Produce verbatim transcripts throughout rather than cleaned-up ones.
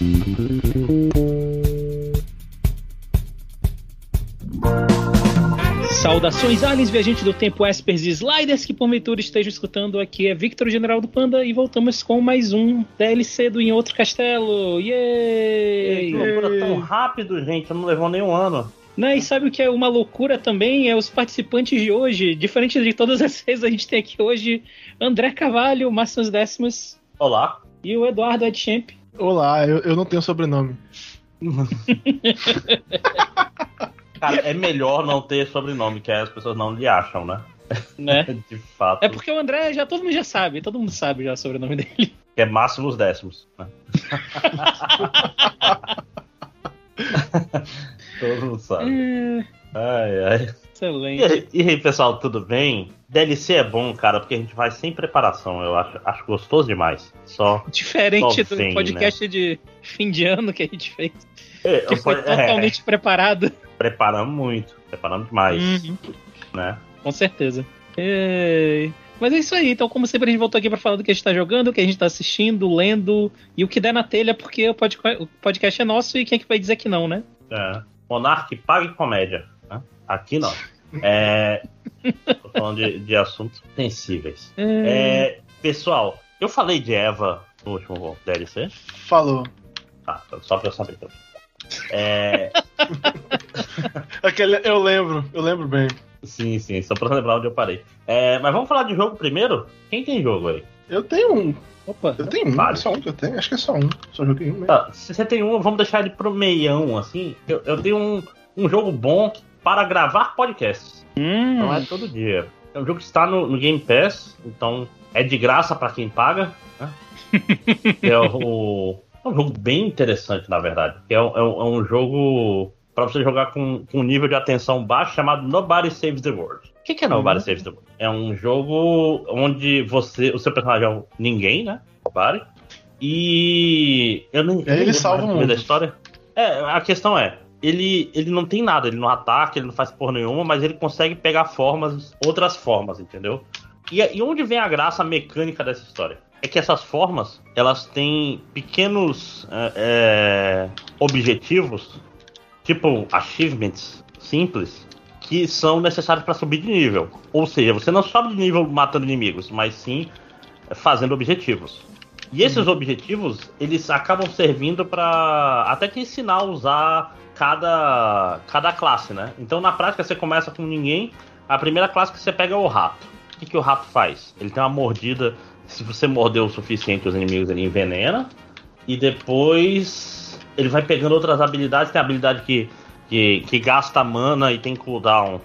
Saudações, aliens, viajantes do tempo, espers e sliders que porventura estejam escutando. Aqui é Victor, General do Panda, e voltamos com mais um D L C do Em Outro Castelo. Yay! Que loucura tão rápido, gente, não levou nem um ano. Né? E sabe o que é uma loucura também? É os participantes de hoje, diferente de todas as vezes, a gente tem aqui hoje André Carvalho, Máximos Décimos. Olá. E o Eduardo Edchamp. Olá, eu, eu não tenho sobrenome. Cara, é melhor não ter sobrenome, que aí as pessoas não lhe acham, né? Né? De fato. É porque o André, já todo mundo já sabe, todo mundo sabe já o sobrenome dele. Que é Máximos Décimos. Né? Todo mundo sabe. É... Ai, ai. Excelente. E, e aí, pessoal, tudo bem? D L C é bom, cara, porque a gente vai sem preparação, eu acho, acho gostoso demais. Só Diferente só do vem, podcast né? de fim de ano que a gente fez. É, Que foi é, totalmente preparado. Preparamos muito, preparamos demais, Uhum. né? Com certeza. É... Mas é isso aí, então como sempre a gente voltou aqui pra falar do que a gente tá jogando, o que a gente tá assistindo, lendo e o que der na telha, porque o podca- o podcast é nosso e quem é que vai dizer que não, né? É. Monark pague comédia, né? Aqui não. É... Tô falando de, de assuntos sensíveis. É... É, pessoal, eu falei de Eva no último D L C? Falou. Tá, só pra eu saber. É... Aquele, eu lembro, eu lembro bem. Sim, sim, só pra lembrar onde eu parei. É, mas vamos falar de jogo primeiro? Quem tem jogo aí? Eu tenho um. Opa. Eu tenho um, Vale. só um que eu tenho. Acho que é só um. Só joguei um mesmo. Tá, se você tem um, vamos deixar ele pro meião, assim. Eu, eu tenho um, um jogo bom para gravar podcasts. Hum. Não é todo dia. É um jogo que está no, no Game Pass, então é de graça pra quem paga. Né? é, o, é um jogo bem interessante, na verdade. É um, é um, é um jogo pra você jogar com, com um nível de atenção baixo chamado Nobody Saves the World. O que, que é Nobody Uhum. Saves the World? É um jogo onde você, o seu personagem é um ninguém, né? Nobody. E eu nem, E aí ele nem salva o lembro mundo. da história. É, a questão é, ele, ele não tem nada, ele não ataca, ele não faz porra nenhuma, mas ele consegue pegar formas, outras formas, entendeu? E, e onde vem a graça mecânica dessa história? É que essas formas, elas têm pequenos é, é, objetivos, tipo achievements simples, que são necessários para subir de nível. Ou seja, você não sobe de nível matando inimigos, mas sim fazendo objetivos. E esses objetivos, eles acabam servindo para até te ensinar a usar cada, cada classe, né? Então, na prática, você começa com ninguém. A primeira classe que você pega é o rato. O que, que o rato faz? Ele tem uma mordida. Se você morder o suficiente os inimigos, ele envenena. E depois ele vai pegando outras habilidades. Tem a habilidade que, que, que gasta mana e tem cooldown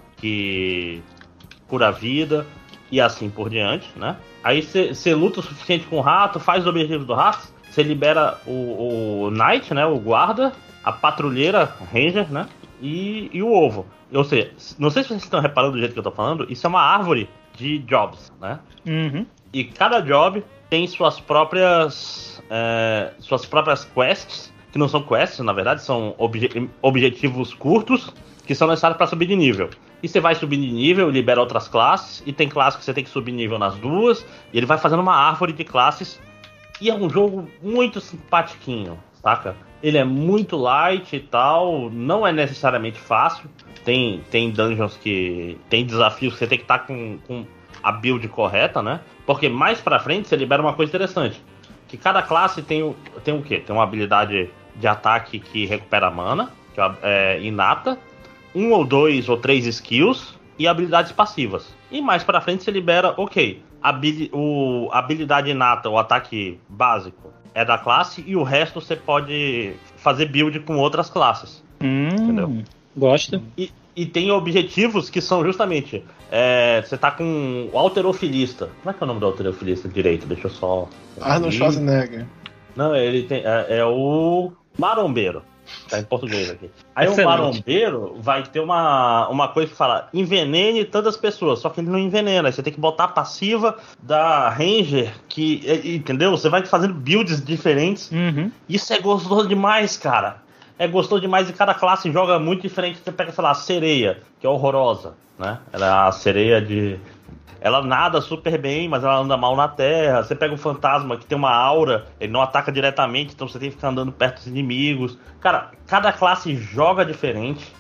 que cura a vida. E assim por diante, né? Aí você luta o suficiente com o rato, faz os objetivos do rato, você libera o, o Knight, né? O guarda, a patrulheira, Ranger, né? E, e o ovo. Ou seja, não sei se vocês estão reparando do jeito que eu tô falando, isso é uma árvore de jobs, né? Uhum. E cada job tem suas próprias é, suas próprias quests, que não são quests, na verdade, são obje- objetivos curtos que são necessários para subir de nível. E você vai subindo de nível, libera outras classes, e tem classes que você tem que subir nível nas duas, e ele vai fazendo uma árvore de classes. E é um jogo muito simpatiquinho, saca? Ele é muito light e tal, não é necessariamente fácil. Tem, tem dungeons que... tem desafios que você tem que estar com, com a build correta, né? Porque mais pra frente você libera uma coisa interessante. Que cada classe tem o, tem o quê? Tem uma habilidade de ataque que recupera mana, que é inata. Um ou dois ou três skills e habilidades passivas. E mais pra frente você libera, ok, habili- o, a habilidade inata, o ataque básico é da classe e o resto você pode fazer build com outras classes. Hum, Entendeu? Gosto. E, e tem objetivos que são justamente, é, você tá com o halterofilista. Como é que é o nome do halterofilista direito? Deixa eu só... Arnold Schwarzenegger. Não, ele tem, é, é o marombeiro. Tá em português aqui. Aí Excelente. o marombeiro vai ter uma, uma coisa que fala: envenene tantas pessoas. Só que ele não envenena. Você tem que botar a passiva da Ranger, que, entendeu? Você vai fazendo builds diferentes. Uhum. Isso é gostoso demais, cara. É gostoso demais e cada classe joga muito diferente. Você pega, sei lá, a sereia, que é horrorosa, né? Ela é a sereia de ela nada super bem, mas ela anda mal na terra. Você pega um fantasma que tem uma aura, ele não ataca diretamente, então você tem que ficar andando perto dos inimigos. Cara, cada classe joga diferente.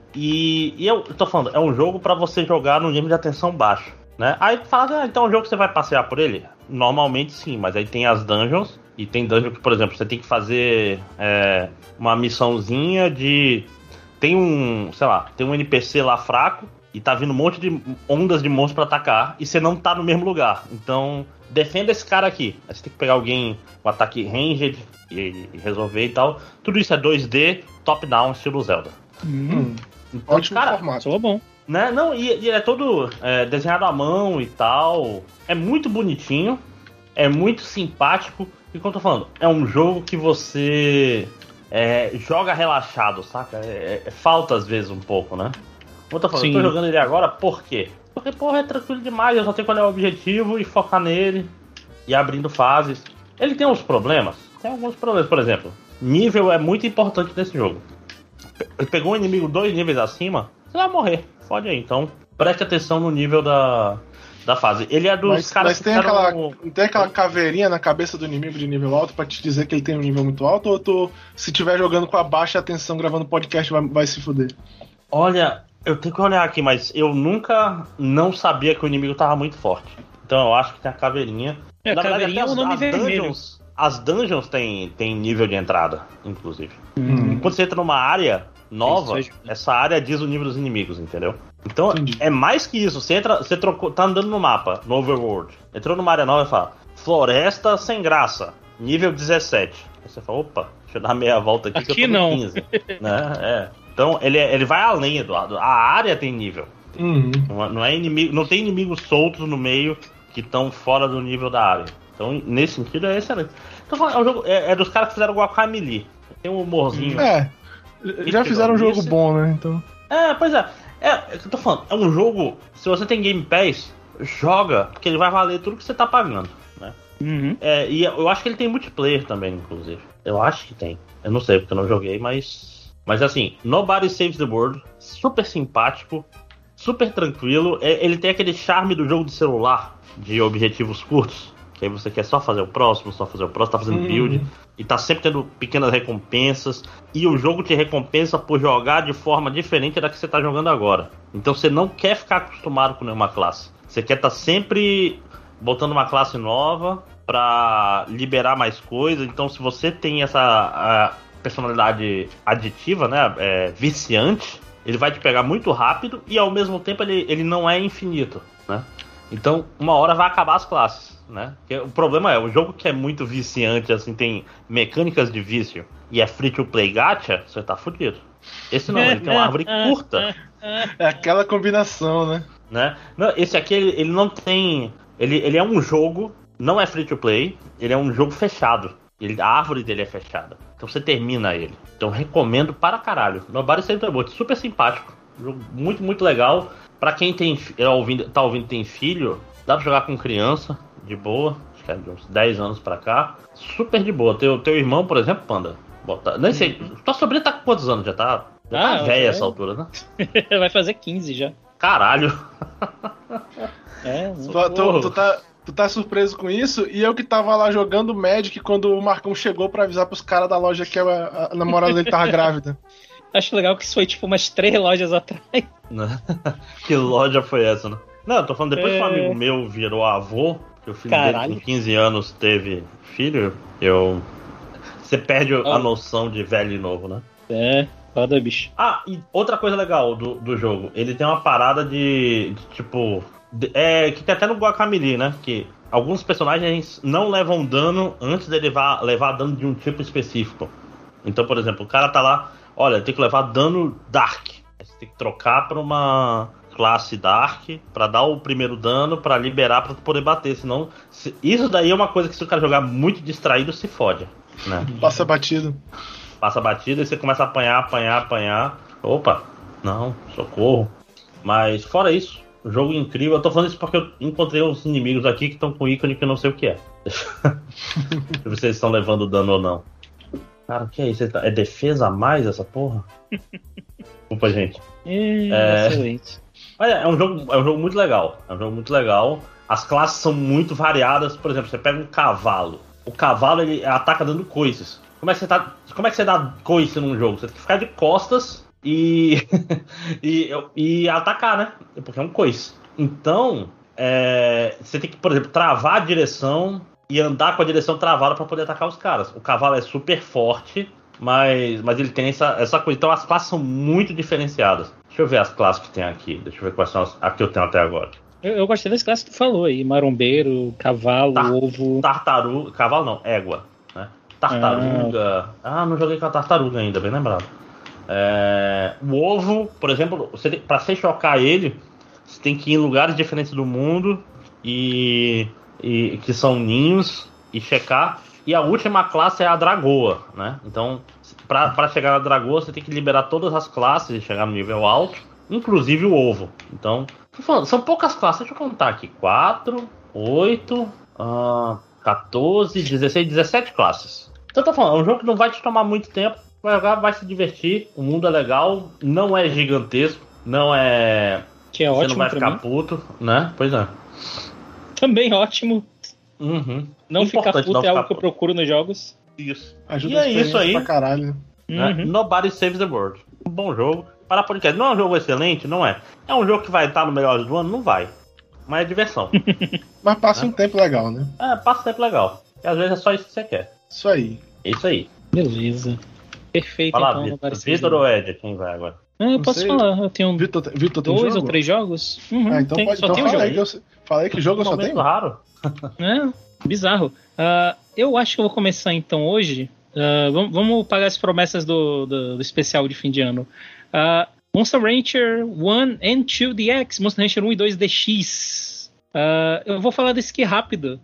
E, e eu tô falando, é um jogo pra você jogar no nível de atenção baixo, né? Aí tu fala, ah, então é um jogo que você vai passear por ele? Normalmente sim, mas aí tem as dungeons. E tem dungeon que, por exemplo, você tem que fazer é, uma missãozinha de... Tem um, sei lá, tem um N P C lá fraco e tá vindo um monte de ondas de monstros pra atacar e você não tá no mesmo lugar. Então, defenda esse cara aqui. Aí você tem que pegar alguém com ataque ranged e, e resolver e tal. Tudo isso é dois D, top-down, estilo Zelda. Hum. Então, Ótimo cara, formato. Soa bom. né? Não, e, e é todo é, desenhado à mão e tal. É muito bonitinho, é muito simpático. E como eu tô falando, é um jogo que você é, joga relaxado, saca? É, é, falta às vezes um pouco, né? Como eu tô falando, Sim. eu tô jogando ele agora por quê? Porque, porra, é tranquilo demais, eu só tenho que olhar o objetivo e focar nele e abrindo fases. Ele tem uns problemas? Tem alguns problemas, por exemplo. Nível é muito importante nesse jogo. Pe- Pegou um inimigo dois níveis acima, você vai morrer. Fode aí, então preste atenção no nível da, da fase. Ele é dos Mas, caras mas que tem, fizeram aquela, o- tem aquela caveirinha na cabeça do inimigo de nível alto pra te dizer que ele tem um nível muito alto, ou tu, se tiver jogando com a baixa atenção gravando podcast, vai, vai se fuder? Olha, eu tenho que olhar aqui, mas eu nunca não sabia que o inimigo tava muito forte. Então eu acho que tem a caveirinha. É, Na verdade, caveirinha até é o nome vermelho. dungeons, as dungeons tem, tem nível de entrada, inclusive. Hum. Quando você entra numa área nova, Isso ajuda. essa área diz o nível dos inimigos, entendeu? Então Entendi. é mais que isso. Você entra, você trocou, tá andando no mapa, no overworld, entrou numa área nova e fala: Floresta sem graça, nível dezessete. Aí você fala: opa, deixa eu dar meia volta aqui, Aqui que eu tô no não. quinze. Né? É. Então ele, é- ele vai além, Eduardo. A área tem nível. Uhum. Não é- Não, é inimigo, não tem inimigos soltos no meio que estão fora do nível da área. Então, nesse sentido, é excelente. Então, é, um jogo, é, é dos caras que fizeram o Guacamelee. Tem um humorzinho. É, já fizeram um jogo Esse- bom, né? Então. É, pois é. É, é o que eu tô falando. É um jogo, se você tem Game Pass, joga, porque ele vai valer tudo que você tá pagando, né? Uhum. É, e eu acho que ele tem multiplayer também, inclusive. Eu acho que tem. Eu não sei, porque eu não joguei, mas... Mas assim, Nobody Saves the World, super simpático, super tranquilo. É, ele tem aquele charme do jogo de celular, de objetivos curtos. Que aí você quer só fazer o próximo, só fazer o próximo, tá fazendo Uhum. build. E tá sempre tendo pequenas recompensas. E o jogo te recompensa por jogar de forma diferente da que você tá jogando agora. Então você não quer ficar acostumado com nenhuma classe. Você quer estar tá sempre botando uma classe nova pra liberar mais coisas. Então se você tem essa a personalidade aditiva, né, é, viciante, ele vai te pegar muito rápido e ao mesmo tempo ele, ele não é infinito, né? Então, uma hora vai acabar as classes, né? Porque o problema é, o jogo que é muito viciante, assim, tem mecânicas de vício e é free to play gacha, você tá fudido. Esse não, ele tem uma árvore curta, É aquela combinação, né? né? Não, esse aqui, ele, ele não tem... Ele, ele é um jogo, não é free to play, ele é um jogo fechado. Ele, a árvore dele é fechada. Então você termina ele. Então recomendo para caralho. Nobody Saves the World, super simpático. Jogo muito, muito legal. Pra quem tem, é, ouvindo, tá ouvindo tem filho, dá pra jogar com criança, de boa. Acho que é de uns dez anos pra cá. Super de boa. Teu, teu irmão, por exemplo, Panda. Bota, nem sei. Tua sobrinha tá com quantos anos? Já tá, já Ah, tá velha é. essa altura, né? Vai fazer quinze já. Caralho. É, né? Tu, tu, tu tá, tu tá surpreso com isso? E eu que tava lá jogando Magic quando o Marcão chegou pra avisar pros caras da loja que a, a namorada dele tava grávida. Acho legal que isso foi tipo umas três lojas atrás. Que loja foi essa, né? Não, eu tô falando, depois É. que um amigo meu virou avô, que o filho Caralho. dele com quinze anos teve filho, eu... Você perde a Ah. noção de velho e novo, né? É, foda, bicho. Ah, e outra coisa legal do, do jogo, ele tem uma parada de, de tipo... de- é, que tem até no Guacamelee, né? Que alguns personagens não levam dano antes de levar, levar dano de um tipo específico. Então, por exemplo, o cara tá lá, olha, tem que levar dano Dark. Aí você tem que trocar pra uma classe Dark pra dar o primeiro dano, pra liberar, pra tu poder bater. Senão, se- isso daí é uma coisa que se o cara jogar muito distraído, se fode, né? Passa batido. Passa a batida e você começa a apanhar, apanhar, apanhar. Opa, não, socorro. Mas fora isso, o jogo é incrível. Eu tô falando isso porque eu encontrei uns inimigos aqui que estão com ícone que eu não sei o que é. Deixa eu ver se eles estão levando dano ou não. Cara, o que é isso? É defesa a mais essa porra? Desculpa, gente. É, É. Excelente. Mas é, é, um jogo, é um jogo muito legal. É um jogo muito legal. As classes são muito variadas. Por exemplo, você pega um cavalo. O cavalo, ele ataca dando coices. Como é que você, tá, como é que você dá coice num jogo? Você tem que ficar de costas e, e, e atacar, né? Porque é um coice. Então, é, você tem que, por exemplo, travar a direção e andar com a direção travada para poder atacar os caras. O cavalo é super forte, mas, mas ele tem essa, essa coisa. Então as classes são muito diferenciadas. Deixa eu ver as classes que tem aqui. Deixa eu ver quais são as, as que eu tenho até agora. Eu, eu gostei das classes que tu falou aí. Marombeiro, cavalo, Tar, ovo... Tartaruga... Cavalo não, égua. Né? Tartaruga... Ah. ah, não joguei com a tartaruga ainda, bem lembrado. É, o ovo, por exemplo, você, pra você chocar ele, você tem que ir em lugares diferentes do mundo e, e que são ninhos e checar. E a última classe é a dragoa, né? Então, pra, pra chegar na dragoa, você tem que liberar todas as classes e chegar no nível alto, inclusive o ovo. Então, tô falando, são poucas classes, deixa eu contar aqui. quatro, oito, uh, quatorze, dezesseis, dezessete classes. Então, eu tô falando, é um jogo que não vai te tomar muito tempo. Vai jogar, vai se divertir, o mundo é legal, não é gigantesco, não é... Que é você ótimo não vai pra ficar mim. puto, né? Pois é. Também ótimo. Uhum. Não ficar Importante puto não é ficar algo que eu puto. procuro nos jogos. Isso. Ajuda E a é isso aí. pra caralho. Né? Uhum. Nobody Saves the World. Um bom jogo. Para podcast. Não é um jogo excelente? Não é. É um jogo que vai estar no melhor do ano? Não vai. Mas é diversão. Mas passa É. um tempo legal, né? É, passa tempo legal. E às vezes é só isso que você quer. Isso aí. É isso aí. Beleza. Perfeito, Fala, então. Vitor. Nobody Saves Vitor the ou World. Ed? Quem vai agora? Ah, eu Não posso sei. falar. Eu tenho Vitor, Vitor tem dois jogo? ou três jogos. Uhum, Ah, então tem, pode. só Então tem um fala jogo. aí, que eu, falei que jogo eu só Momento tenho. raro. É, bizarro. Uh, eu acho que eu vou começar então hoje. Uh, vamos, vamos pagar as promessas do, do, do especial de fim de ano. Uh, Monster Rancher um and dois D X, Monster Rancher um e dois D X. Uh, eu vou falar desse aqui rápido,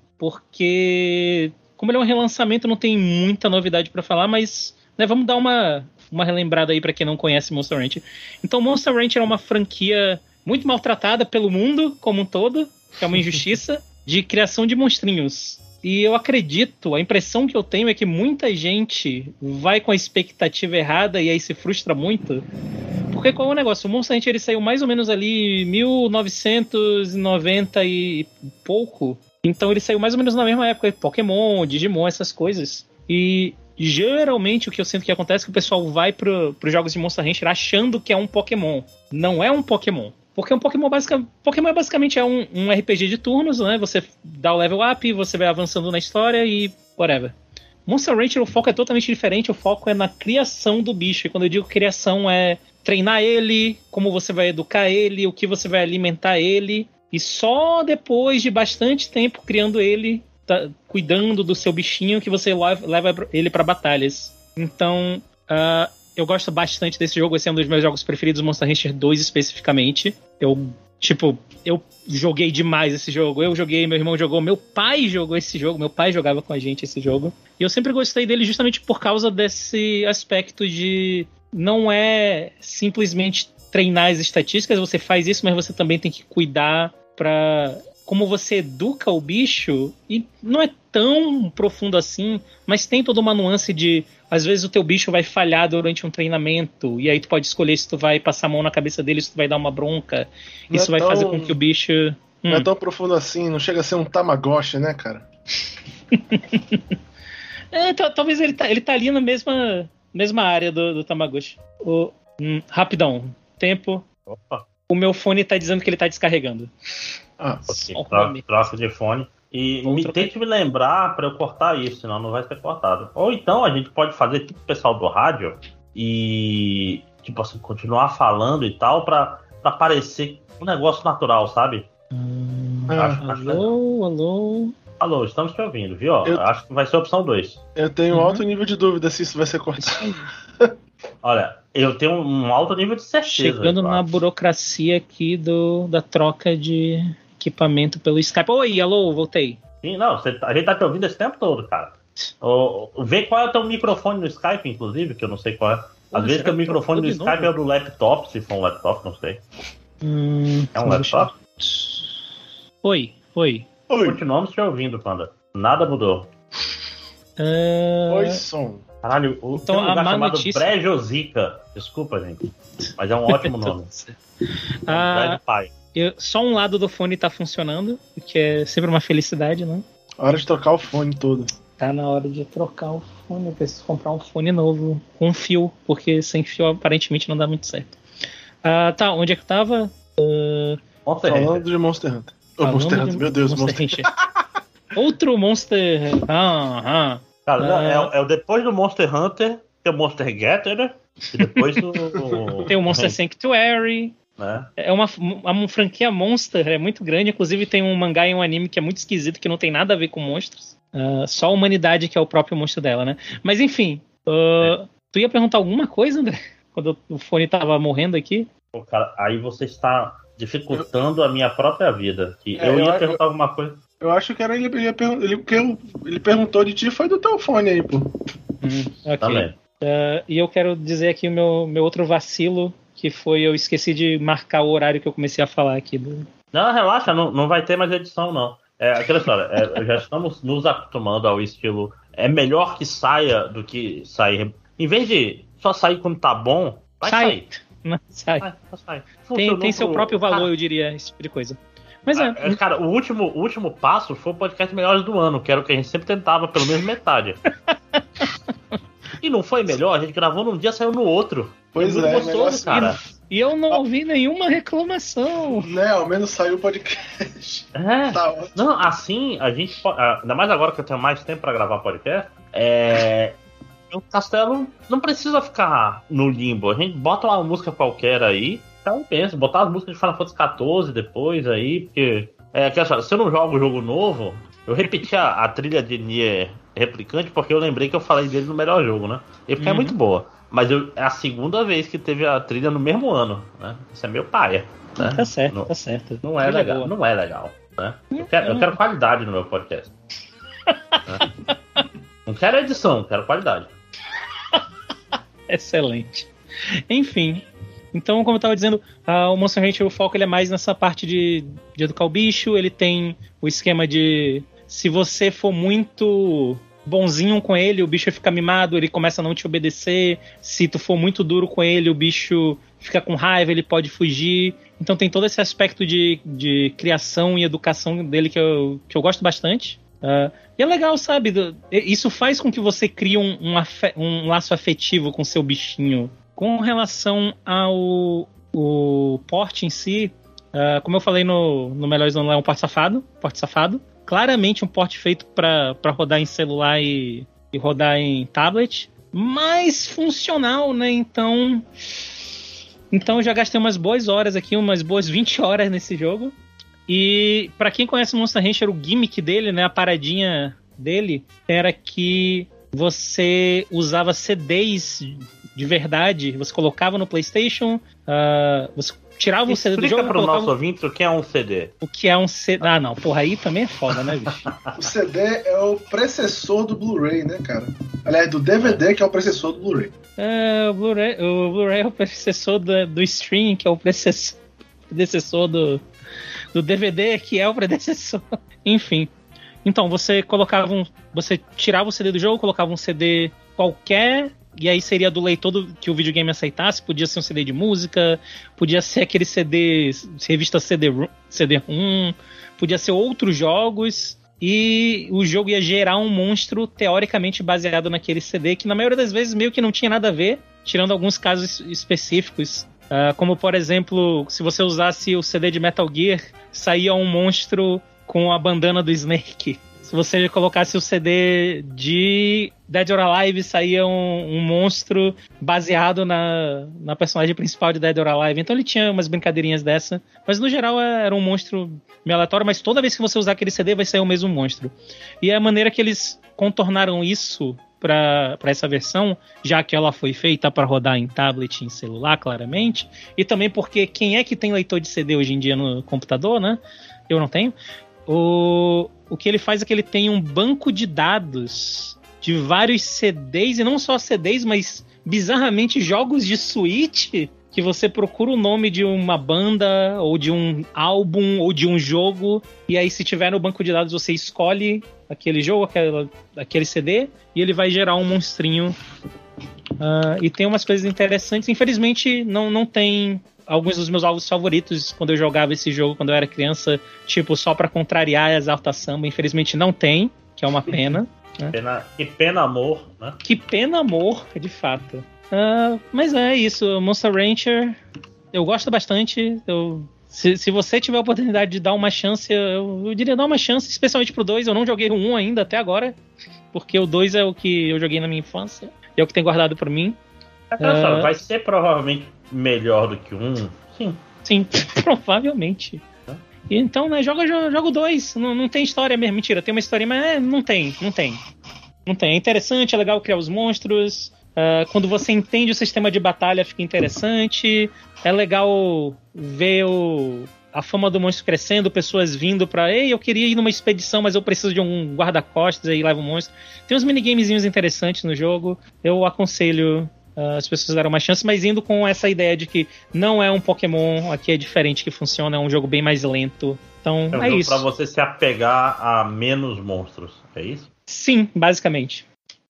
porque como ele é um relançamento, não tem muita novidade pra falar, mas né, vamos dar uma, uma relembrada aí pra quem não conhece Monster Rancher. Então, Monster Rancher é uma franquia muito maltratada pelo mundo como um todo, que é uma injustiça, de criação de monstrinhos. E eu acredito, a impressão que eu tenho é que muita gente vai com a expectativa errada e aí se frustra muito. Porque qual é o negócio? O Monster Hunter ele saiu mais ou menos ali em mil novecentos e noventa e pouco. Então ele saiu mais ou menos na mesma época. Pokémon, Digimon, essas coisas. E geralmente o que eu sinto que acontece é que o pessoal vai para os jogos de Monster Hunter achando que é um Pokémon. Não é um Pokémon. Porque um Pokémon, basic, Pokémon é basicamente é um, um R P G de turnos, né? Você dá o level up, você vai avançando na história e whatever. Monster Rancher, o foco é totalmente diferente, o foco é na criação do bicho. E quando eu digo criação é treinar ele, como você vai educar ele, o que você vai alimentar ele. E só depois de bastante tempo criando ele, tá, cuidando do seu bichinho, que você leva, leva ele para batalhas. Então... Uh, eu gosto bastante desse jogo, esse é um dos meus jogos preferidos, Monster Rancher dois especificamente. Eu, tipo, eu joguei demais esse jogo. Eu joguei, meu irmão jogou, meu pai jogou esse jogo, meu pai jogava com a gente esse jogo. E eu sempre gostei dele justamente por causa desse aspecto de... Não é simplesmente treinar as estatísticas, você faz isso, mas você também tem que cuidar pra... Como você educa o bicho, e não é tão profundo assim, mas tem toda uma nuance de... Às vezes o teu bicho vai falhar durante um treinamento, e aí tu pode escolher se tu vai passar a mão na cabeça dele, se tu vai dar uma bronca. Não Isso é vai tão- fazer com que o bicho... Não Hum. é tão profundo assim, não chega a ser um Tamagotchi, né, cara? É, tá- talvez ele tá, ele tá ali na mesma, mesma área do, do Tamagotchi. O, hum, rapidão, tempo. Opa, O meu fone tá dizendo que ele tá descarregando. Ah, ok. Só um Tro- momento. Troca de fone. E Vou me, trocar. tente me lembrar pra eu cortar isso, senão não vai ser cortado. Ou então a gente pode fazer tipo o pessoal do rádio e, tipo assim, continuar falando e tal pra, pra parecer um negócio natural, sabe? Hum, Ah, acho, acho legal. alô, alô. Alô, estamos te ouvindo, viu? Ó, Eu- Acho que vai ser a opção dois. eu tenho Uhum. alto nível de dúvida se isso vai ser cortado. Olha, eu tenho um alto nível de certeza. Chegando eu na acho. burocracia aqui do, da troca de equipamento pelo Skype. Oi, alô, voltei. Sim, não, você- a gente tá te ouvindo esse tempo todo, cara. Ô, ô, vê qual é o teu microfone no Skype, inclusive, que eu não sei qual é. Às Pô, vezes será teu que microfone no trocou de Skype novo? é o do laptop, se for um laptop, não sei. Hum, É um deixa- laptop? Oi, oi. Oi, Continuamos te ouvindo, Panda. Nada mudou. Ah, oi, som. Caralho, o, Então, tem um lugar a má chamado notícia- Brejosica. Desculpa, gente. Mas é um ótimo nome. Ah, Brejo pai. eu- só um lado do fone tá funcionando, o que é sempre uma felicidade, né? Hora de trocar o fone todo. Tá na hora de trocar o fone. Eu preciso comprar um fone novo com fio, porque sem fio aparentemente não dá muito certo. Ah, tá, onde é que eu tava? Uh, Monster Falando Hunter. de Monster Hunter. Ô, falando Monster de Hunter, meu Deus, Monster, Hunter. Outro Monster. Ah, ah. Cara, não, Ah. é, o- é o depois do Monster Hunter, tem o Monster Getter, né? E depois do. Tem o Monster Sanctuary. Né? É uma, uma franquia Monster, é muito grande. Inclusive tem um mangá e um anime que é muito esquisito, que não tem nada a ver com monstros. Ah, só a humanidade que é o próprio monstro dela, né? Mas enfim, ah, tu ia perguntar alguma coisa, André? Quando o fone tava morrendo aqui? Pô, cara, aí você está dificultando a minha própria vida. Que É, eu eu ia acho- perguntar alguma coisa. Eu acho que era ele, ele, ia pergun- ele, que eu- ele perguntou de ti foi do teu fone aí, pô. Hum, ok. Também. Ah, e eu quero dizer aqui o meu, meu outro vacilo, que foi eu esqueci de marcar o horário que eu comecei a falar aqui. Do... Não, relaxa, não, não vai ter mais edição, não. É aquela história, é, já estamos nos acostumando ao estilo. É melhor que saia do que sair. Em vez de só sair quando tá bom, vai Sai. sair. Não, sai. Vai, vai sair. Tem, Funcionou tem seu pro- próprio valor, Ah, eu diria, esse tipo de coisa. Mas é, ah, Cara, o último, o último passo foi o podcast Melhores do Ano, que era o que a gente sempre tentava, pelo menos metade. E não foi melhor, a gente gravou num dia, saiu no outro. Pois muito é, gostoso, melhor assim, cara. e eu não ouvi nenhuma reclamação. Né, ao menos saiu o podcast. É. Tá ótimo. Não, assim, a gente pode. ah, Ainda mais agora que eu tenho mais tempo pra gravar podcast. É. O Castelo não precisa ficar no limbo. A gente bota uma música qualquer aí. Então pensa, botar as músicas de Final Fantasy quatorze depois aí, porque. É, aquela história, se eu não jogo o jogo novo, eu repeti a, a trilha de Nier Replicante porque eu lembrei que eu falei dele no melhor jogo, né? E porque é Uhum. muito boa. Mas eu, é a segunda vez que teve a trilha no mesmo ano, né? Isso é meio paia. Né? Tá certo, Não- tá certo. Não é Trilha legal, boa. não é legal, né? Eu quero, eu quero qualidade no meu podcast. Né? Não quero edição, quero qualidade. Excelente. Enfim. Então, como eu estava dizendo, ah, o Monster Hunter, o foco ele é mais nessa parte de, de educar o bicho. Ele tem o esquema de se você for muito bonzinho com ele, o bicho vai ficar mimado, ele começa a não te obedecer. Se tu for muito duro com ele, o bicho fica com raiva, ele pode fugir. Então tem todo esse aspecto de, de criação e educação dele que eu, que eu gosto bastante. Uh, e é legal, sabe? do- Isso faz com que você crie um, um, afe- um laço afetivo com seu bichinho. Com relação ao o porte em si, uh, como eu falei no, no Melhores do Ano, é um porte safado, porte safado. Claramente um porte feito para rodar em celular e, e rodar em tablet, mas funcional, né? Então, então eu já gastei umas boas horas aqui, umas boas vinte horas nesse jogo. E pra quem conhece o Monster Hunter, o gimmick dele, né, a paradinha dele, era que você usava C Ds de verdade, você colocava no PlayStation, uh, você tirava o C D do Explica jogo e pro colocava nosso ouvinte o que é um C D. o que é um C D. Ah, não, porra, aí também é foda, né, bicho? O C D é o precessor do Blu-ray, né, cara? Aliás, do D V D, que é o precessor do Blu-ray. É, o Blu-ray, o Blu-ray é o predecessor do, do stream, que é o predecessor, predecessor do, do D V D, que é o predecessor. Enfim. Então, você colocava um. Você tirava o C D do jogo, colocava um C D qualquer, e aí seria do leitor do, que o videogame aceitasse. Podia ser um C D de música, podia ser aquele C D, revista C D, C D ROM, podia ser outros jogos. E o jogo ia gerar um monstro teoricamente baseado naquele C D, que na maioria das vezes meio que não tinha nada a ver, tirando alguns casos específicos. Uh, como, por exemplo, se você usasse o C D de Metal Gear, saía um monstro com a bandana do Snake. Se você colocasse o C D de Dead or Alive, saía um, um monstro baseado na, na personagem principal de Dead or Alive. Então ele tinha umas brincadeirinhas dessa. Mas no geral era um monstro meio aleatório, mas toda vez que você usar aquele C D vai sair o mesmo monstro. E a maneira que eles contornaram isso para essa versão, já que ela foi feita para rodar em tablet e em celular, claramente, e também porque quem é que tem leitor de C D hoje em dia no computador, né? Eu não tenho. O, o que ele faz é que ele tem um banco de dados de vários C Ds, e não só C Ds, mas bizarramente jogos de Switch que você procura o nome de uma banda, ou de um álbum, ou de um jogo, e aí se tiver no banco de dados você escolhe aquele jogo, aquele, aquele C D, e ele vai gerar um monstrinho. Uh, e tem umas coisas interessantes. Infelizmente não, não tem alguns dos meus alvos favoritos quando eu jogava esse jogo quando eu era criança, tipo, só pra contrariar a Exalta Samba. Infelizmente não tem, que é uma pena. Né? Pena, que pena amor, né? Que pena amor, de fato. Uh, mas é isso, Monster Rancher eu gosto bastante. Eu, se, se você tiver a oportunidade de dar uma chance, eu, eu diria dar uma chance, especialmente pro dois. Eu não joguei o um ainda até agora, porque o dois é o que eu joguei na minha infância e é o que tem guardado por mim. É, uh, vai ser provavelmente melhor do que um, sim. Sim, provavelmente. E então, né, joga, joga o dois. Não, não tem história mesmo, mentira, tem uma história, mas é, não tem, não tem. Não tem. É interessante, é legal criar os monstros. Uh, quando você entende o sistema de batalha, fica interessante. É legal ver o, a fama do monstro crescendo, pessoas vindo pra... Ei, eu queria ir numa expedição, mas eu preciso de um guarda-costas, aí leva um monstro. Tem uns minigamezinhos interessantes no jogo. Eu aconselho uh, as pessoas a darem uma chance, mas indo com essa ideia de que não é um Pokémon, aqui é diferente que funciona, é um jogo bem mais lento. Então, é, é isso. Pra você se apegar a menos monstros, é isso? Sim, basicamente.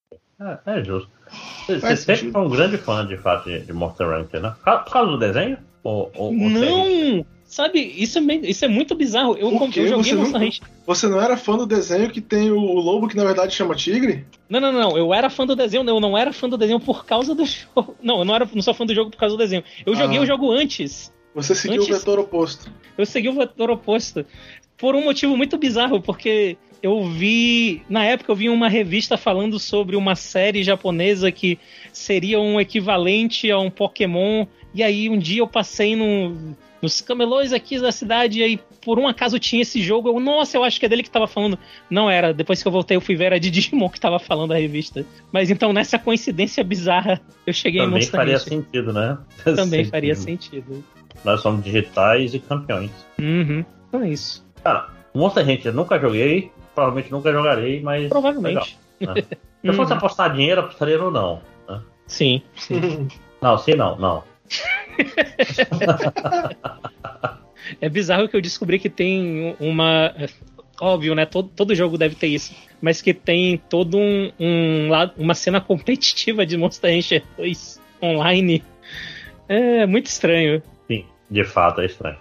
É, é justo. Você sempre foi um grande fã, de fato, de, de Monster Rancher, né? Por causa do desenho? Ou, ou, não! Ou sabe, isso é, isso é muito bizarro. Eu, eu joguei você Monster não, Rancher. Você não era fã do desenho que tem o, o lobo que na verdade chama tigre? Não, não, não. Eu era fã do desenho. Eu não era fã do desenho por causa do jogo. Não, eu não, era, não sou fã do jogo por causa do desenho. Eu ah, joguei o jogo antes. Você seguiu antes, o vetor oposto. Eu segui o vetor oposto. Por um motivo muito bizarro, porque... Eu vi, na época eu vi uma revista falando sobre uma série japonesa que seria um equivalente a um Pokémon, e aí um dia eu passei no, nos camelôs aqui da cidade, e aí por um acaso tinha esse jogo, eu, nossa, eu acho que é dele que tava falando. Não era, depois que eu voltei eu fui ver, era de Digimon que tava falando a revista. Mas então nessa coincidência bizarra, eu cheguei Também em Monster faria Rancher. sentido, né? Também Sim. faria sentido. Nós somos digitais e campeões. Uhum, então é isso. Cara, Monster Rancher eu nunca joguei, provavelmente nunca jogarei, mas... Provavelmente. Legal, né? Se eu fosse apostar dinheiro, apostaria no não. Né? Sim, sim. Não, sim não, não. É bizarro que eu descobri que tem uma... Óbvio, né? Todo, todo jogo deve ter isso. Mas que tem todo um, um uma cena competitiva de Monster Rancher dois online. É muito estranho. Sim, de fato é estranho.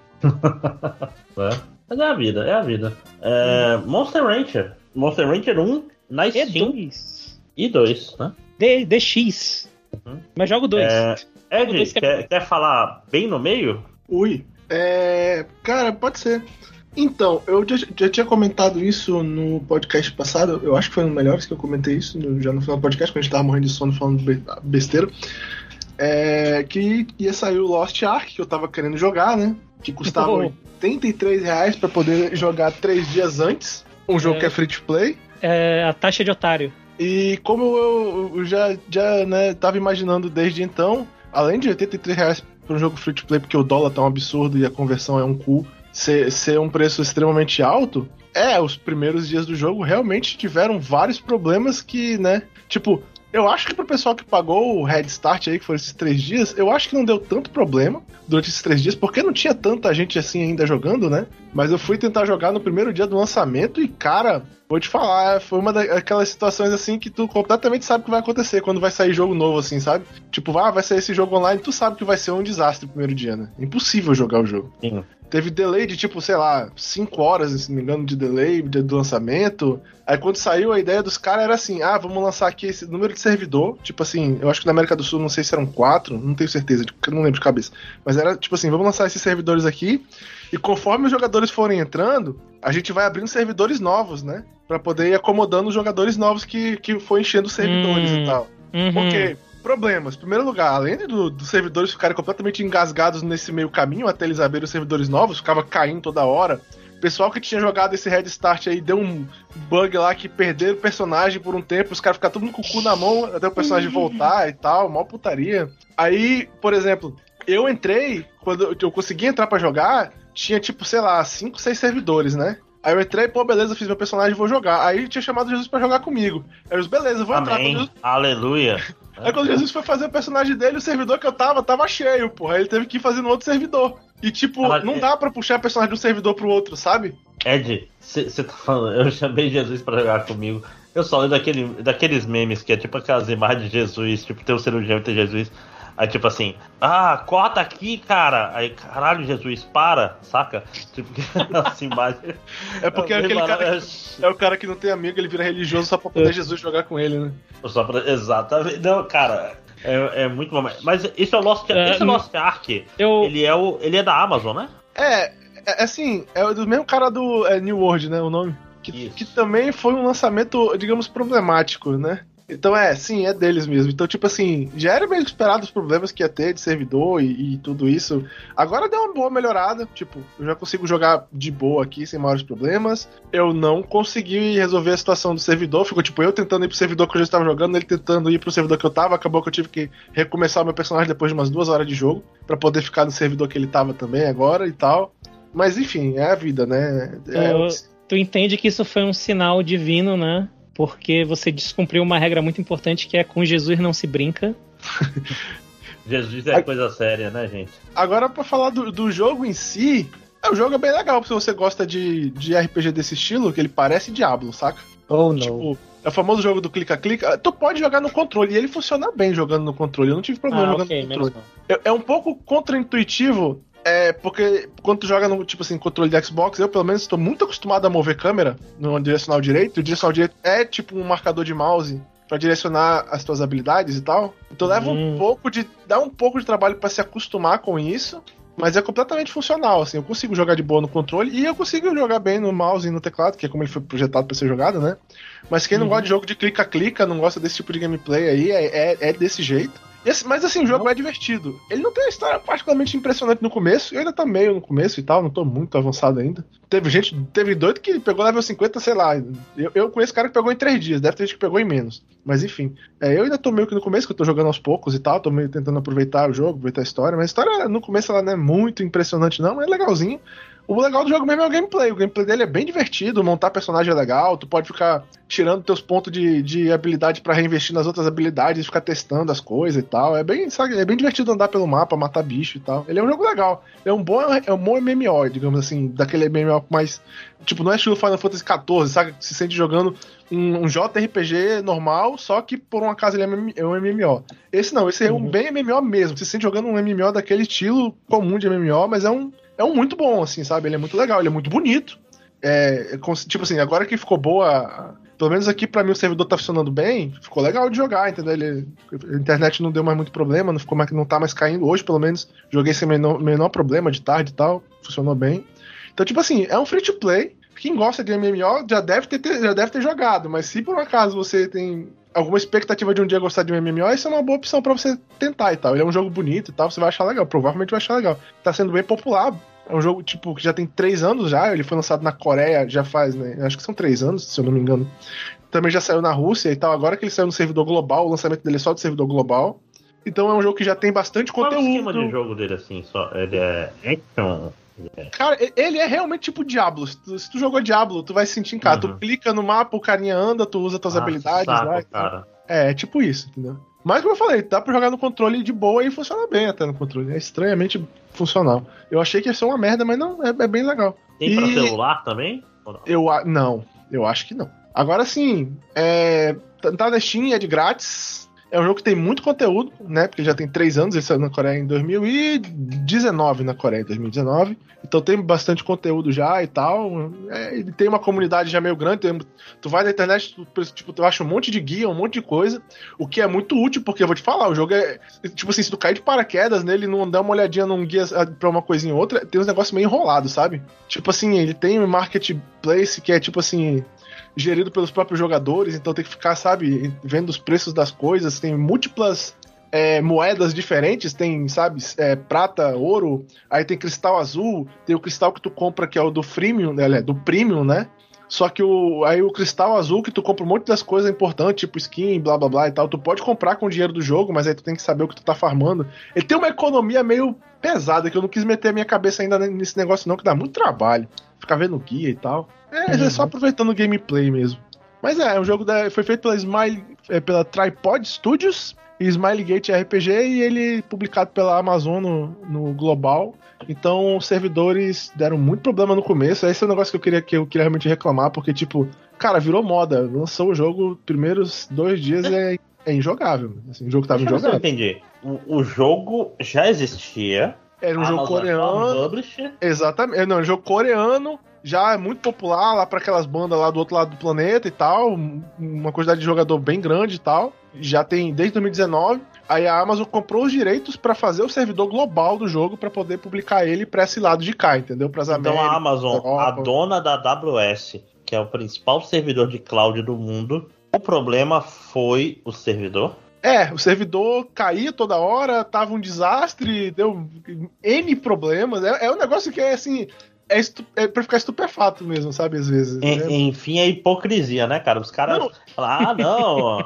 É. Mas é a vida, é a vida. É, hum. Monster Rancher. Monster Rancher um na Steam. E dois, né? D, DX. Uhum. Mas jogo dois. É, Ed, dois quer, é... quer falar bem no meio? Ui. É, cara, pode ser. Então, eu já, já tinha comentado isso no podcast passado. Eu acho que foi no Melhores que eu comentei isso, no, já no final do podcast, quando a gente tava morrendo de sono falando besteira. É, que ia sair o Lost Ark, que eu tava querendo jogar, né? Que custava oh. oitenta e três reais pra poder jogar três dias antes. Um jogo é, que é free to play. É a taxa de otário. E como eu, eu já, já né, tava imaginando desde então, além de oitenta e três reais pra um jogo free to play, porque o dólar tá um absurdo e a conversão é um cu, ser, ser um preço extremamente alto, é, os primeiros dias do jogo realmente tiveram vários problemas que, né, tipo... Eu acho que pro pessoal que pagou o Head Start aí, que foram esses três dias, eu acho que não deu tanto problema durante esses três dias, porque não tinha tanta gente assim ainda jogando, né? Mas eu fui tentar jogar no primeiro dia do lançamento e, cara, vou te falar, foi uma daquelas situações assim que tu completamente sabe o que vai acontecer quando vai sair jogo novo, assim, sabe? Tipo, ah, vai sair esse jogo online, tu sabe que vai ser um desastre no primeiro dia, né? Impossível jogar o jogo. Sim. Teve delay de, tipo, sei lá, cinco horas, se não me engano, de delay do lançamento. Aí quando saiu, a ideia dos caras era assim, ah, vamos lançar aqui esse número de servidor. Tipo assim, eu acho que na América do Sul, não sei se eram quatro, não tenho certeza, não lembro de cabeça. Mas era, tipo assim, vamos lançar esses servidores aqui. E conforme os jogadores forem entrando, a gente vai abrindo servidores novos, né? Pra poder ir acomodando os jogadores novos que, que foi enchendo os servidores hum, e tal. Uhum. Porque... Problemas. Em primeiro lugar, além do, dos servidores ficarem completamente engasgados nesse meio caminho, até eles abrirem os servidores novos, ficava caindo toda hora. O pessoal que tinha jogado esse Head Start aí deu um bug lá que perderam o personagem por um tempo, os caras ficaram tudo com o cu na mão até o personagem voltar e tal, mó putaria. Aí, por exemplo, eu entrei, quando eu consegui entrar pra jogar, tinha tipo, sei lá, cinco, seis servidores, né? Aí eu entrei, pô, beleza, fiz meu personagem, vou jogar. Aí tinha chamado Jesus pra jogar comigo. Aí eu disse, beleza, vou entrar. Amém. Jesus... Aleluia. Aí quando Jesus foi fazer o personagem dele, o servidor que eu tava, tava cheio, porra. Aí ele teve que ir fazer no outro servidor. E tipo, Ela... não dá pra puxar personagem de um servidor pro outro, sabe? Ed, você tá falando, eu chamei Jesus pra jogar comigo. Eu só lembro daquele, daqueles memes que é tipo aquelas imagens de Jesus, tipo, tem o cirurgião e tem Jesus. Aí tipo assim, ah, corta aqui, cara. Aí, caralho, Jesus, para, saca? Tipo, essa imagem. É porque é aquele cara que, é o cara que não tem amigo, ele vira religioso só pra poder Jesus jogar com ele, né? Só pra, exatamente. Não, cara, é, é muito bom. Mas isso é o Lost, É, esse Lost Ark, eu... ele, é o, ele é da Amazon, né? É, é assim, é do mesmo cara do é, New World, né, o nome? Que, que também foi um lançamento, digamos, problemático, né? Então é, sim, é deles mesmo. Então, tipo assim, já era meio esperado os problemas que ia ter de servidor e, e tudo isso. Agora deu uma boa melhorada. Tipo, eu já consigo jogar de boa aqui, sem maiores problemas. Eu não consegui resolver a situação do servidor. Ficou tipo eu tentando ir pro servidor que eu já estava jogando, ele tentando ir pro servidor que eu tava. Acabou que eu tive que recomeçar o meu personagem depois de umas duas horas de jogo, pra poder ficar no servidor que ele tava também agora e tal. Mas enfim, é a vida, né? É, tu, tu entende que isso foi um sinal divino, né? Porque você descumpriu uma regra muito importante, que é com Jesus não se brinca. Jesus é coisa séria, né, gente? Agora, pra falar do, do jogo em si, é, o jogo é bem legal, se você gosta de, de R P G desse estilo, que ele parece Diablo, saca? Oh, não. Tipo, é o famoso jogo do clica-clica. Tu pode jogar no controle, e ele funciona bem jogando no controle. Eu não tive problema ah, jogando okay, no controle. É, é um pouco contra-intuitivo. É, porque quando tu joga no, tipo assim, controle de Xbox, eu pelo menos estou muito acostumado a mover câmera no direcional direito. O direcional direito é tipo um marcador de mouse pra direcionar as tuas habilidades e tal. Então leva hum. um pouco de... dá um pouco de trabalho pra se acostumar com isso, mas é completamente funcional, assim. Eu consigo jogar de boa no controle e eu consigo jogar bem no mouse e no teclado, que é como ele foi projetado pra ser jogado, né? Mas quem não uhum. gosta de jogo de clica-clica, não gosta desse tipo de gameplay aí, é, é, é desse jeito. Esse, mas assim, o jogo é divertido. Ele não tem uma história particularmente impressionante no começo. Eu ainda tá meio no começo e tal, não tô muito avançado ainda. Teve gente, teve doido que pegou level cinquenta, sei lá. Eu, eu conheço cara que pegou em três dias, deve ter gente que pegou em menos. Mas enfim, é, eu ainda tô meio que no começo, que eu tô jogando aos poucos e tal, tô meio tentando aproveitar o jogo, aproveitar a história. Mas a história no começo ela não é muito impressionante, não, mas é legalzinho. O legal do jogo mesmo é o gameplay. O gameplay dele é bem divertido, montar personagem é legal, tu pode ficar tirando teus pontos de, de habilidade pra reinvestir nas outras habilidades, ficar testando as coisas e tal. É bem, sabe, é bem divertido andar pelo mapa, matar bicho e tal. Ele é um jogo legal. É um bom, é um bom M M O, digamos assim, daquele M M O mais... Tipo, não é estilo Final Fantasy quatorze, sabe? Se sente jogando um, um J R P G normal, só que por um acaso ele é um M M O. Esse não, esse é um uhum. bem M M O mesmo. Se sente jogando um M M O daquele estilo comum de M M O, mas é um... É um muito bom, assim, sabe? Ele é muito legal, ele é muito bonito. É, tipo assim, agora que ficou boa... Pelo menos aqui pra mim o servidor tá funcionando bem, ficou legal de jogar, entendeu? Ele, a internet não deu mais muito problema, não, ficou mais, não tá mais caindo. Hoje, pelo menos, joguei sem menor, menor problema de tarde e tal, funcionou bem. Então, tipo assim, é um free-to-play. Quem gosta de M M O já deve ter, já deve ter jogado, mas se por um acaso você tem alguma expectativa de um dia gostar de um M M O, isso é uma boa opção pra você tentar e tal. Ele é um jogo bonito e tal, você vai achar legal, provavelmente vai achar legal. Tá sendo bem popular. É um jogo, tipo, que já tem três anos já. Ele foi lançado na Coreia, já faz, né? Acho que são três anos, se eu não me engano. Também já saiu na Rússia e tal. Agora que ele saiu no servidor global, o lançamento dele é só do servidor global. Então é um jogo que já tem bastante Qual conteúdo. Qual é o esquema de jogo dele, assim? Só, ele é action? Cara, ele é realmente tipo Diablo. Se tu, se tu jogou Diablo, tu vai se sentir em casa. Uhum. Tu clica no mapa, o carinha anda, tu usa tuas ah, habilidades saco, lá. Cara. É, é tipo isso, entendeu? Mas como eu falei, dá pra jogar no controle de boa e funciona bem até no controle. É estranhamente funcional. Eu achei que ia ser uma merda, mas não, é, é bem legal. Tem e... pra celular também? Ou não? Eu, não, eu acho que não. Agora sim, é, tá na Steam, é de grátis. É um jogo que tem muito conteúdo, né? Porque já tem três anos, ele saiu na Coreia em dois mil e dezenove, na Coreia em dois mil e dezenove. Então tem bastante conteúdo já e tal. É, ele tem uma comunidade já meio grande. Tem, tu vai na internet, tu, tipo, tu acha um monte de guia, um monte de coisa. O que é muito útil, porque eu vou te falar, o jogo é... Tipo assim, se tu cair de paraquedas nele, não der uma olhadinha num guia pra uma coisinha ou outra, tem uns negócios meio enrolados, sabe? Tipo assim, ele tem um marketplace que é tipo assim... gerido pelos próprios jogadores, então tem que ficar, sabe, vendo os preços das coisas, tem múltiplas é, moedas diferentes, tem, sabe, é, prata, ouro, aí tem cristal azul, tem o cristal que tu compra que é o do freemium, né, do premium, né, só que o, aí o cristal azul que tu compra um monte das coisas importantes, tipo skin, blá blá blá e tal, tu pode comprar com o dinheiro do jogo, mas aí tu tem que saber o que tu tá farmando. Ele tem uma economia meio pesada, que eu não quis meter a minha cabeça ainda nesse negócio não, que dá muito trabalho. ficar vendo guia e tal. É, uhum. é só aproveitando o gameplay mesmo. Mas é, o jogo da, foi feito pela Smile, é, pela Tripod Studios e Smile Gate R P G, e ele publicado pela Amazon no, no global. Então os servidores deram muito problema no começo. Esse é um negócio que eu queria, que eu queria realmente reclamar, porque tipo, cara, virou moda. Lançou o jogo, primeiros dois dias é, é injogável. Assim, o jogo tava Deixa injogável. Eu entendi. O, o jogo já existia. Era um jogo coreano. Exatamente. Não, um jogo coreano. Já é muito popular lá para aquelas bandas lá do outro lado do planeta e tal. Uma quantidade de jogador bem grande e tal. Já tem desde dois mil e dezenove. Aí a Amazon comprou os direitos para fazer o servidor global do jogo para poder publicar ele para esse lado de cá, entendeu? Pras então Américas, a Amazon, a dona da A W S, que é o principal servidor de cloud do mundo, o problema foi o servidor? É, o servidor caía toda hora, tava um desastre, deu N problemas. É, é um negócio que é assim... É, estu- é pra ficar estupefato mesmo, sabe, às vezes. En- né? Enfim, é hipocrisia, né, cara? Os caras falam, ah, não,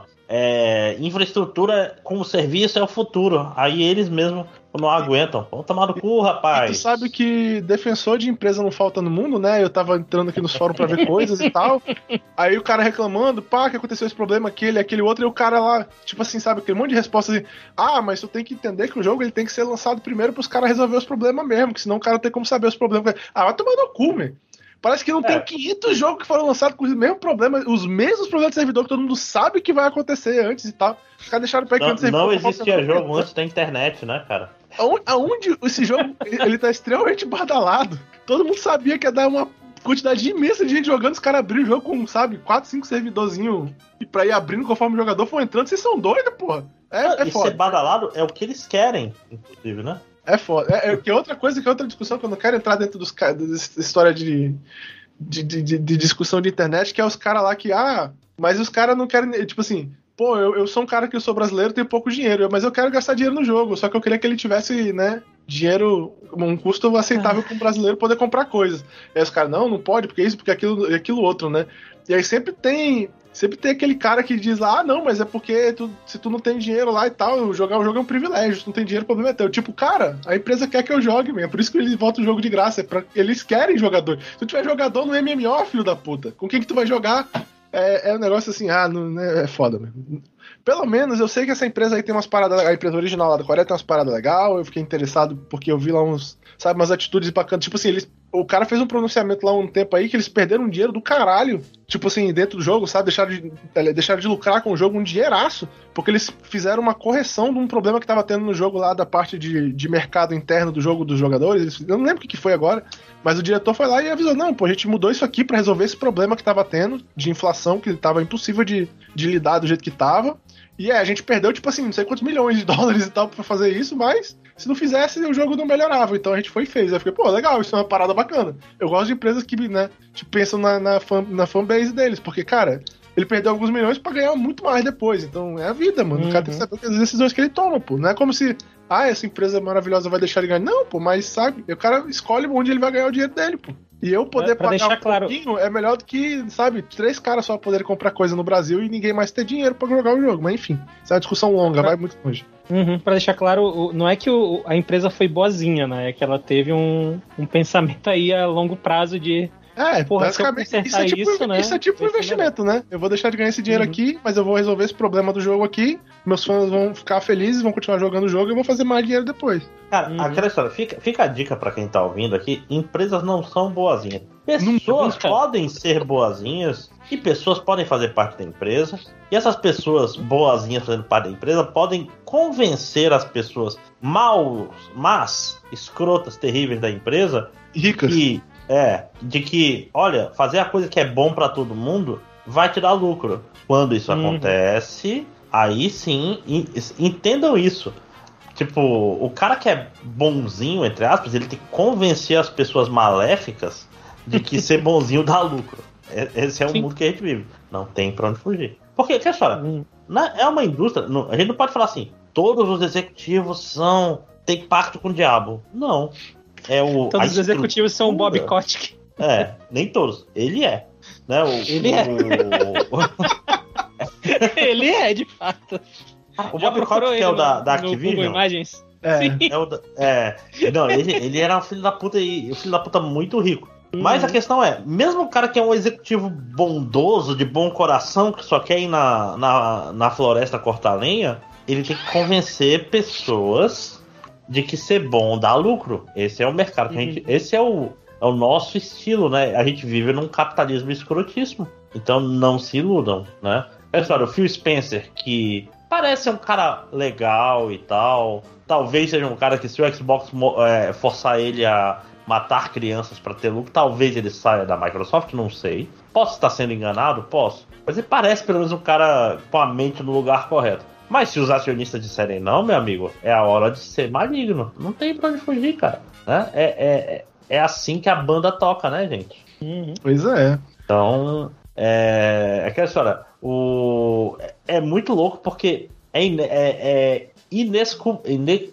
é, infraestrutura como serviço é o futuro. Aí eles mesmos não aguentam. Vão tomar no cu, rapaz. E tu sabe que defensor de empresa não falta no mundo, né? Eu tava entrando aqui nos fóruns pra ver coisas e tal. Aí o cara reclamando, pá, que aconteceu esse problema, aquele, aquele outro, e o cara lá, tipo assim, sabe, aquele monte de resposta assim, ah, mas tu tem que entender que o jogo ele tem que ser lançado primeiro pros caras resolver os problemas mesmo, que senão o cara não tem como saber os problemas. Ah, vai tomar no cu, meu. Parece que não é. Tem quinhentos jogos que foram lançados com os mesmos problemas, os mesmos problemas de servidor que todo mundo sabe que vai acontecer antes e tal. Os caras deixaram pra não, não existia jogo antes da internet, né, cara? Aonde esse jogo ele tá extremamente badalado. Todo mundo sabia que ia dar uma quantidade imensa de gente jogando, os caras abriram o jogo com, sabe, quatro, cinco servidorzinhos e pra ir abrindo conforme o jogador for entrando. Vocês são doidos, porra. É, é e foda. ser badalado é o que eles querem, inclusive, né? É foda. É, é, que outra coisa, que é outra discussão, que eu não quero entrar dentro dos dessa história de, de, de, de, de discussão de internet, que é os caras lá que, ah, mas os caras não querem, tipo assim, pô, eu, eu sou um cara que eu sou brasileiro, tenho pouco dinheiro, mas eu quero gastar dinheiro no jogo, só que eu queria que ele tivesse, né, dinheiro, um custo aceitável para um brasileiro poder comprar coisas. E aí os caras, não, não pode, porque isso, porque aquilo e aquilo outro, né? E aí sempre tem... Sempre tem aquele cara que diz lá, ah, não, mas é porque tu, se tu não tem dinheiro lá e tal, jogar o jogo é um privilégio, se tu não tem dinheiro, o problema é teu. Tipo, cara, a empresa quer que eu jogue mesmo, é por isso que eles voltam o jogo de graça, é pra, eles querem jogador. Se tu tiver jogador no M M O, filho da puta, com quem que tu vai jogar? É, é um negócio assim, ah, não, é foda mesmo. Pelo menos eu sei que essa empresa aí tem umas paradas, a empresa original lá da Coreia tem umas paradas legais, eu fiquei interessado porque eu vi lá uns, sabe, umas atitudes bacanas, tipo assim, eles, o cara fez um pronunciamento lá um tempo aí que eles perderam um dinheiro do caralho, tipo assim, dentro do jogo, sabe, deixaram de, deixaram de lucrar com o jogo um dinheiraço, porque eles fizeram uma correção de um problema que tava tendo no jogo lá da parte de, de mercado interno do jogo dos jogadores, eles, eu não lembro o que, que foi agora, mas o diretor foi lá e avisou, não, pô, a gente mudou isso aqui pra resolver esse problema que tava tendo, de inflação, que tava impossível de, de lidar do jeito que tava. E é, a gente perdeu, tipo assim, não sei quantos milhões de dólares e tal pra fazer isso, mas se não fizesse, o jogo não melhorava. Então a gente foi e fez. Aí eu fiquei, pô, legal, isso é uma parada bacana. Eu gosto de empresas que, né, tipo, pensam na, na, fan, na fanbase deles, porque, cara, ele perdeu alguns milhões pra ganhar muito mais depois. Então é a vida, mano. Uhum. O cara tem que saber as decisões que ele toma, pô. Não é como se, ah, essa empresa maravilhosa vai deixar ele ganhar. Não, pô, mas sabe, o cara escolhe onde ele vai ganhar o dinheiro dele, pô. E eu poder é, pagar um claro. pouquinho é melhor do que, sabe, três caras só poderem comprar coisa no Brasil e ninguém mais ter dinheiro pra jogar o jogo. Mas enfim, isso é uma discussão longa, pra... vai muito longe. Uhum, pra deixar claro, não é que o, a empresa foi boazinha, né? É que ela teve um, um pensamento aí a longo prazo de... É, porra, basicamente, isso é tipo, isso, né? Isso é tipo um investimento, né? Eu vou deixar de ganhar esse dinheiro uhum. aqui, mas eu vou resolver esse problema do jogo aqui, meus fãs vão ficar felizes, vão continuar jogando o jogo e eu vou fazer mais dinheiro depois. Cara, uhum. aquela história, fica, fica a dica pra quem tá ouvindo aqui, empresas não são boazinhas. Pessoas Nunca. podem ser boazinhas e pessoas podem fazer parte da empresa, e essas pessoas boazinhas fazendo parte da empresa podem convencer as pessoas maus, más, escrotas, terríveis da empresa ricas que... É, de que, olha, fazer a coisa que é bom pra todo mundo vai te dar lucro. Quando isso uhum. acontece, aí sim, entendam isso. Tipo, o cara que é bonzinho, entre aspas, ele tem que convencer as pessoas maléficas de que ser bonzinho dá lucro. Esse é o sim. mundo que a gente vive. Não tem pra onde fugir. Porque, que história? Uhum. É uma indústria, a gente não pode falar assim, todos os executivos são, tem pacto com o diabo. Não. É o, todos os executivos são o Bob Kotick. É, nem todos. Ele é. Né? O, ele o, é. O... ele é, de fato. O Já Bob Kotick é o da, da Activision. Imagens. É. É, o da, é. Não, ele, ele era um filho da puta e um filho da puta muito rico. Mas a questão é, mesmo o cara que é um executivo bondoso, de bom coração, que só quer ir na, na, na floresta cortar lenha, ele tem que convencer pessoas de que ser bom dá lucro. Esse é o mercado que a gente... Esse é o, é o nosso estilo, né? A gente vive num capitalismo escrotíssimo. Então não se iludam, né? Pessoal, o Phil Spencer, que parece um cara legal e tal, talvez seja um cara que, se o Xbox é, forçar ele a matar crianças para ter lucro, talvez ele saia da Microsoft, não sei. Posso estar sendo enganado? Posso. Mas ele parece pelo menos um cara com a mente no lugar correto. Mas se os acionistas disserem não, meu amigo, é a hora de ser maligno. Não tem pra onde fugir, cara. Né? É, é, é assim que a banda toca, né, gente? Uhum. Pois é. Então, é, é aquela história. O, é muito louco porque é, é, é inesculpa. Ine,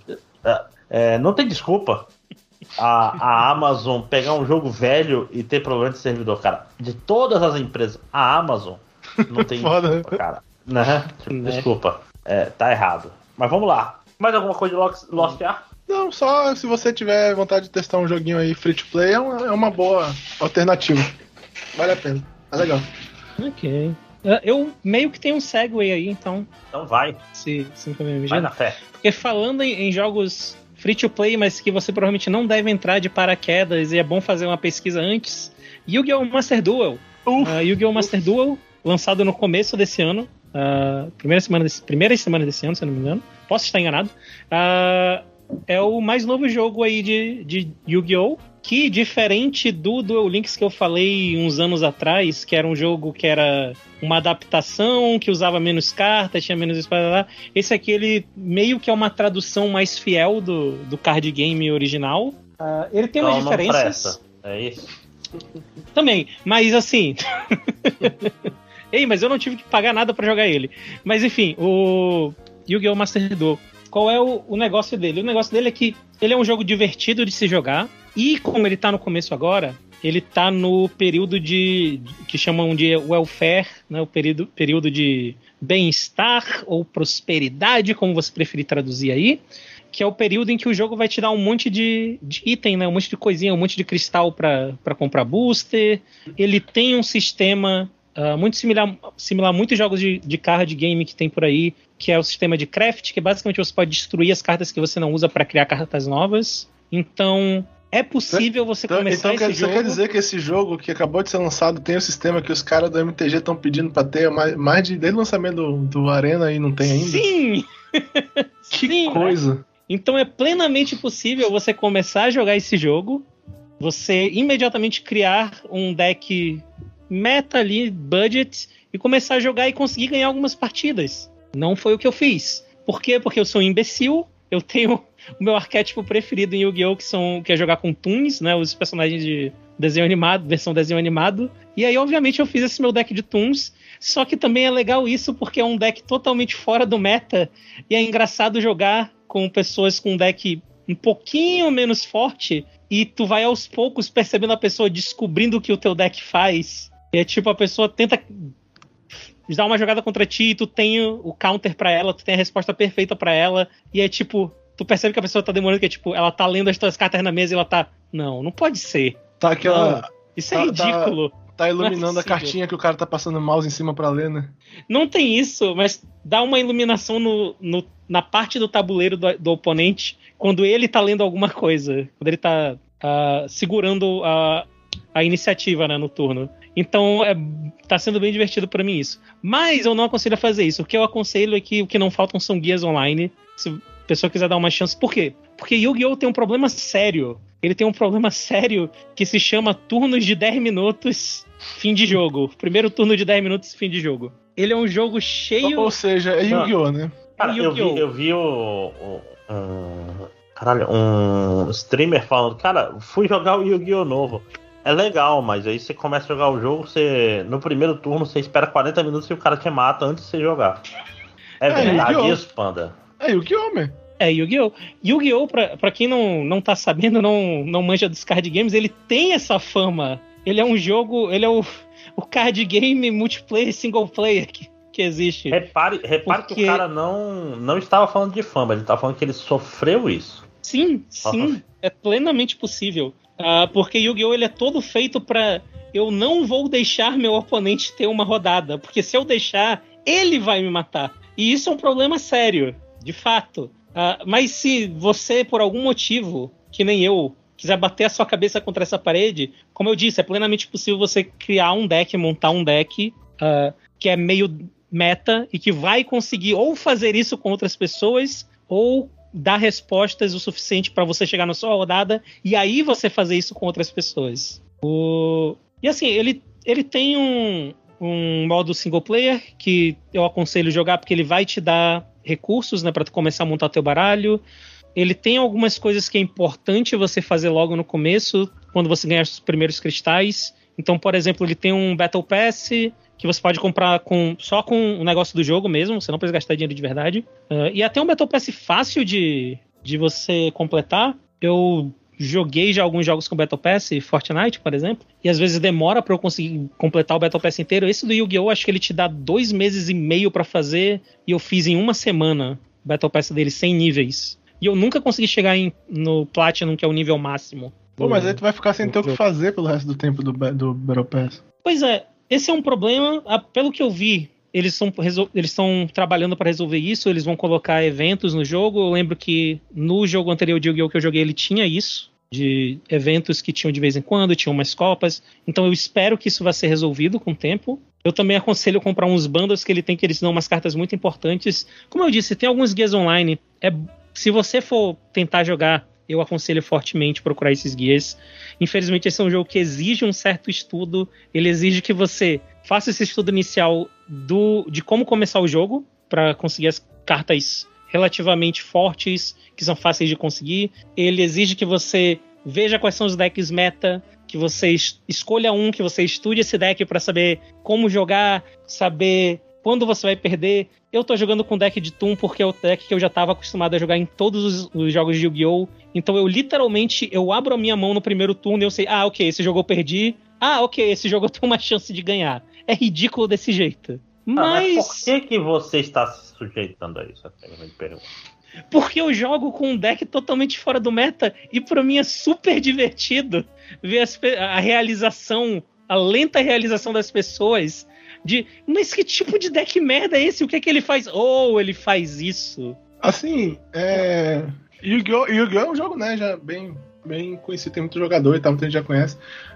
é, não tem desculpa a, a Amazon pegar um jogo velho e ter problema de servidor, cara. De todas as empresas, a Amazon não tem desculpa, cara. Né? Desculpa, é, tá errado. Mas vamos lá. Mais alguma coisa de Lost, Lost Ark? Não, só se você tiver vontade de testar um joguinho aí free to play, é uma, é uma boa alternativa. Vale a pena, é legal. Ok. Eu meio que tenho um segue aí, então. Então vai. Se, se vai na fé. Porque falando em, em jogos free to play, mas que você provavelmente não deve entrar de paraquedas, e é bom fazer uma pesquisa antes, Yu-Gi-Oh! Master Duel. Uh, Yu-Gi-Oh! Master uf. Duel, lançado no começo desse ano. Uh, primeira semana desse, primeira semana desse ano, se eu não me engano. Posso estar enganado. Uh, é o mais novo jogo aí de, de Yu-Gi-Oh! Que, diferente do Duel Links que eu falei uns anos atrás, que era um jogo que era uma adaptação, que usava menos cartas, tinha menos espaço lá, esse aqui ele meio que é uma tradução mais fiel do, do card game original. Uh, ele tem umas não, diferenças. Não é isso? Também, mas assim... Ei, mas eu não tive que pagar nada pra jogar ele. Mas enfim, o Yu-Gi-Oh! Master Duel. Qual é o, o negócio dele? O negócio dele é que ele é um jogo divertido de se jogar. E como ele tá no começo agora, ele tá no período de... que chamam de welfare, né? O período, período de bem-estar ou prosperidade, como você preferir traduzir aí. Que é o período em que o jogo vai te dar um monte de, de item, né? Um monte de coisinha, um monte de cristal pra, pra comprar booster. Ele tem um sistema... Uh, muito similar, similar a muitos jogos de, de card game que tem por aí, que é o sistema de craft, que basicamente você pode destruir as cartas que você não usa para criar cartas novas. Então, é possível você então, começar então, esse quer, jogo... Você quer dizer que esse jogo que acabou de ser lançado tem o sistema que os caras do M T G estão pedindo para ter mais, mais de, desde o lançamento do, do Arena e não tem ainda? Sim! Que Sim, coisa! Né? Então é plenamente possível você começar a jogar esse jogo, você imediatamente criar um deck... meta ali, budget, e começar a jogar e conseguir ganhar algumas partidas. Não foi o que eu fiz. Por quê? Porque eu sou um imbecil, eu tenho o meu arquétipo preferido em Yu-Gi-Oh! Que, são, que é jogar com Toons, né, os personagens de desenho animado, versão desenho animado, e aí obviamente eu fiz esse meu deck de Toons, só que também é legal isso porque é um deck totalmente fora do meta, e é engraçado jogar com pessoas com um deck um pouquinho menos forte, e tu vai aos poucos percebendo a pessoa descobrindo o que o teu deck faz. E é tipo, a pessoa tenta dar uma jogada contra ti e tu tem o counter pra ela, tu tem a resposta perfeita pra ela, e é tipo, tu percebe que a pessoa tá demorando, que é tipo, ela tá lendo as tuas cartas na mesa e ela tá, não, não pode ser. Tá aquela... Não, isso é tá, ridículo. Tá, tá iluminando é a cartinha que o cara tá passando o mouse em cima pra ler, né? Não tem isso, mas dá uma iluminação no, no, na parte do tabuleiro do, do oponente, quando ele tá lendo alguma coisa, quando ele tá uh, segurando a, a iniciativa, né, no turno. Então, é, tá sendo bem divertido pra mim isso. Mas eu não aconselho a fazer isso. O que eu aconselho é que o que não faltam são guias online. Se a pessoa quiser dar uma chance. Por quê? Porque Yu-Gi-Oh! Tem um problema sério. Ele tem um problema sério que se chama turnos de dez minutos, fim de jogo. Primeiro turno de dez minutos, fim de jogo. Ele é um jogo cheio... Ou seja, é Yu-Gi-Oh! Né? Cara, eu vi, eu vi o... o um, caralho, um streamer falando, cara, fui jogar o Yu-Gi-Oh! Novo. É legal, mas aí você começa a jogar o jogo, você no primeiro turno você espera quarenta minutos e o cara te mata antes de você jogar. É, é verdade Yu-Gi-Oh! Isso, Panda? É Yu-Gi-Oh! Man. É Yu-Gi-Oh! Yu-Gi-Oh! Pra, pra quem não, não tá sabendo, não, não manja dos card games, ele tem essa fama. Ele é um jogo, ele é o, o card game multiplayer, single player que, que existe. Repare, repare Porque... que o cara não, não estava falando de fama, ele estava falando que ele sofreu isso. Sim, sim, é plenamente possível. Uh, porque Yu-Gi-Oh! Ele é todo feito pra... Eu não vou deixar meu oponente ter uma rodada. Porque se eu deixar, ele vai me matar. E isso é um problema sério, de fato. Uh, mas se você, por algum motivo, que nem eu, quiser bater a sua cabeça contra essa parede, como eu disse, é plenamente possível você criar um deck, montar um deck uh, que é meio meta e que vai conseguir ou fazer isso com outras pessoas ou dar respostas o suficiente para você chegar na sua rodada e aí você fazer isso com outras pessoas. O... E assim, ele, ele tem um, um modo single player que eu aconselho jogar porque ele vai te dar recursos, né, para tu começar a montar teu baralho. Ele tem algumas coisas que é importante você fazer logo no começo, quando você ganhar os primeiros cristais. Então, por exemplo, ele tem um Battle Pass que você pode comprar com, só com o negócio do jogo mesmo, você não precisa gastar dinheiro de verdade. Uh, e até um Battle Pass fácil de, de você completar. Eu joguei já alguns jogos com Battle Pass, Fortnite, por exemplo, e às vezes demora pra eu conseguir completar o Battle Pass inteiro. Esse do Yu-Gi-Oh! Acho que ele te dá dois meses e meio pra fazer, e eu fiz em uma semana o Battle Pass dele, cem níveis. E eu nunca consegui chegar em, no Platinum, que é o nível máximo. Pô, mas aí tu vai ficar sem ter o que fazer pelo resto do tempo do, do Battle Pass. Pois é, esse é um problema. Pelo que eu vi, eles estão eles trabalhando para resolver isso. Eles vão colocar eventos no jogo. Eu lembro que no jogo anterior de Yu-Gi-Oh! Que eu joguei, ele tinha isso, de eventos que tinham de vez em quando, tinham umas copas. Então eu espero que isso vai ser resolvido com o tempo. Eu também aconselho comprar uns bundles que ele tem, que eles dão umas cartas muito importantes. Como eu disse, tem alguns guias online. É, se você for tentar jogar, eu aconselho fortemente procurar esses guias. Infelizmente, esse é um jogo que exige um certo estudo. Ele exige que você faça esse estudo inicial do, de como começar o jogo, para conseguir as cartas relativamente fortes, que são fáceis de conseguir. Ele exige que você veja quais são os decks meta, que você es- escolha um, que você estude esse deck para saber como jogar, saber quando você vai perder. Eu tô jogando com deck de Toon porque é o deck que eu já tava acostumado a jogar em todos os, os jogos de Yu-Gi-Oh! Então eu literalmente, eu abro a minha mão no primeiro turno e eu sei, ah, ok, esse jogo eu perdi. Ah, ok, esse jogo eu tenho uma chance de ganhar. É ridículo desse jeito. Mas... Ah, mas por que, que você está se sujeitando a isso? Até me pergunto. Porque eu jogo com um deck totalmente fora do meta e pra mim é super divertido ver as, a realização, a lenta realização das pessoas de, mas que tipo de deck merda é esse? O que é que ele faz? Oh, ele faz isso. Assim, é... Yu-Gi-Oh! Yu-Gi-Oh! É um jogo, né, já bem, bem conhecido, tem muito jogador e tal, muita gente já conhece.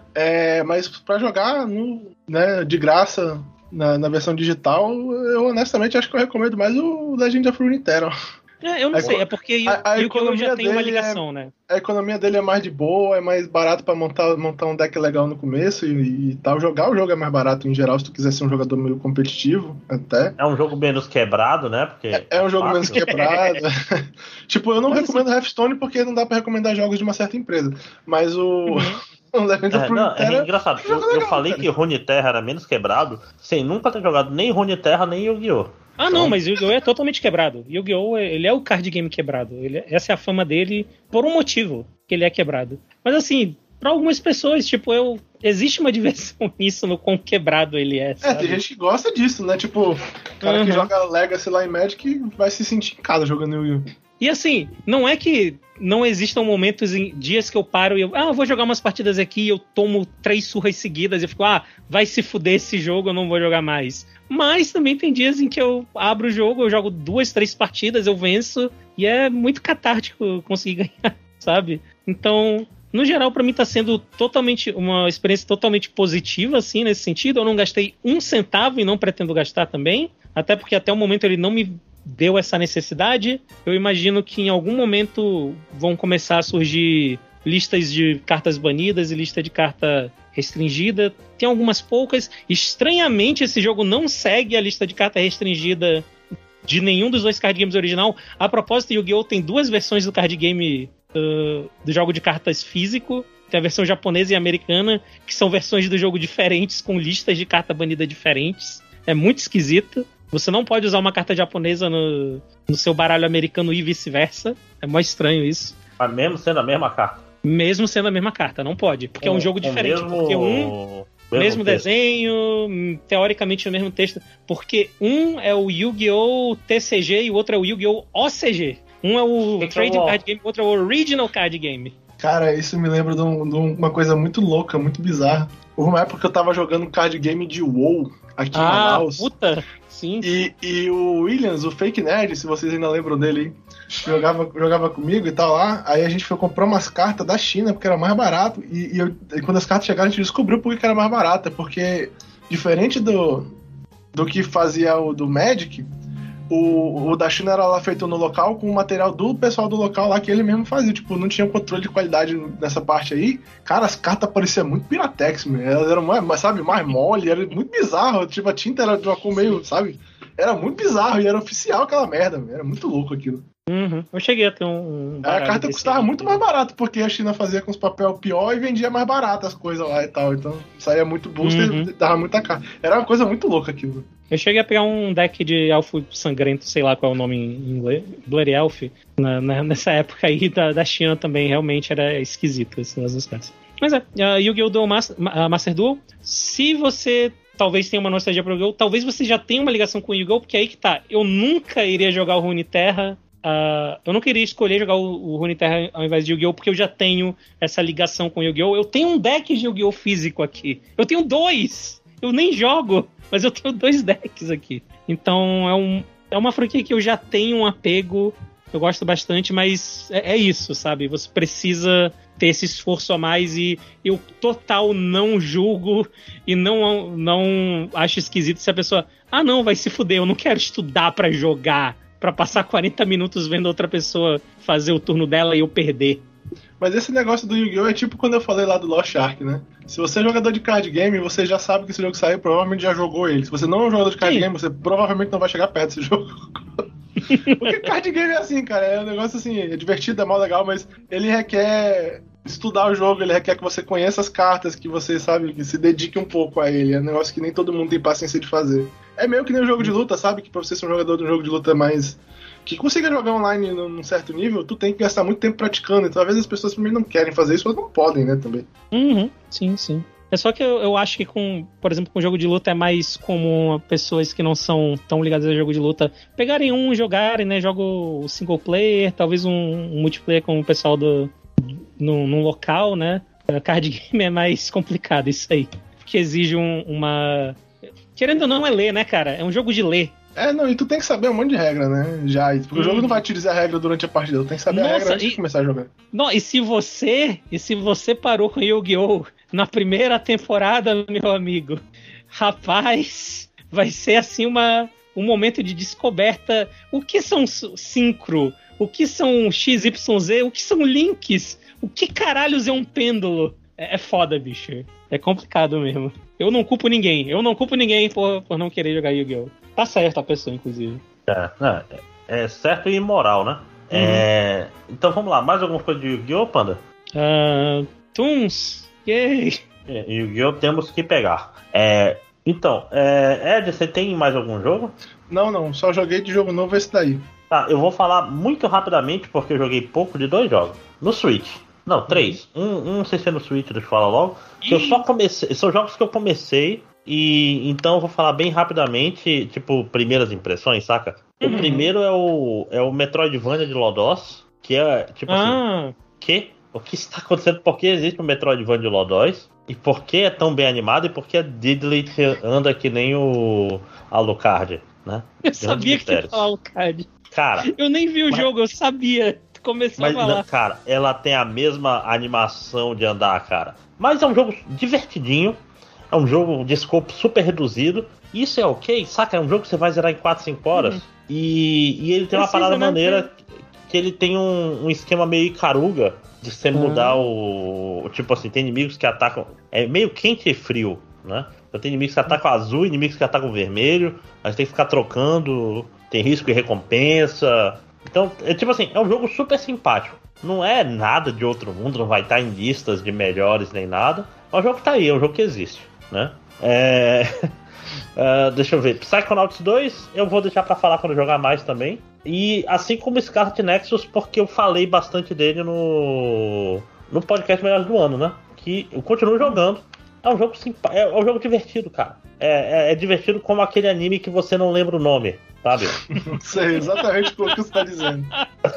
É, mas pra jogar no, né, de graça na, na versão digital, eu honestamente acho que eu recomendo mais o Legend of Runeterra. É, eu não a, sei, é porque a, a o Yu-Gi-Oh! Já tem uma dele ligação, é, né? A economia dele é mais de boa, é mais barato pra montar, montar um deck legal no começo e, e tal. Jogar o jogo é mais barato em geral, se tu quiser ser um jogador meio competitivo, até. É um jogo menos quebrado, né? Porque é, é um jogo menos quebrado. Tipo, eu não Mas recomendo assim... Hearthstone porque não dá pra recomendar jogos de uma certa empresa. Mas o... Uhum. É, não, é engraçado. Eu, legal, eu falei cara. que Runeterra era menos quebrado sem nunca ter jogado nem Runeterra nem Yu-Gi-Oh! Ah, então... não, mas Yu-Gi-Oh! É totalmente quebrado. Yu-Gi-Oh! Ele é o card game quebrado. Ele, essa é a fama dele por um motivo que ele é quebrado. Mas assim, pra algumas pessoas, tipo, eu existe uma diversão nisso, no quão quebrado ele é, sabe? É, tem gente que gosta disso, né? Tipo, o cara uhum. que joga Legacy lá em Magic vai se sentir em casa jogando Yu-Gi-Oh! E assim, não é que não existam momentos em dias que eu paro e eu, ah, eu vou jogar umas partidas aqui e eu tomo três surras seguidas e fico, ah, vai se fuder esse jogo, eu não vou jogar mais. Mas também tem dias em que eu abro o jogo, eu jogo duas, três partidas, eu venço e é muito catártico conseguir ganhar, sabe? Então, no geral, pra mim tá sendo totalmente uma experiência totalmente positiva, assim, nesse sentido. Eu não gastei um centavo e não pretendo gastar também, até porque até o momento ele não me deu essa necessidade. Eu imagino que em algum momento vão começar a surgir listas de cartas banidas e lista de carta restringida. Tem algumas poucas. Estranhamente, esse jogo não segue a lista de carta restringida de nenhum dos dois card games original. A propósito, Yu-Gi-Oh! Tem duas versões do card game uh, do jogo de cartas físico. Tem a versão japonesa e americana, que são versões do jogo diferentes, com listas de carta banida diferentes. É muito esquisito. Você não pode usar uma carta japonesa no, no seu baralho americano e vice-versa. É mó estranho isso. Mas mesmo sendo a mesma carta? Mesmo sendo a mesma carta, não pode. Porque com, é um jogo diferente. Mesmo, porque um, mesmo, mesmo desenho, teoricamente o mesmo texto. Porque um é o Yu-Gi-Oh! T C G e o outro é o Yu-Gi-Oh! O C G. Um é o que Trading que é o... Card Game, o outro é o Original Card Game. Cara, isso me lembra de, um, de uma coisa muito louca, muito bizarra. Houve uma época que eu tava jogando card game de WoW aqui em ah, Manaus. Puta, sim. E, e o Williams, o Fake Nerd, se vocês ainda lembram dele, hein, jogava, jogava comigo e tal lá. Aí a gente foi comprar umas cartas da China, porque era mais barato. E, e, eu, e quando as cartas chegaram, a gente descobriu por que era mais barata. Porque, diferente do, do que fazia o do Magic, o, o da China era lá feito no local com o material do pessoal do local lá que ele mesmo fazia. Tipo, não tinha controle de qualidade nessa parte aí. Cara, as cartas pareciam muito Piratex, meu. Elas eram mais, sabe, mais mole, era muito bizarro. Tipo, a tinta era de uma cor meio, sabe? Era muito bizarro e era oficial aquela merda, meu. Era muito louco aquilo. Uhum. Eu cheguei a ter um. um a carta custava muito mais barato, porque a China fazia com os papel pior e vendia mais barato as coisas lá e tal. Então saía muito booster uhum. e dava muita carta. Era uma coisa muito louca aquilo. Eu cheguei a pegar um deck de elfo sangrento, sei lá qual é o nome em inglês, Bloody Elf, na, na, nessa época aí da, da China também, realmente era esquisito esse nas cartas. Mas é, uh, Yu-Gi-Oh! Duel Master, uh, Master Duel, se você talvez tenha uma nostalgia para o Yu-Gi-Oh!, talvez você já tenha uma ligação com o Yu-Gi-Oh!, porque aí que tá, eu nunca iria jogar o Runeterra. Uh, eu não queria escolher jogar o, o Runeterra ao invés de Yu-Gi-Oh! Porque eu já tenho essa ligação com o Yu-Gi-Oh! Eu tenho um deck de Yu-Gi-Oh! Físico aqui. Eu tenho dois! Eu nem jogo, mas eu tenho dois decks aqui. Então é, um, é uma franquia que eu já tenho um apego, eu gosto bastante, mas é, é isso, sabe? Você precisa ter esse esforço a mais e eu total não julgo e não, não acho esquisito se a pessoa... Ah, não, vai se fuder, eu não quero estudar pra jogar. Pra passar quarenta minutos vendo outra pessoa fazer o turno dela e eu perder. Mas esse negócio do Yu-Gi-Oh! É tipo quando eu falei lá do Lost Ark, né? Se você é jogador de card game, você já sabe que esse jogo saiu, provavelmente já jogou ele. Se você não é um jogador de card Sim. game, você provavelmente não vai chegar perto desse jogo. Porque card game é assim, cara, é um negócio assim, é divertido, é mal legal, mas ele requer estudar o jogo, ele requer que você conheça as cartas, que você, sabe, que se dedique um pouco a ele. É um negócio que nem todo mundo tem paciência de fazer. É meio que nem um jogo de luta, sabe? Que pra você ser um jogador de um jogo de luta mais... que consiga jogar online num certo nível, tu tem que gastar muito tempo praticando. Então, às vezes, as pessoas primeiro não querem fazer isso, mas não podem, né, também. Uhum, sim, sim. É só que eu, eu acho que, com, por exemplo, com jogo de luta é mais comum pessoas que não são tão ligadas a jogo de luta pegarem um e jogarem, né? Jogo single player, talvez um, um multiplayer com o pessoal do, no, num local, né? Card game é mais complicado, isso aí. Porque exige um, uma... Querendo ou não, é ler, né, cara? É um jogo de ler. É, não, e tu tem que saber um monte de regra, né? Já, porque hum. o jogo não vai te dizer a regra durante a partida, tu tem que saber Nossa, a regra antes e... de começar a jogar. Não, e se você, e se você parou com Yu-Gi-Oh! Na primeira temporada, meu amigo, rapaz, vai ser assim uma, um momento de descoberta. O que são sincro? O que são X Y Z? O que são links? O que caralhos é um pêndulo? É, é foda, bicho. É complicado mesmo. Eu não culpo ninguém. Eu não culpo ninguém por, por não querer jogar Yu-Gi-Oh! Tá certo a pessoa, inclusive. É, é, é certo e imoral, né? Uhum. É, então vamos lá. Mais alguma coisa de Yu-Gi-Oh, Panda? Uh, Toons. Yay! É, Yu-Gi-Oh temos que pegar. É, então, é, Ed, você tem mais algum jogo? Não, não. Só joguei de jogo novo esse daí. Tá, eu vou falar muito rapidamente porque eu joguei pouco de dois jogos. No Switch. Não, três. Um, um não sei se é no Switch, deixa eu falar logo. Que eu só comecei. São jogos que eu comecei. E então eu vou falar bem rapidamente, tipo, primeiras impressões, saca? Uhum. O primeiro é o, é o Metroidvania de Lodos, que é, tipo ah. assim, que? O que está acontecendo? Por que existe o Metroidvania de Lodos? E por que é tão bem animado? E por que a Diddley anda que nem o Alucard, né? Eu Grandes sabia mistérios. Que ia falar Alucard. Cara... Eu nem vi o mas... jogo, eu sabia. Começou mas, a falar. Não, cara, ela tem a mesma animação de andar, cara. Mas é um jogo divertidinho. É um jogo de escopo super reduzido. Isso é ok, saca? É um jogo que você vai zerar em quatro, cinco horas. Uhum. E, e ele tem Precisa, uma parada né? maneira que ele tem um, um esquema meio Ikaruga de você uhum. mudar o... Tipo assim, tem inimigos que atacam... É meio quente e frio, né? Então tem inimigos que atacam azul, inimigos que atacam vermelho. A gente tem que ficar trocando. Tem risco e recompensa. Então, é tipo assim, é um jogo super simpático. Não é nada de outro mundo, não vai estar em listas de melhores nem nada. É um jogo que tá aí, é um jogo que existe, né? É... uh, deixa eu ver. Psychonauts dois, eu vou deixar pra falar quando eu jogar mais também. E assim como Scarlet Nexus, porque eu falei bastante dele no, no podcast Melhores do Ano, né? Que eu continuo jogando. É um jogo simpa... é um jogo divertido, cara. É, é, é divertido como aquele anime que você não lembra o nome. sabe? Sei exatamente o que você tá dizendo.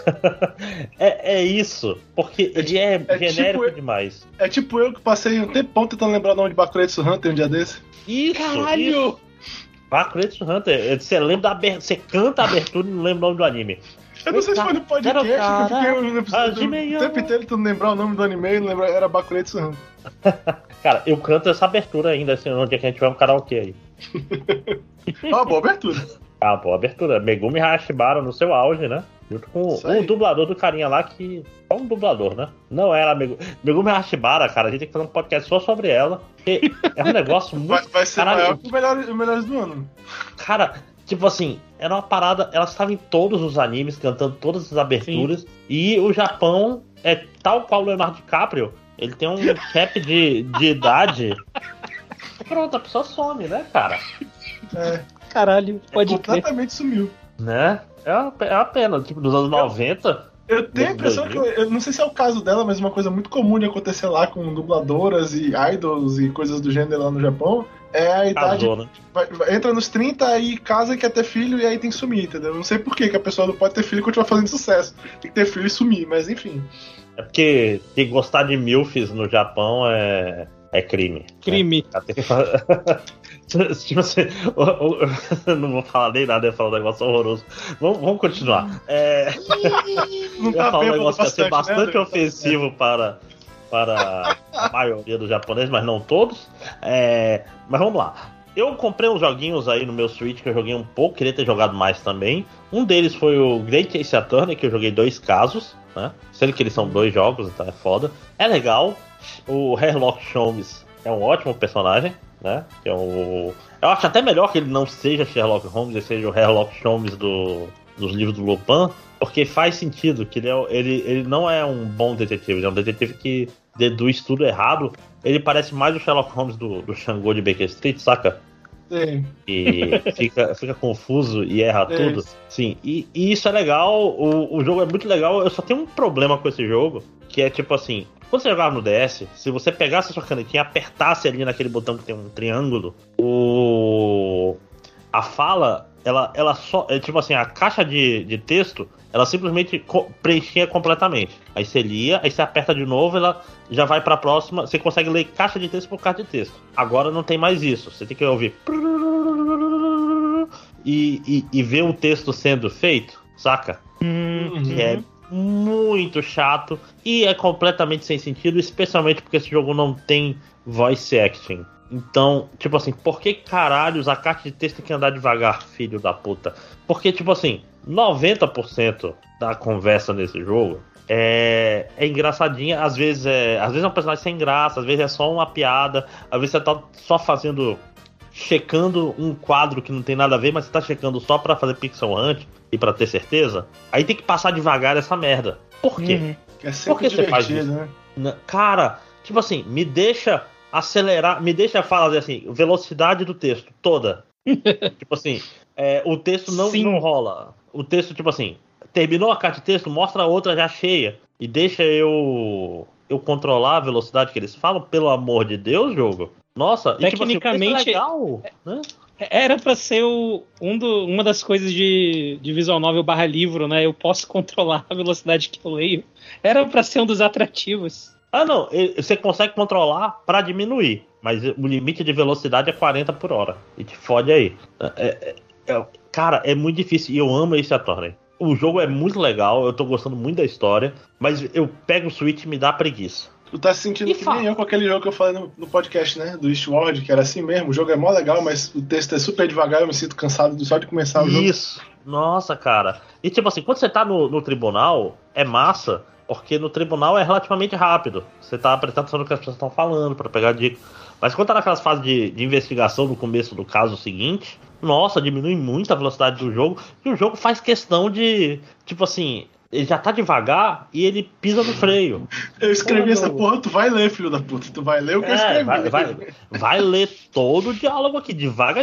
é, é isso, porque É ele é, é genérico tipo- demais. É tipo eu que passei um tempão tentando lembrar o nome de Bakuretsu Hunter um dia desse. Isso, Caralho! isso. Bakuretsu Hunter, você lembra da abertura, você canta a abertura e não lembra o nome do anime. Eu não sei se foi no podcast que eu fiquei um episódio, Hajime o tempo inteiro tentando lembrar o nome do anime e não lembrar, era Bakuretsu Hunter. Cara, eu canto essa abertura ainda, assim, no dia que a gente tiver um karaokê aí. Ó, boa abertura. Ah, boa abertura. Megumi Hashibara no seu auge, né? Junto com Isso aí. o dublador do carinha lá que... É um dublador, né? Não era Megumi... Megumi Hashibara, cara, a gente tem que fazer um podcast só sobre ela. Porque é um negócio muito... Vai, vai ser Caralho, maior que o melhor, o Melhores do Ano. Cara, tipo assim, era uma parada... Ela estava em todos os animes, cantando todas as aberturas. E o Japão é tal qual o Leonardo DiCaprio. Ele tem um cap de, de idade. Pronto, a pessoa some, né, cara? É, Caralho, pode crer. completamente sumiu. Né? É uma, é uma pena. Tipo, nos anos noventa... Eu tenho a Dos impressão que, eu, eu não sei se é o caso dela, mas uma coisa muito comum de acontecer lá com dubladoras e idols e coisas do gênero lá no Japão é a idade. Casou, né? vai- vai- entra nos trinta e casa e quer ter filho e aí tem que sumir, entendeu? Não sei por que que a pessoa não pode ter filho e continuar fazendo sucesso. Tem que ter filho e sumir, mas enfim. É porque que gostar de milfs no Japão é, é crime. Crime. Né? Tem que fa- Tipo assim, o- o- eu não vou falar nem nada, eu ia falar um negócio horroroso. Vamos, vamos continuar. É, Não eu ia tá falar um bêbado negócio que ia ser né, bastante André? ofensivo para, para a maioria dos japoneses, mas não todos. É, mas vamos lá. Eu comprei uns joguinhos aí no meu Switch que eu joguei um pouco, queria ter jogado mais também. Um deles foi o Great Ace Attorney, que eu joguei dois casos, né? Sendo que eles são dois jogos, então é foda. É legal. O Sherlock Holmes é um ótimo personagem, né? Que é o... Eu acho até melhor que ele não seja Sherlock Holmes, ele seja o Sherlock Holmes do, dos livros do Lupin, porque faz sentido que ele, é, ele, ele não é um bom detetive, ele é um detetive que deduz tudo errado. Ele parece mais o Sherlock Holmes do, do Xangô de Baker Street, saca? Sim. E fica, fica confuso e erra É tudo. isso. Sim, e, e isso é legal, o, o jogo é muito legal. Eu só tenho um problema com esse jogo, que é tipo assim, quando você jogava no D S, se você pegasse a sua canetinha e apertasse ali naquele botão que tem um triângulo, o a fala, ela, ela só, é tipo assim, a caixa de, de texto, ela simplesmente co- preenchia completamente. Aí você lia, aí você aperta de novo, ela já vai pra próxima, você consegue ler caixa de texto por caixa de texto. Agora não tem mais isso, você tem que ouvir e, e, e ver o texto sendo feito, saca? Uhum. Que é muito chato e é completamente sem sentido, especialmente porque esse jogo não tem voice acting. Então, tipo assim, por que caralhos a caixa de texto tem que andar devagar, filho da puta? Porque, tipo assim, noventa por cento da conversa nesse jogo é, é engraçadinha, às vezes é, às vezes é um personagem sem graça, às vezes é só uma piada, às vezes você tá só fazendo, checando um quadro que não tem nada a ver, mas você tá checando só pra fazer pixel hunt e pra ter certeza. Aí tem que passar devagar essa merda. Por quê? Uhum. É sempre Por que você faz divertido, isso? né? Na- Cara, tipo assim, me deixa acelerar, me deixa falar assim, velocidade do texto toda. Tipo assim, é, o texto não, Sim. não rola. O texto, tipo assim, terminou a caixa de texto, mostra a outra já cheia. E deixa eu eu controlar a velocidade que eles falam, pelo amor de Deus, jogo. Nossa, e, tipo assim, o texto é Tecnicamente, legal, né? Era pra ser o, um do, uma das coisas de, de visual novel barra livro, né? Eu posso controlar a velocidade que eu leio. Era pra ser um dos atrativos. Ah, não, e- você consegue controlar pra diminuir, mas o limite de velocidade é quarenta por hora. E te fode aí. É- é- é- cara, é muito difícil e eu amo esse Attorney. O jogo é muito legal, eu tô gostando muito da história, mas eu pego o Switch e me dá preguiça. Tu tá se sentindo E que fala. nem eu com aquele jogo que eu falei no, no podcast, né? Do Eastward, que era assim mesmo. O jogo é mó legal, mas o texto é super devagar. Eu me sinto cansado de- só de começar o jogo. Isso, nossa, cara. E tipo assim, quando você tá no, no tribunal, é massa, porque no tribunal é relativamente rápido. Você tá prestando atenção no que as pessoas estão falando pra pegar dica. Mas quando tá naquelas fases de, de investigação no começo do caso seguinte, nossa, diminui muito a velocidade do jogo. E o jogo faz questão de, tipo assim, ele já tá devagar e ele pisa no freio. Eu escrevi Porra, essa jogo. porra, tu vai ler, filho da puta. Tu vai ler o que eu É, escrevi. vai, vai, vai ler todo o diálogo aqui, devagar.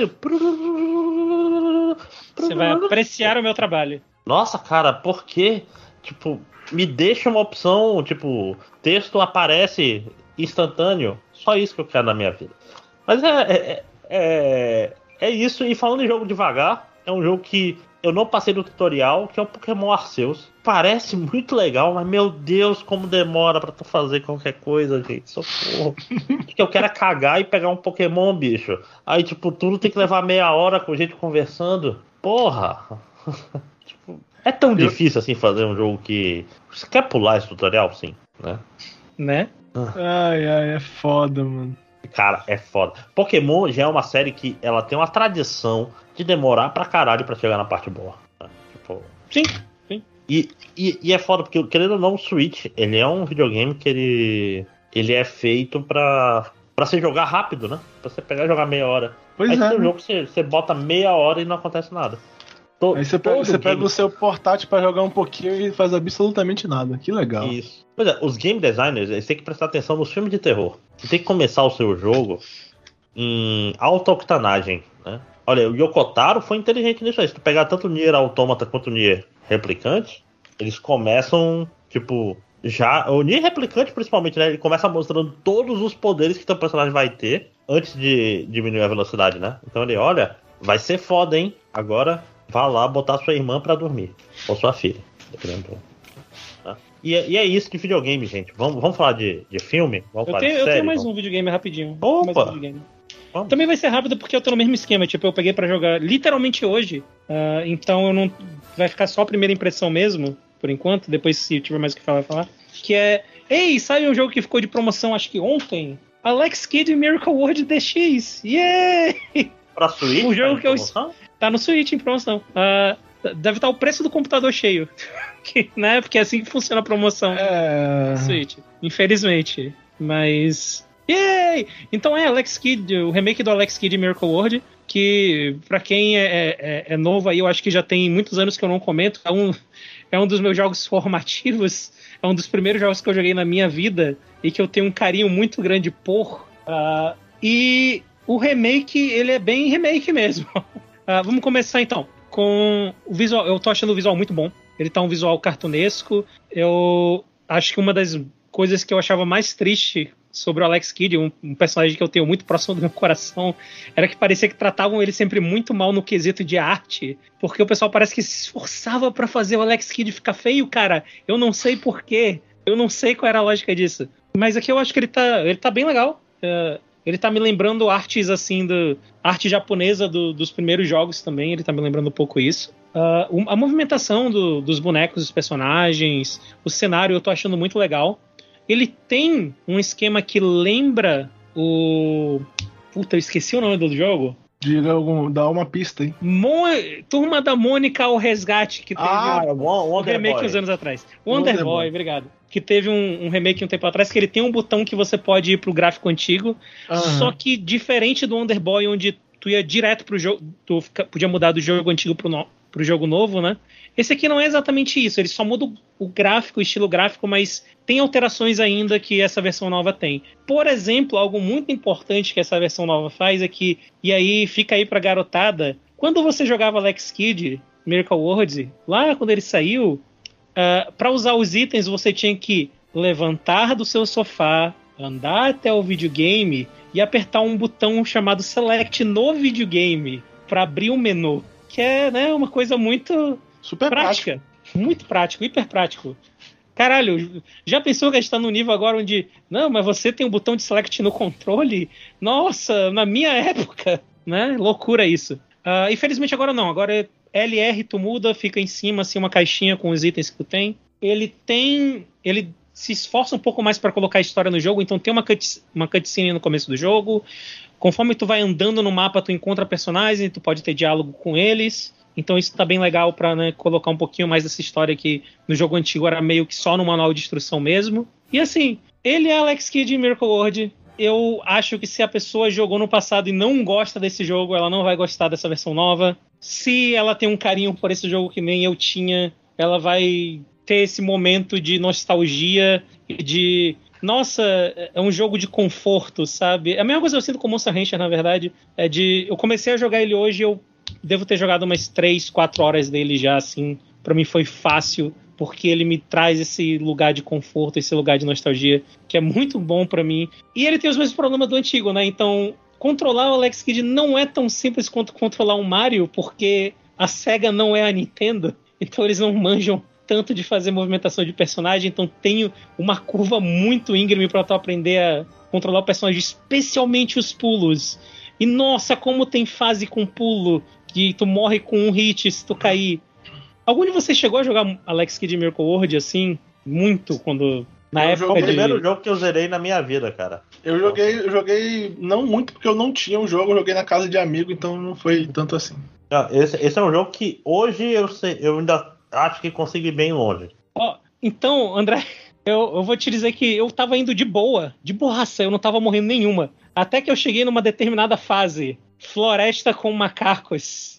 Você vai apreciar o meu trabalho. Nossa, cara, por que? Tipo, me deixa uma opção, tipo, texto aparece instantâneo. Só isso que eu quero na minha vida. Mas é, é, é, é isso. E falando em jogo devagar, é um jogo que eu não passei do tutorial, que é o Pokémon Arceus. Parece muito legal, mas meu Deus, como demora pra tu fazer qualquer coisa, gente. Socorro. Porque eu quero é cagar e pegar um Pokémon, bicho. Aí, tipo, tudo tem que levar meia hora com gente conversando. Porra! Tipo, é tão eu... difícil assim fazer um jogo que... Você quer pular esse tutorial? Sim, né? Né? Ai, ai, é foda, mano. Cara, é foda. Pokémon já é uma série que ela tem uma tradição de demorar pra caralho pra chegar na parte boa. Né? Tipo... Sim, sim. E, e, e é foda, porque, querendo ou não, o Switch, ele é um videogame que ele, ele é feito pra, pra você jogar rápido, né? Pra você pegar e jogar meia hora. Pois Aí é. tem um jogo que você, você bota meia hora e não acontece nada. To, Aí você pega, você game... pega o seu portátil pra jogar um pouquinho e faz absolutamente nada. Que legal. Isso. Pois é, os game designers, eles têm que prestar atenção nos filmes de terror. Você tem que começar o seu jogo em alta octanagem, né? Olha, o Yokotaro foi inteligente nisso aí. Se tu pegar tanto o Nier Automata quanto o Nier Replicante, eles começam, tipo, já... O Nier Replicante, principalmente, né? Ele começa mostrando todos os poderes que teu personagem vai ter antes de diminuir a velocidade, né? Então ele, olha, vai ser foda, hein? Agora vá lá botar sua irmã pra dormir. Ou sua filha, dependendo. Tá? E, é, e é isso de videogame, gente. Vamos, vamos falar de, de filme? Vamos eu falar tenho, de eu série? tenho mais vamos... um videogame rapidinho. Opa! Mais um videogame. Vamos. Também vai ser rápido porque eu tô no mesmo esquema. Tipo, eu peguei pra jogar literalmente hoje. Uh, então eu não... Vai ficar só a primeira impressão mesmo, por enquanto. Depois, se tiver mais o que falar, falar. Que é... Ei, sabe um jogo que ficou de promoção, acho que ontem? Alex Kidd Miracle World D X. Yeah! Pra Switch? O jogo tá que eu... Tá no Switch em promoção. Uh, deve estar o preço do computador cheio. que, né? Porque é assim que funciona a promoção é... no Switch. Infelizmente. Mas... Yay! Então é Alex Kidd, o remake do Alex Kidd Miracle World, que pra quem é, é, é novo aí, eu acho que já tem muitos anos que eu não comento, é um, é um dos meus jogos formativos, é um dos primeiros jogos que eu joguei na minha vida e que eu tenho um carinho muito grande por. Uh, e o remake, ele é bem remake mesmo. Uh, vamos começar então com o visual. Eu tô achando o visual muito bom, ele tá um visual cartunesco. Eu acho que uma das coisas que eu achava mais triste sobre o Alex Kidd, um, um personagem que eu tenho muito próximo do meu coração, era que parecia que tratavam ele sempre muito mal no quesito de arte, porque o pessoal parece que se esforçava pra fazer o Alex Kidd ficar feio, cara. Eu não sei porquê, eu não sei qual era a lógica disso. Mas aqui eu acho que ele tá, ele tá bem legal. Uh, ele tá me lembrando artes assim, do, arte japonesa do, dos primeiros jogos também, ele tá me lembrando um pouco isso. Uh, a movimentação do, dos bonecos, dos personagens, o cenário eu tô achando muito legal. Ele tem um esquema que lembra o... Puta, eu esqueci o nome do jogo. Diga algum, dá uma pista, hein? Mo... Turma da Mônica ao Resgate, que teve ah, um, um remake Boy. uns anos atrás. Wonder, Wonder Boy, Boy, obrigado. Que teve um, um remake um tempo atrás, que ele tem um botão que você pode ir pro gráfico antigo, uhum. Só que diferente do Wonder Boy, onde tu ia direto pro jogo, tu fica, podia mudar do jogo antigo pro, no, pro jogo novo, né? Esse aqui não é exatamente isso, ele só muda o gráfico, o estilo gráfico, mas tem alterações ainda que essa versão nova tem. Por exemplo, algo muito importante que essa versão nova faz é que, e aí fica aí pra garotada, quando você jogava Alex Kidd, Miracle World, lá quando ele saiu, uh, para usar os itens você tinha que levantar do seu sofá, andar até o videogame e apertar um botão chamado Select no videogame para abrir o menu, que é, né, uma coisa muito... Super prática, prático. Muito prático, hiper prático. Caralho, já pensou que a gente tá no nível agora onde... Não, mas você tem um botão de select no controle? Nossa, na minha época, né? Loucura isso. Uh, infelizmente agora não, agora é L R, tu muda, fica em cima assim uma caixinha com os itens que tu tem. Ele tem... Ele se esforça um pouco mais para colocar a história no jogo, então tem uma, cut, uma cutscene no começo do jogo. Conforme tu vai andando no mapa, tu encontra personagens, tu pode ter diálogo com eles. Então isso tá bem legal pra, né, colocar um pouquinho mais dessa história que no jogo antigo era meio que só no manual de instrução mesmo. E assim, ele é Alex Kidd em Miracle World. Eu acho que se a pessoa jogou no passado e não gosta desse jogo, ela não vai gostar dessa versão nova. Se ela tem um carinho por esse jogo que nem eu tinha, ela vai ter esse momento de nostalgia e de... Nossa, é um jogo de conforto, sabe? É a mesma coisa que eu sinto com Monster Rancher, na verdade. É de... Eu comecei a jogar ele hoje e eu devo ter jogado umas três, quatro horas dele já, assim. Pra mim foi fácil, porque ele me traz esse lugar de conforto, esse lugar de nostalgia, que é muito bom pra mim. E ele tem os mesmos problemas do antigo, né? Então, controlar o Alex Kidd não é tão simples quanto controlar um Mario, porque a SEGA não é a Nintendo, então eles não manjam tanto de fazer movimentação de personagem, então tenho uma curva muito íngreme para tu aprender a controlar o personagem, especialmente os pulos. E nossa, como tem fase com pulo, que tu morre com um hit se tu cair. Algum de vocês chegou a jogar Alex Kidd Miracle World assim? Muito, quando... Na eu época joguei de... o primeiro jogo que eu zerei na minha vida, cara. Eu joguei, eu joguei não muito porque eu não tinha um jogo, eu joguei na casa de amigo, então não foi tanto assim. Esse, esse é um jogo que hoje eu, sei, eu ainda acho que consigo ir bem longe. Oh, então, André, eu, eu vou te dizer que eu tava indo de boa, de borraça, eu não tava morrendo nenhuma. Até que eu cheguei numa determinada fase. Floresta com macacos.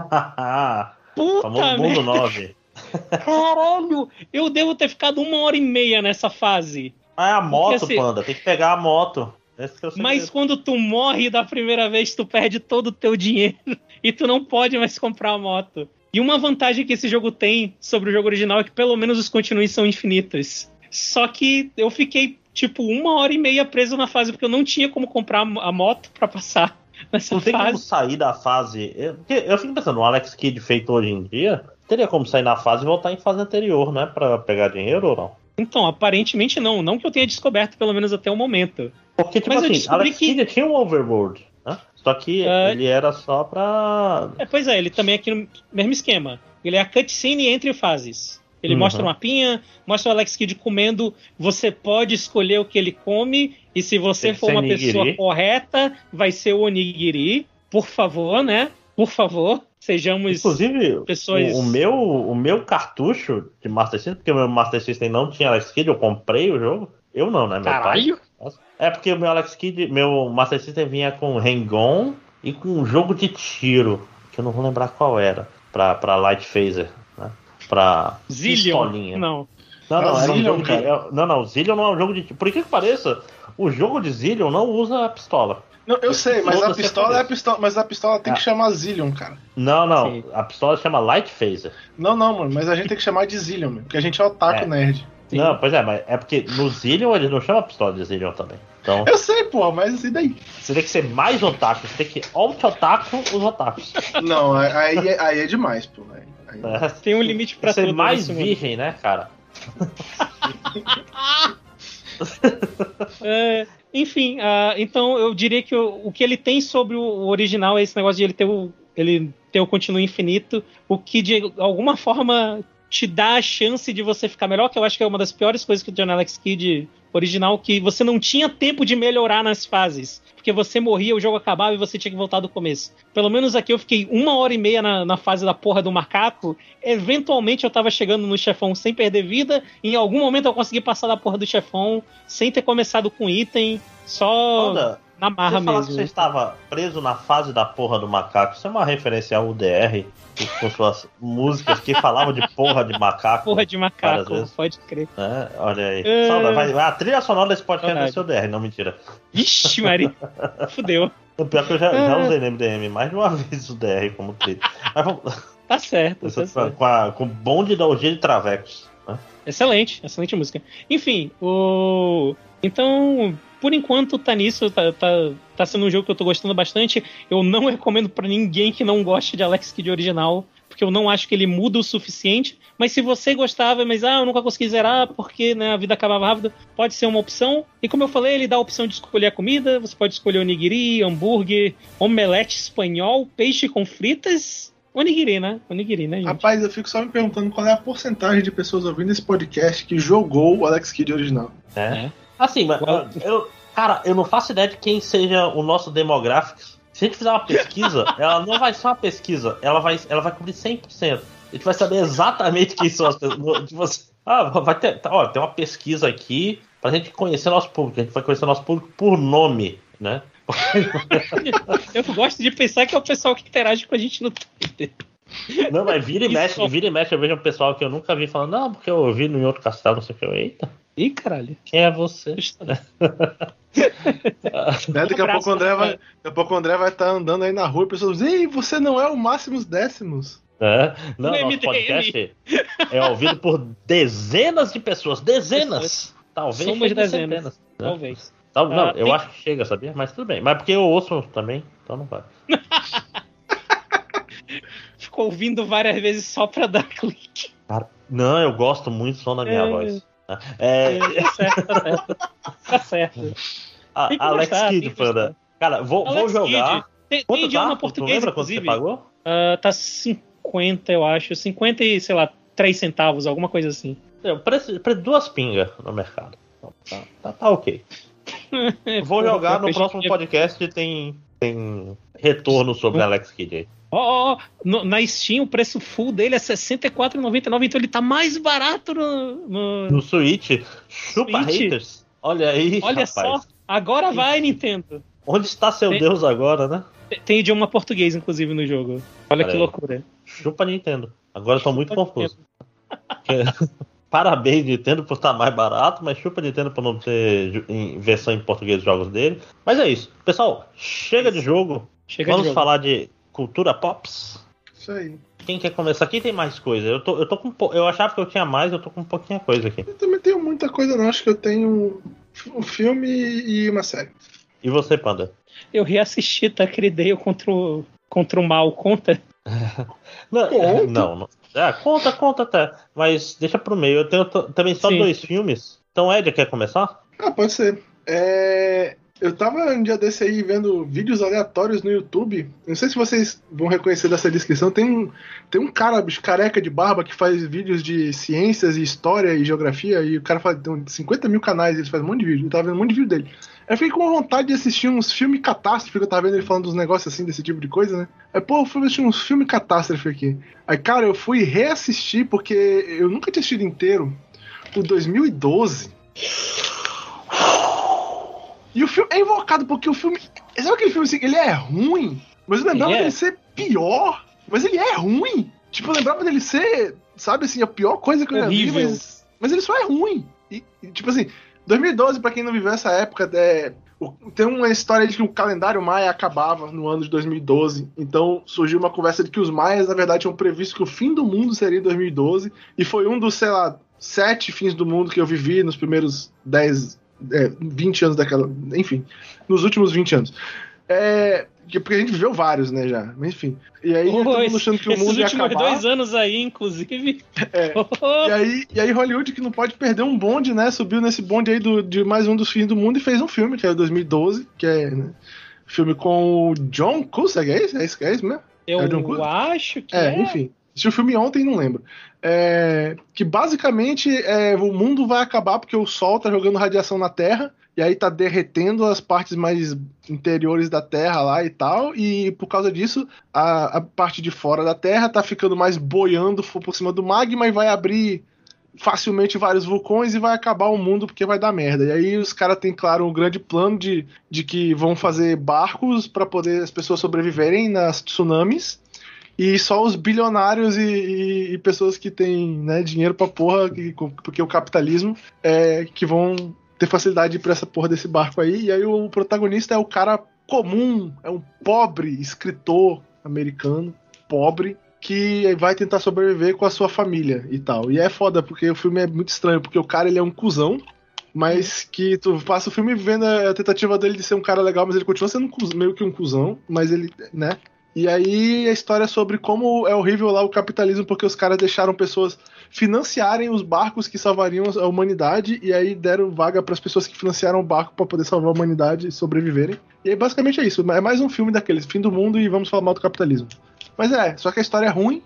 Puta famoso Mundo nove. Caralho, eu devo ter ficado uma hora e meia nessa fase. Ah, é a moto, Porque, assim, Panda, tem que pegar a moto. Esse que é o mas quando tu morre da primeira vez, tu perde todo o teu dinheiro e tu não pode mais comprar a moto. E uma vantagem que esse jogo tem sobre o jogo original é que pelo menos os continues são infinitos. Só que eu fiquei tipo uma hora e meia preso na fase porque eu não tinha como comprar a moto pra passar nessa não fase. Não tem como sair da fase... Eu, eu fico pensando, o Alex Kidd feito hoje em dia, teria como sair na fase e voltar em fase anterior, né? Pra pegar dinheiro ou não? Então, aparentemente não. Não que eu tenha descoberto, pelo menos até o momento. Porque, tipo Mas assim, Alex que... Kidd tinha um overworld, né? Só que uh... ele era só pra... É, pois é, ele também é aqui no mesmo esquema. Ele é a cutscene entre fases. Ele uhum. mostra uma mapinha, mostra o Alex Kidd comendo. Você pode escolher o que ele come. E se você for uma onigiri. pessoa correta, vai ser o onigiri. Por favor, né? Por favor, sejamos Inclusive, pessoas... o, o, meu, o meu cartucho de Master System, porque o meu Master System não tinha Alex Kidd, eu comprei o jogo. Eu não, né? Meu Caralho! Pai. É porque o meu Alex Kidd, meu Master System vinha com Hang-On e com um jogo de tiro, que eu não vou lembrar qual era, pra, pra Light Phaser, né? Pra Zillion. pistolinha. Não. Não, não, ah, era um Zillion, jogo de, é, não, não, Zillion não é um jogo de tiro. Por que que pareça, o jogo de Zillion não usa a pistola. Não, eu sei, mas a pistola é a pistola, mas a pistola tem ah. que chamar Zillion, cara. Não, não, Sim. a pistola chama Light Phaser. Não, não, mano, mas a gente tem que chamar de Zillion, mano, porque a gente é otaku é. nerd. Sim. Não, pois é, mas é porque no Zillion ele não chama a pistola de Zillion também. Então, eu sei, pô, mas e daí? Você tem que ser mais otaku, você tem que alt-otaku os otakus. Não, aí, aí é demais, pô. Aí, aí... É. Tem um limite pra ser tudo. Ser mais virgem, mundo. Né, cara? é, enfim, uh, então eu diria que o, o que ele tem sobre o original é esse negócio de ele ter o, ele ter o continuo infinito, o que de alguma forma te dá a chance de você ficar melhor, que eu acho que é uma das piores coisas que o John Alex Kidd original, que você não tinha tempo de melhorar nas fases, porque você morria, o jogo acabava e você tinha que voltar do começo. Pelo menos aqui eu fiquei uma hora e meia na, na fase da porra do macaco, eventualmente eu tava chegando no chefão sem perder vida, e em algum momento eu consegui passar da porra do chefão, sem ter começado com item, só... Olha, na marra você falar mesmo. Que você estava preso na fase da porra do macaco, isso é uma referência ao U D R, com suas músicas que falavam de porra de macaco. Porra de macaco, pode crer. É, olha aí. É... Saudade, vai, vai, a trilha sonora desse podcast vai ser o D R, não mentira. Ixi, Maria. Fudeu. O pior que eu já, é... já usei no M D M mais de uma vez o D R como trilha. Mas vamos... Tá certo. Tá certo. Com, a, com o bonde da Orgia de Travecos. Né? Excelente, excelente música. Enfim, o... Então... Por enquanto tá nisso, tá, tá, tá sendo um jogo que eu tô gostando bastante. Eu não recomendo pra ninguém que não goste de Alex Kidd original, porque eu não acho que ele muda o suficiente. Mas se você gostava, mas ah, eu nunca consegui zerar porque né, a vida acabava rápido, pode ser uma opção. E como eu falei, ele dá a opção de escolher a comida. Você pode escolher onigiri, hambúrguer, omelete espanhol, peixe com fritas. Onigiri, né? Onigiri, né, gente? Rapaz, eu fico só me perguntando qual é a porcentagem de pessoas ouvindo esse podcast que jogou o Alex Kidd original. É. é. Assim, mas eu, cara, eu não faço ideia de quem seja o nosso demográfico. Se a gente fizer uma pesquisa, ela não vai ser uma pesquisa, ela vai, ela vai cobrir cem por cento. A gente vai saber exatamente quem são as pessoas. Ah, vai ter, ó, tem uma pesquisa aqui pra gente conhecer nosso público. A gente vai conhecer nosso público por nome, né? Eu gosto de pensar que é o pessoal que interage com a gente no Twitter. Não, mas vira e mexe, vira e mexe, eu vejo um pessoal que eu nunca vi falando, não, porque eu ouvi no outro castelo, não sei o que. Eita. Ih, caralho. Quem é você? Né, daqui, a pouco o André vai, daqui a pouco o André vai estar andando aí na rua e pessoas dizem, ei, você não é o Máximos Décimos. É? Não, o nosso podcast é ouvido por dezenas de pessoas. Dezenas! Pessoas. Talvez Somos dezenas. Centenas. Talvez. Tal, não, ah, eu tem... acho que chega, sabia? Mas tudo bem. Mas porque eu ouço também, então não vai. ficou ouvindo várias vezes só pra dar clique. Cara, não, eu gosto muito só da minha É. voz. É, É, tá certo, tá certo. Tá certo. a- Tem que Alex gostar, Kidd, tem que Panda. Cara, vou, vou Alex jogar. Kidd. Tem, Quanto tem idioma tá? Tu português, lembra quanto você inclusive. pagou? Ah, tá cinquenta, eu acho. cinquenta e, sei lá, três centavos, alguma coisa assim. É, o preço, preço de duas pingas no mercado. Então, tá, tá, tá ok. Vou Porra, jogar pior no que a próximo gente- podcast e tem, tem retorno sobre Alex Kidd aí. Ó, ó, ó, no- na Steam o preço full dele é sessenta e quatro reais e noventa e nove centavos, então ele tá mais barato no... no- No Switch, chupa Switch? haters. Olha aí, Olha rapaz. só, agora vai, Nintendo. Onde está seu Tem- Deus agora, né? Tem- Tem idioma português, inclusive, no jogo. Olha Olha que aí. loucura. Chupa Nintendo. Agora eu tô muito Chupa confuso. Porque- Parabéns, Nintendo, por estar mais barato, mas chupa Nintendo por não ter ju- em versão em português dos jogos dele. Mas é isso. Pessoal, chega de jogo. Chega Vamos de jogo. falar de cultura pops. Isso aí. Quem quer começar? Aqui tem mais coisa. Eu, tô, eu, tô com, po- eu achava que eu tinha mais, eu tô com um pouquinho coisa aqui. Eu também tenho muita coisa, não. Acho que eu tenho um filme e uma série. E você, Panda? Eu reassisti Tucker Dale contra o, contra o mal, conta? Não, Conta. não, não. É, conta, conta até. Mas deixa pro meio. Eu tenho t- também só Sim. dois filmes. Então, Ed, quer começar? Ah, pode ser. É, Eu tava um dia desse aí vendo vídeos aleatórios no YouTube. Não sei se vocês vão reconhecer dessa descrição. Tem um, tem um cara, bicho, careca de barba que faz vídeos de ciências e história e geografia. E o cara faz tem cinquenta mil canais, ele faz um monte de vídeo. Eu tava vendo um monte de vídeo dele. Aí eu fiquei com vontade de assistir uns filmes catástrofe, que eu tava vendo ele falando dos negócios assim, desse tipo de coisa, né? Aí, pô, eu fui assistir uns filmes catástrofe aqui. Aí, cara, eu fui reassistir, porque eu nunca tinha assistido inteiro, o dois mil e doze. E o filme é invocado porque o filme... Sabe aquele filme assim, ele é ruim, mas eu lembrava Ele é. dele ser pior, mas ele é ruim. Tipo, eu lembrava dele ser, sabe assim, a pior coisa que eu já vi, Horrível. mas, mas ele só é ruim. E, e, tipo assim, dois mil e doze, pra quem não viveu essa época, é, o- tem uma história de que o calendário maia acabava no ano de dois mil e doze, então surgiu uma conversa de que os maias, na verdade, tinham previsto que o fim do mundo seria em dois mil e doze, e foi um dos, sei lá, sete fins do mundo que eu vivi nos primeiros dez, é, vinte anos daquela... Enfim, nos últimos vinte anos. É... que- Porque a gente viveu vários, né, já. Mas enfim. E aí Oh, todo mundo esse- achando que o esses mundo ia últimos acabar. dois anos aí, inclusive. É. Oh, E aí, e aí Hollywood, que não pode perder um bonde, né? Subiu nesse bonde aí do, de mais um dos fins do mundo e fez um filme, que é o dois mil e doze, que é, né, filme com o John Cusack, é isso? É isso, é isso mesmo? eu É o John Cusack? acho que É, é. enfim. Assisti o filme ontem e não lembro. É, que basicamente é, o mundo vai acabar porque o Sol tá jogando radiação na Terra, e aí tá derretendo as partes mais interiores da Terra lá e tal, e por causa disso, a, a parte de fora da Terra tá ficando mais boiando por cima do magma e vai abrir facilmente vários vulcões e vai acabar o mundo porque vai dar merda. E aí os caras têm, claro, um grande plano de, de que vão fazer barcos para poder as pessoas sobreviverem nas tsunamis. E só os bilionários e, e- e pessoas que têm, né, dinheiro pra porra, que- porque o capitalismo é que vão ter facilidade pra essa porra desse barco aí. E aí o protagonista é o cara comum, é um pobre escritor americano, pobre, que vai tentar sobreviver com a sua família e tal. E é foda, porque o filme é muito estranho, porque o cara ele é um cuzão, mas que tu passa o filme vendo a tentativa dele de ser um cara legal, mas ele continua sendo um cuz- meio que um cuzão, mas ele, né? E aí a história é sobre como é horrível lá o capitalismo, porque os caras deixaram pessoas financiarem os barcos que salvariam a humanidade, e aí deram vaga para as pessoas que financiaram o barco para poder salvar a humanidade e sobreviverem. E aí basicamente é isso, é mais um filme daqueles, fim do mundo e vamos falar mal do capitalismo. Mas é, só que a história é ruim,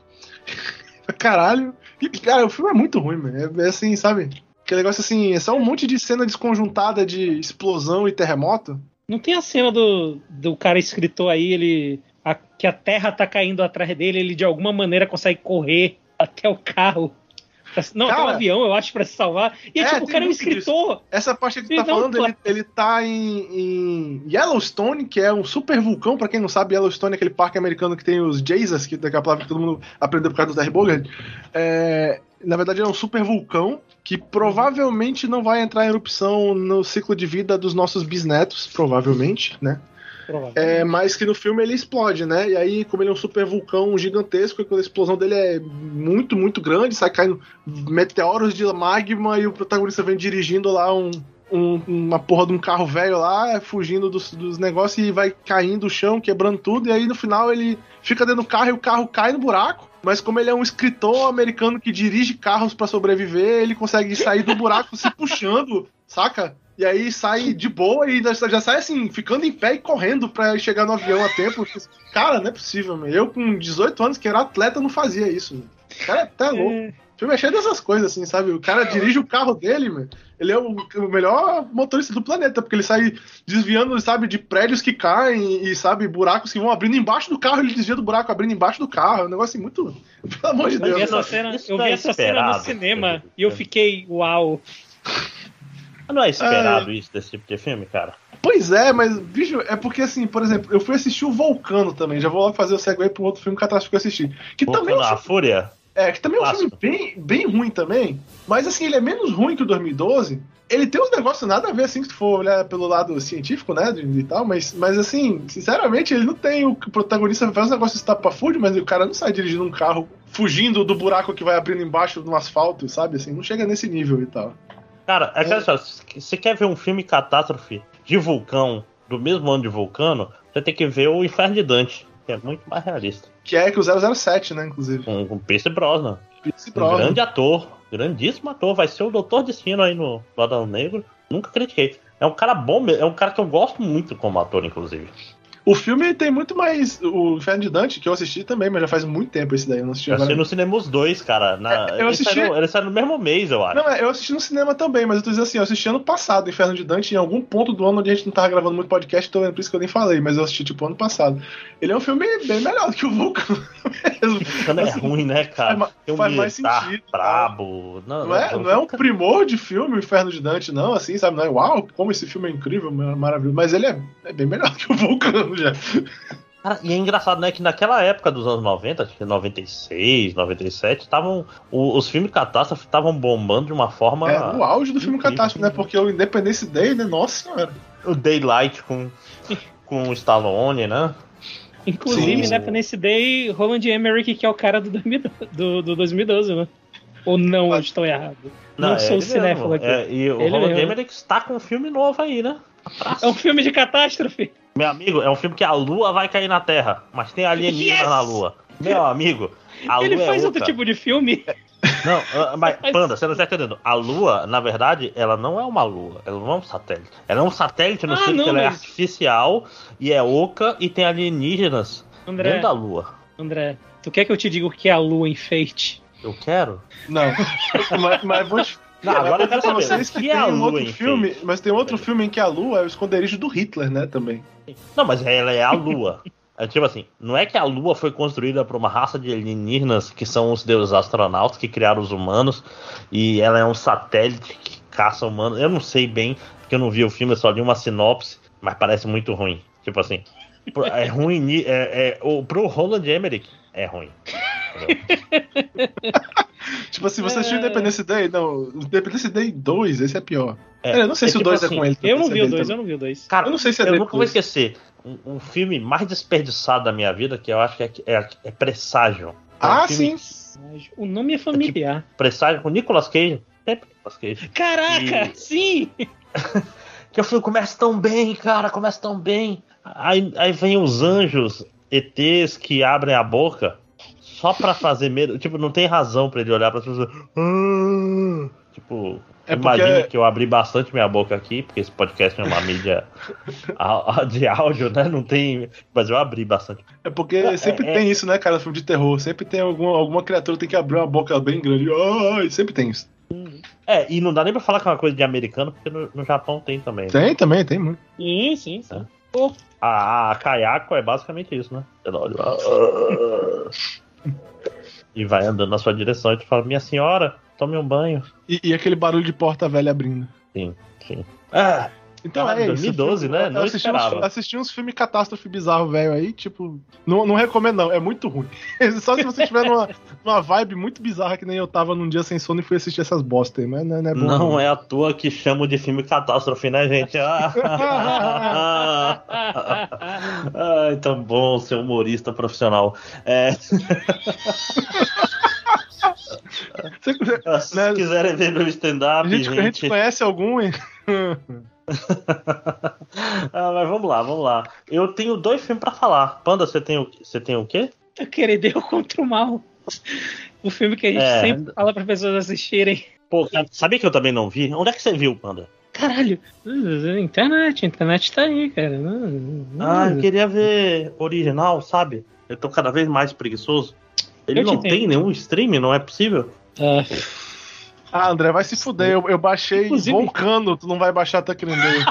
pra caralho. E, cara, o filme é muito ruim, mano. É, é assim, sabe? Aquele negócio assim, é só um monte de cena desconjuntada de explosão e terremoto. Não tem a cena do, do cara escritor aí, ele. A, que a terra tá caindo atrás dele, ele de alguma maneira consegue correr até o carro. Pra- não, Cara, até o avião, eu acho, pra se salvar. E é, é, tipo, o tem cara é um muito escritor. Essa parte que tu tá Então, falando, claro. ele, ele tá em, em Yellowstone, que é um super vulcão. Pra quem não sabe, Yellowstone é aquele parque americano que tem os geysers, que daquela palavra que todo mundo aprendeu por causa do Terry Bogard. É, na verdade, é um super vulcão que provavelmente não vai entrar em erupção no ciclo de vida dos nossos bisnetos, provavelmente, né? É, mas que no filme ele explode, né? E aí, como ele é um super vulcão gigantesco, a explosão dele é muito, muito grande, sai caindo meteoros de magma e o protagonista vem dirigindo lá um, um, uma porra de um carro velho lá, fugindo dos, dos negócios e vai caindo no chão, quebrando tudo, e aí no final ele fica dentro do carro e o carro cai no buraco, mas como ele é um escritor americano que dirige carros pra sobreviver, ele consegue sair do buraco se puxando, saca? E aí sai de boa e já sai assim, ficando em pé e correndo pra chegar no avião a tempo. Cara, não é possível, meu. Eu com dezoito anos, que era atleta, não fazia isso, meu. O cara é até louco. O filme é cheio dessas coisas, assim, sabe? O cara dirige o carro dele, meu. Ele é o, o melhor motorista do planeta, porque ele sai desviando, sabe, de prédios que caem e, sabe, buracos que vão abrindo embaixo do carro, ele desvia do buraco abrindo embaixo do carro. É um negócio assim, muito... Pelo amor de Deus. Eu vi essa cena, eu vi é essa cena no cinema e eu fiquei, uau. Não é esperado é... isso desse tipo de filme, cara? Pois é, mas, bicho, é porque assim, por exemplo, eu fui assistir o Vulcano também, já vou logo fazer o segue para um outro filme catástrofe que eu assisti. Que Vulcano também é um a filme... Fúria? É, que também é um Clássico. filme bem, bem ruim também, mas assim, ele é menos ruim que o dois mil e doze. Ele tem uns negócios nada a ver, assim, se tu for olhar pelo lado científico, né, de, e tal, mas, mas assim, sinceramente, ele não tem o protagonista faz um negócio estapafúrdio, mas o cara não sai dirigindo um carro fugindo do buraco que vai abrindo embaixo no asfalto, sabe, assim, não chega nesse nível e tal. Cara, é que, é. Você quer ver um filme catástrofe de vulcão, do mesmo ano de Vulcano, você tem que ver o Inferno de Dante, que é muito mais realista. Que é que o zero zero sete, né, inclusive. Com, com Pierce Brosnan. Pierce Um Brosnan. grande ator, grandíssimo ator, vai ser o Doutor Destino aí no Adão Negro. Nunca critiquei. É um cara bom, é um cara que eu gosto muito como ator, inclusive. O filme tem muito mais. O Inferno de Dante, que eu assisti também, mas já faz muito tempo esse daí. Eu não assisti Eu agora. assisti no cinema os dois, cara. Na... É, eu assisti... Ele saiu, ele saiu no mesmo mês, eu acho. Não, é, eu assisti no cinema também, mas eu tô dizendo assim, eu assisti ano passado, Inferno de Dante, em algum ponto do ano onde a gente não tava gravando muito podcast, então é por isso que eu nem falei, mas eu assisti tipo ano passado. Ele é um filme bem melhor do que o Vulcano mesmo. Vulcano é assim, ruim, né, cara? Faz, Tem um faz mais militar sentido. brabo. Não, não, é, não é um primor de filme, o Inferno de Dante, não, assim, sabe? Não é uau, como esse filme é incrível, maravilhoso, mas ele é, é bem melhor que o Vulcano já. Cara, e é engraçado, né, que naquela época dos anos noventa, acho que noventa e seis, noventa e sete, tavam, o, os filmes catástrofe estavam bombando de uma forma... É, o auge do filme incrível. catástrofe, né, porque o Independence Day, né, nossa senhora. O Daylight com, com o Stallone, né? Inclusive, Sim. Independence Day, Roland Emmerich, que é o cara do, do, do dois mil e doze, né? Ou não, eu estou errado. Não, não é sou ele cinéfilo mesmo. aqui. É, e o Ele Roland mesmo. Emmerich está com um filme novo aí, né? É um filme de catástrofe. Meu amigo, é um filme que a lua vai cair na Terra, mas tem alienígenas Yes! na lua. Meu amigo, a lua Ele faz é outro oca. tipo de filme. Não, ah, mas, Panda, você não está entendendo. A lua, na verdade, ela não é uma lua, ela não é um satélite. Ela é um satélite no Ah, sentido não, que ela é mas- artificial e é oca e tem alienígenas André. dentro da lua. André, tu quer que eu te diga o que é a lua em Fate? Eu quero? Não, mas, mas vou te... Não, agora eu quero pra saber. vocês O que que tem é a um lua outro em filme, Fate? mas tem outro filme em que a lua é o esconderijo do Hitler, né, também. Não, mas ela é a lua. É tipo assim, não é que a lua foi construída por uma raça de alienígenas que são os deuses astronautas que criaram os humanos e ela é um satélite que caça humanos. Eu não sei bem, porque eu não vi o filme, eu só li uma sinopse, mas parece muito ruim. Tipo assim, pro- é ruim, ni- é, é, o, pro Roland Emmerich é ruim. Entendeu? Tipo assim, você É. assistiu Independence Day? Não, Independence Day dois, esse é pior. É, eu não sei é se o tipo dois assim, é com ele. Eu não se é vi o dele dois, eu também. não vi o dois. Cara, Eu não sei se é eu dele nunca vou dois. esquecer um, um filme mais desperdiçado da minha vida, que eu acho que é, é, é Presságio. É um Ah, filme- sim. O nome é familiar. Presságio com Nicolas Cage. Sempre Nicolas Cage. Caraca, E- sim! Que eu falei, começa tão bem, cara, começa tão bem. Aí, aí vem os anjos E Tês que abrem a boca só pra fazer medo. Tipo, não tem razão pra ele olhar pra pessoas. Ah! Tipo, É imagine porque- que eu abri bastante minha boca aqui, porque esse podcast é uma mídia á- á- de áudio, né? Não tem. Mas eu abri bastante. É porque É, sempre é- tem isso, né, cara, filme de terror. Sempre tem alguma, alguma criatura que tem que abrir uma boca bem grande. Ai, sempre tem isso. É, e não dá nem pra falar que é uma coisa de americano, porque no, no Japão tem também. né? Tem também, tem muito. Sim, sim, sim. A, a Kayako é basicamente isso, né? Ela olha, "Ah", e vai andando na sua direção e tu fala, minha senhora, tome um banho. E, e aquele barulho de porta velha abrindo. Sim, sim. Ah, Então Caralho, é isso. dois mil e doze, né? Não Eu assisti uns, esperava. assisti uns filmes catástrofe bizarro, velho, aí, tipo. Não, não recomendo, não. É muito ruim. Só se você tiver numa, numa vibe muito bizarra que nem eu tava num dia sem sono e fui assistir essas bosta aí, mas não, não é bom. não é à toa que chamam de filme catástrofe, né, gente? Ah, Ai, tão bom ser humorista profissional. É, Você- se né, quiserem ver meu stand-up, a, gente, a gente gente, conhece algum, hein? Ah, mas vamos lá, vamos lá. Eu tenho dois filmes pra falar. Panda, você tem o, você tem o quê? Eu queria Deus contra o mal. O filme que a gente É. sempre fala para pessoas assistirem. Pô, cara, sabia que eu também não vi? Onde é que você viu, Panda? Caralho, internet, internet tá aí, cara. Ah, eu queria ver original, sabe? Eu tô cada vez mais preguiçoso. Ele Eu te não tem entendo. nenhum stream, não é possível? Ah, Ah, André, vai se fuder. Eu, eu baixei Inclusive- Vulcano, tu não vai baixar Tuckerendale.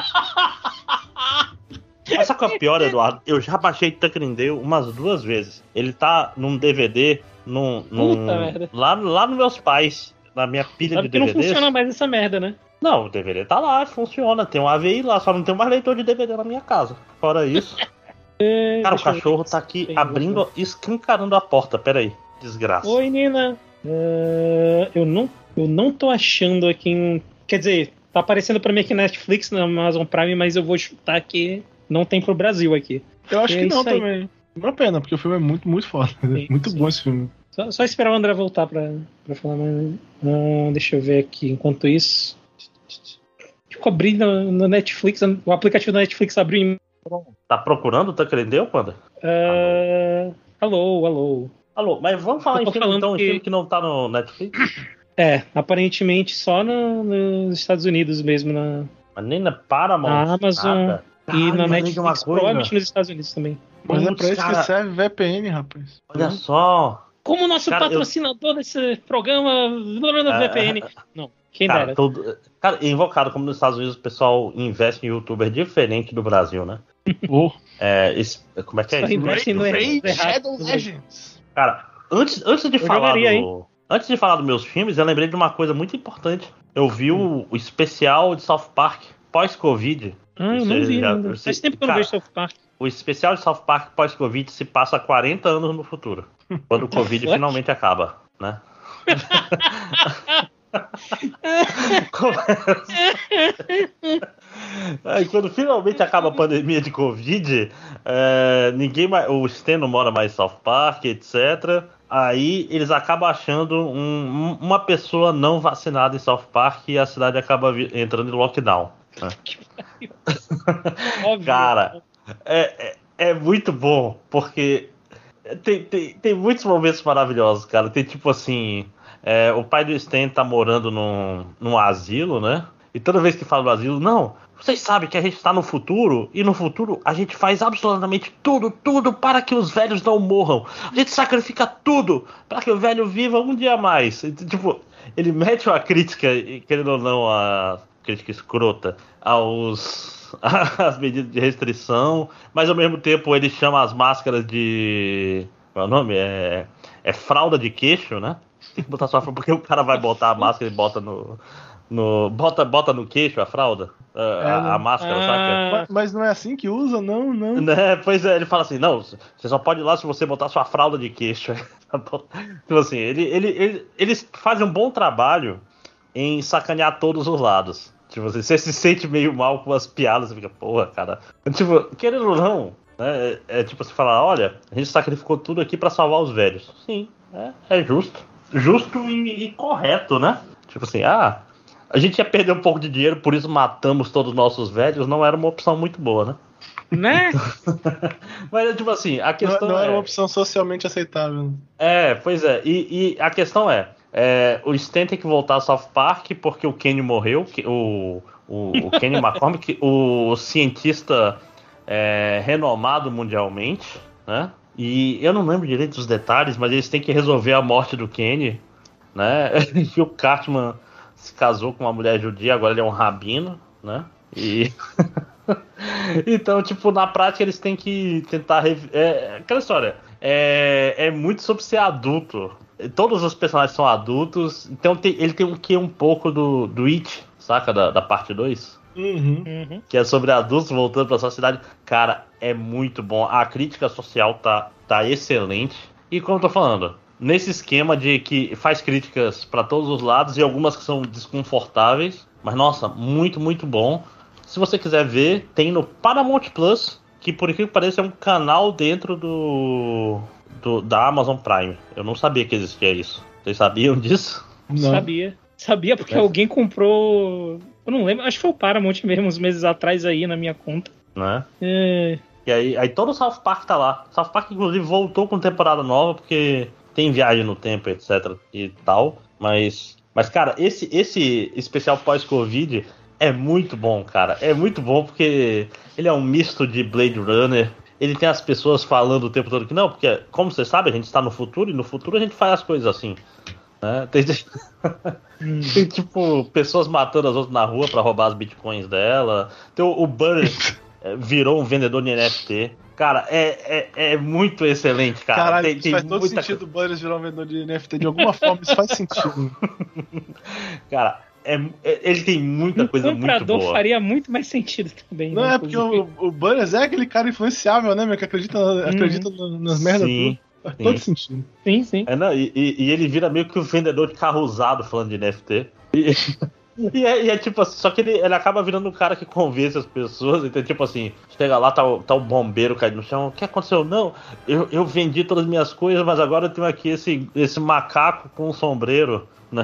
Mas sabe qual é o pior, Eduardo? Eu já baixei Tuckerendale umas duas vezes. Ele tá num D V D, num, num, Puta merda. lá, lá nos meus pais, na minha pilha sabe de que não D V Ds. funciona mais essa merda, né? Não, o D V D tá lá, funciona. Tem um A V I lá, só não tem mais leitor de D V D na minha casa. Fora isso. Cara, o deixa eu ver cachorro aqui. tá aqui Tem, abrindo, escancarando a porta. Pera aí, desgraça. Oi, Nina. Ah, eu, não, eu não tô achando aqui. Um... Quer dizer, tá aparecendo pra mim aqui na Netflix, na Amazon Prime, mas eu vou chutar que não tem pro Brasil aqui. Eu acho É que não isso aí. também. Uma pena, porque o filme é muito, muito foda. Sim, muito sim. bom esse filme. Só, só esperar o André voltar pra, pra falar mais. Ah, deixa eu ver aqui. Enquanto isso. Ficou abrindo no, no Netflix. O aplicativo da Netflix abriu em. Tá procurando o Tuckerendale, Panda? Ah, alô, alô. Alô, mas vamos falar Eu em tô filme, falando então, em que- filme que não tá no Netflix? É, aparentemente só no- nos Estados Unidos mesmo. Na, Mas nem na Paramount. na Amazon nada. e Caralho, na lembrei de uma Netflix. coisa. Provavelmente nos Estados Unidos também. Mas é Putz, pra isso cara, que serve V P N, rapaz. Olha só. Como nosso Cara, eu- patrocinador desse programa Ah, V P N. Não, quem Cara, dera. todo... cara, invocado como nos Estados Unidos o pessoal investe em youtuber diferente do Brasil, né? Oh. É, esse- como é que é Só isso? investe no Raid errado. Shadow Legends. Cara, antes, antes de Eu falar jogaria, do... Antes de falar dos meus filmes, eu lembrei de uma coisa muito importante. Eu vi o, o especial de South Park pós-Covid. Ah, eu não Você vi já- ainda. você- Faz tempo que eu não cara, vejo South Park. O especial de South Park pós-Covid se passa quarenta anos no futuro. Quando o Covid fuck? finalmente acaba, né? Aí, quando finalmente acaba a pandemia de Covid, é, ninguém mais, o Stan não mora mais em South Park, etcétera. Aí eles acabam achando um- um- uma pessoa não vacinada em South Park e a cidade acaba vi- entrando em lockdown. né? Óbvio. Cara, é, é, é muito bom, porque tem, tem, tem muitos momentos maravilhosos, cara. Tem tipo assim, é, o pai do Stan tá morando num, num asilo, né? E toda vez que fala do asilo, não, vocês sabem que a gente tá no futuro, e no futuro a gente faz absolutamente tudo, tudo para que os velhos não morram. A gente sacrifica tudo para que o velho viva um dia a mais. E, tipo, ele mete uma crítica, e, querendo ou não, a crítica escrota aos as medidas de restrição, mas ao mesmo tempo ele chama as máscaras de... qual é o nome? É, é fralda de queixo, né? Tem que botar só porque o cara vai botar a máscara e bota no... no bota, bota no queixo a fralda, a, a- a máscara, Ah. saca? Mas, mas não é assim que usa? Não, não. Né? Pois é, ele fala assim, não, você só pode ir lá se você botar sua fralda de queixo. Tipo assim, ele, ele, ele, eles fazem um bom trabalho em sacanear todos os lados. Tipo assim, você se sente meio mal com as piadas, você fica, porra, cara. Tipo, querendo ou não, né? É, é tipo você falar, olha, a gente sacrificou tudo aqui pra salvar os velhos. Sim, é, é justo. Justo e, e correto, né? Tipo assim, ah, a gente ia perder um pouco de dinheiro, por isso matamos todos os nossos velhos, não era uma opção muito boa, né? Né? Mas, tipo assim, a Não, questão não é... era uma opção socialmente aceitável. É, pois é. E, e a questão é, é, o Stan tem que voltar a South Park porque o Kenny morreu, que- o, o, o Kenny McCormick, o cientista é, renomado mundialmente, né? E eu não lembro direito dos detalhes, mas eles têm que resolver a morte do Kenny, né? E o Cartman se casou com uma mulher judia, agora ele é um rabino, né? E... Então, tipo, na prática eles têm que tentar... Rev... É, aquela história, é, é muito sobre ser adulto. Todos os personagens são adultos, então tem, ele tem um que um pouco do, do It, saca? Da, da parte dois. Uhum. Uhum. Que é sobre adultos voltando pra sua cidade. Cara, é muito bom. A crítica social tá, tá excelente. E como eu tô falando, nesse esquema de que faz críticas pra todos os lados e algumas que são desconfortáveis. Mas, nossa, muito, muito bom. Se você quiser ver, tem no Paramount Plus, que por incrível que pareça é um canal dentro do, do da Amazon Prime. Eu não sabia que existia isso. Vocês sabiam disso? Não. Sabia. Sabia porque É. alguém comprou Eu não lembro, acho que foi o Paramount mesmo, uns meses atrás aí na minha conta. Né? É... E aí, aí todo o South Park tá lá. South Park, inclusive, voltou com temporada nova, porque tem viagem no tempo, etc e tal. Mas, mas cara, esse, esse especial pós-Covid é muito bom, cara. É muito bom porque ele é um misto de Blade Runner. Ele tem as pessoas falando o tempo todo que não, porque, como você sabe, a gente está no futuro e no futuro a gente faz as coisas assim. Né? Tem, tem, tipo, pessoas matando as outras na rua pra roubar as bitcoins dela. Tem o, o Burns virou um vendedor de N F T. Cara, é, é, é muito excelente, cara. Caralho, tem, isso tem faz todo muita... sentido o Burns virar um vendedor de N F T. De alguma forma, isso faz sentido. Cara, é, é, ele tem muita um coisa muito boa. Um comprador faria muito mais sentido também. Não, né, é porque o, o Burns é aquele cara influenciável, né, meu? Que acredita, hum. acredita nas merdas tudo. Faz todo sentido. Sim, sim. É, não, e, e, e ele vira meio que um vendedor de carro usado falando de N F T. E, e, é, e é tipo assim, só que ele, ele acaba virando um cara que convence as pessoas. Então, tipo assim, chega lá, tá, o- tá o bombeiro caído no chão. O que aconteceu? Não, eu, eu vendi todas as minhas coisas, mas agora eu tenho aqui esse, esse macaco com um sombreiro, né?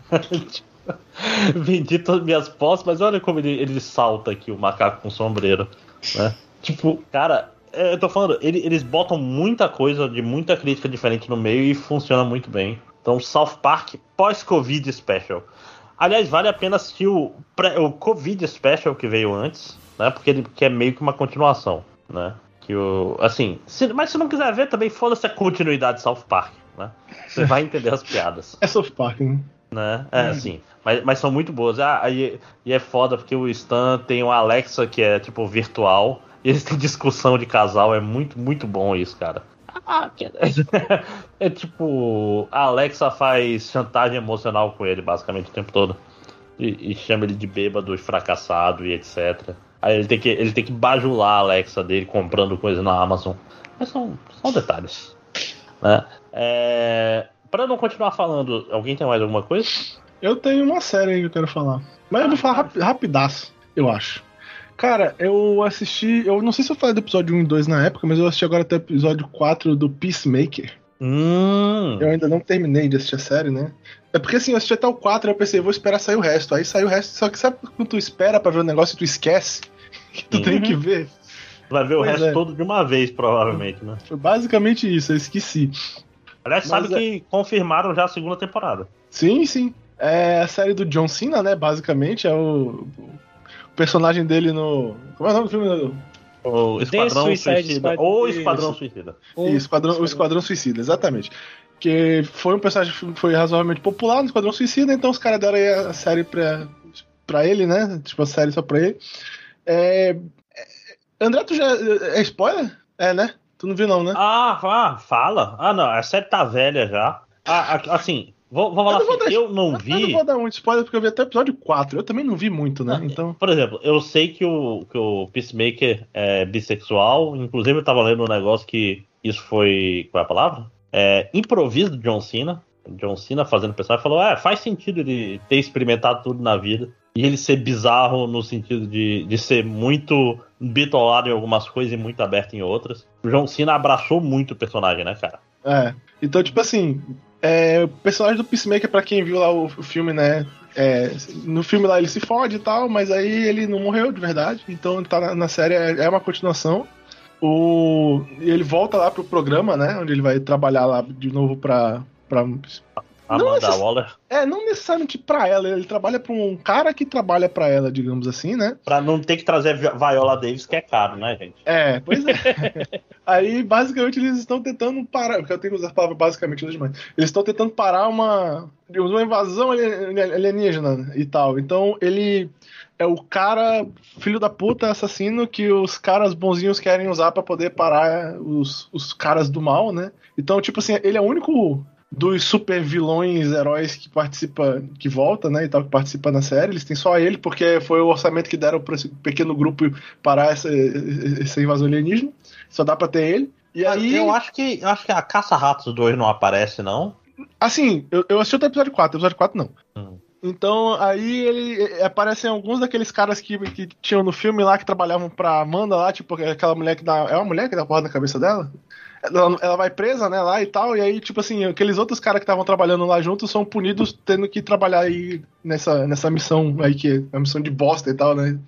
Vendi todas as minhas posses, mas olha como ele, ele salta aqui, o macaco com sombreiro, né? Tipo, cara, é, eu tô falando, ele- eles botam muita coisa de muita crítica diferente no meio e funciona muito bem. Então, South Park pós-Covid Special. Aliás, vale a pena assistir o, pré- o Covid Special que veio antes, né? Porque ele que é meio que uma continuação, né? Que o, assim, se- mas se não quiser ver também, foda-se a continuidade de South Park, né? Você vai entender as piadas. É South Park, né? Né? É, assim, mas, mas são muito boas. Ah, aí, e é foda porque o Stan tem o Alexa que é tipo virtual, e eles têm discussão de casal, é muito, muito bom isso, cara. Ah, que... é tipo, a Alexa faz chantagem emocional com ele basicamente o tempo todo. E, e chama ele de bêbado e fracassado e etcétera. Aí ele tem que, ele tem que bajular a Alexa dele comprando coisa na Amazon. Mas são, são detalhes. Né? É... Pra não continuar falando, alguém tem mais alguma coisa? Eu tenho uma série aí que eu quero falar. Mas eu vou falar rapi- rapidaço, eu acho. Cara, eu assisti. Eu não sei se eu falei do episódio um e dois na época, mas eu assisti agora até o episódio quatro do Peacemaker. Hum. Eu ainda não terminei de assistir a série, né? É porque assim, eu assisti até o quatro e eu pensei, vou esperar sair o resto. Aí saiu o resto, só que sabe quando tu espera pra ver o negócio e tu esquece que tu Uhum. tem que ver? Vai ver o Pois resto é. todo de uma vez, provavelmente, né? Foi basicamente isso, eu esqueci. Aliás, Mas sabe é- que confirmaram já a segunda temporada. Sim, sim. É a série do John Cena, né? Basicamente, é o, o personagem dele no. Como é o nome do filme? O Esquadrão Suicide Suicida. Squad. Ou Isso. Esquadrão Suicida. O- Isso, Esquadrão, o Esquadrão Suicida, exatamente. Que foi um personagem que foi razoavelmente popular no Esquadrão Suicida, então os caras deram aí a série pra, pra ele, né? Tipo, a série só pra ele. É... é- André, tu já. É spoiler? É, né? Tu não viu, não, né? Ah, ah, fala. Ah, não, a série tá velha já. Ah, ah, assim, vou, vou falar Eu não vou assim, dar- eu não Eu não vi. vou dar muito spoiler porque eu vi até o episódio quatro. Eu também não vi muito, né? Ah, Então. Por exemplo, eu sei que o, que o Peacemaker é bissexual. Inclusive, eu tava lendo um negócio que isso foi. Qual é a palavra? É, improviso do John Cena. John Cena fazendo personagem falou: é, faz sentido ele ter experimentado tudo na vida. E ele ser bizarro no sentido de, de ser muito bitolado em algumas coisas e muito aberto em outras. O John Cena abraçou muito o personagem, né, cara? É. Então, tipo assim, é, o personagem do Peacemaker, pra quem viu lá o, o filme, né? é, no filme lá ele se fode e tal, mas aí ele não morreu de verdade. Então tá na, na série, é, é uma continuação. O, ele volta lá pro programa, né? Onde ele vai trabalhar lá de novo pra. pra Não, Amanda essas- Waller. é, não necessariamente pra ela, ele trabalha pra um cara que trabalha pra ela, digamos assim, né? Pra não ter que trazer Vi- Viola Davis, que é caro, né, gente? É, pois é. Aí, basicamente, eles estão tentando parar. Porque eu tenho que usar a palavra basicamente hoje demais. Eles estão tentando parar uma. Uma invasão alien- alienígena e tal. Então, ele é o cara, filho da puta, assassino, que os caras bonzinhos querem usar pra poder parar os, os caras do mal, né? Então, tipo assim, ele é o único dos super vilões, heróis que participa, que volta, né, e tal, que participa na série. Eles têm só ele, porque foi o orçamento que deram pra esse pequeno grupo parar essa, essa invasão alienígena. Só dá pra ter ele. E aí, Eu acho que eu acho que a Caça-Ratos dois não aparece, não. assim, eu, eu assisti até o episódio quatro, episódio quatro não. Hum. Então, aí ele eh, aparecem alguns daqueles caras que, que tinham no filme lá, que trabalhavam pra Amanda lá, tipo aquela mulher que dá. É uma mulher que dá porra na cabeça dela? ela, ela vai presa, né, lá e tal, e aí, tipo assim, aqueles outros caras que estavam trabalhando lá juntos são punidos tendo que trabalhar aí nessa, nessa missão aí, que é a missão de bosta e tal, né?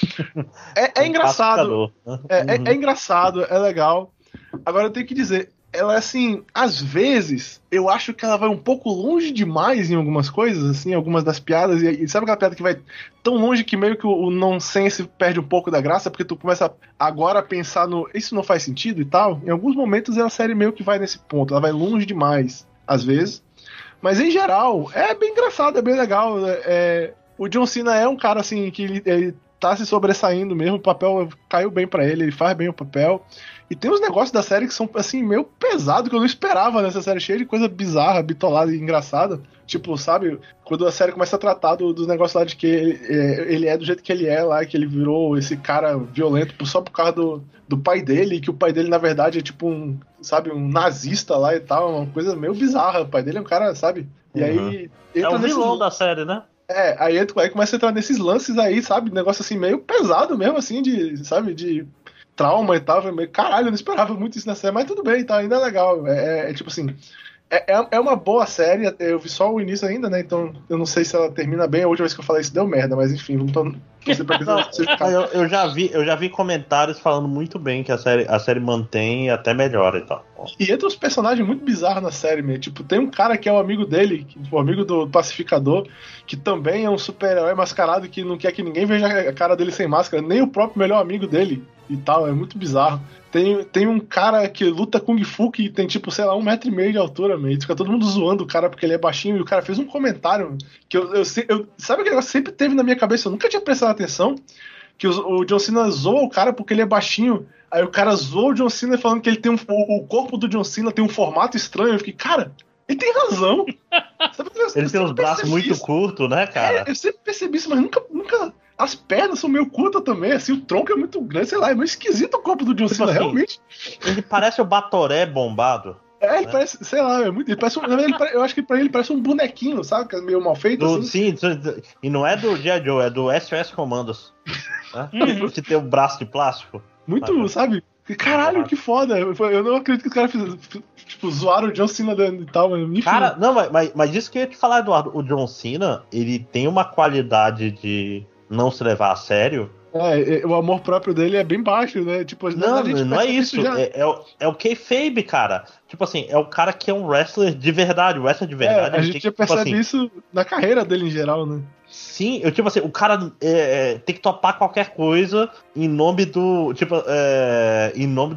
É, é engraçado. É, é, é engraçado, é legal. Agora eu tenho que dizer, ela assim, às vezes, eu acho que ela vai um pouco longe demais em algumas coisas, assim, algumas das piadas, e, e sabe aquela piada que vai tão longe que meio que o, o nonsense perde um pouco da graça, porque tu começa agora a pensar no, isso não faz sentido e tal. Em alguns momentos a série meio que vai nesse ponto, ela vai longe demais, às vezes. Mas em geral, é bem engraçado, é bem legal. É, o John Cena é um cara assim, que ele, ele tá se sobressaindo mesmo, o papel caiu bem pra ele, ele faz bem o papel. E tem uns negócios da série que são, assim, meio pesado, que eu não esperava nessa série, cheia de coisa bizarra, bitolada e engraçada. Tipo, sabe, quando a série começa a tratar do, dos negócios lá de que ele é, ele é do jeito que ele é lá, que ele virou esse cara violento só por causa do, do pai dele, e que o pai dele, na verdade, é tipo um, sabe, um nazista lá e tal, uma coisa meio bizarra. O pai dele é um cara, sabe? E uhum. aí... É o vilão nesses... da série, né? É, aí, aí começa a entrar nesses lances aí, sabe, negócio assim, meio pesado mesmo, assim, de, sabe, de... trauma e tal, meio, caralho, eu não esperava muito isso na série, mas tudo bem, tá, ainda é legal, é, é, é tipo assim, é, é uma boa série, eu vi só o início ainda, né, então eu não sei se ela termina bem, a última vez que eu falei isso deu merda, mas enfim, vamos torcer pra que não, eu, eu, já vi, eu já vi comentários falando muito bem que a série, a série mantém e até melhora e tal. E entra uns personagens muito bizarros na série, meu. Tipo, tem um cara que é o amigo dele, o amigo do pacificador, que também é um super-herói mascarado que não quer que ninguém veja a cara dele sem máscara, nem o próprio melhor amigo dele e tal, é muito bizarro. Tem, tem um cara que luta Kung Fu que tem, tipo, sei lá, um metro e meio de altura, meio. Fica todo mundo zoando o cara porque ele é baixinho, e o cara fez um comentário que eu, eu, eu sabe aquele negócio que sempre teve na minha cabeça, eu nunca tinha prestado atenção, que o, o John Cena zoa o cara porque ele é baixinho. Aí o cara zoou o John Cena falando que ele tem um, o, o corpo do John Cena tem um formato estranho. Eu fiquei, cara, ele tem razão. Sabe, ele tem uns braços muito curtos, né, cara? É, eu sempre percebi isso, mas nunca, nunca... As pernas são meio curtas também, assim, o tronco é muito grande, sei lá, é meio esquisito o corpo do John Cena, tipo assim, realmente. Ele parece o Batoré bombado. É, ele né? parece, sei lá, é muito, ele parece um, ele, eu acho que pra ele parece um bonequinho, sabe? Que é meio mal feito, do, assim. Sim, e não é do G I. Joe, é do S O S Commandos. Né? Que tem um braço de plástico. Muito, sabe? Caralho, que foda. Eu não acredito que os caras fizeram, tipo, zoaram o John Cena e tal, mas enfim. Cara, não, mas, mas isso que eu ia te falar, Eduardo, o John Cena, ele tem uma qualidade de não se levar a sério. É, o amor próprio dele é bem baixo, né? Tipo, não, não é isso. isso é, é, o, é o kayfabe, cara. Tipo assim, é o cara que é um wrestler de verdade. O wrestler de verdade. É, a gente já percebe tipo assim, isso na carreira dele em geral, né? Sim, eu tipo assim, o cara é, tem que topar qualquer coisa em nome do. Tipo, é, em nome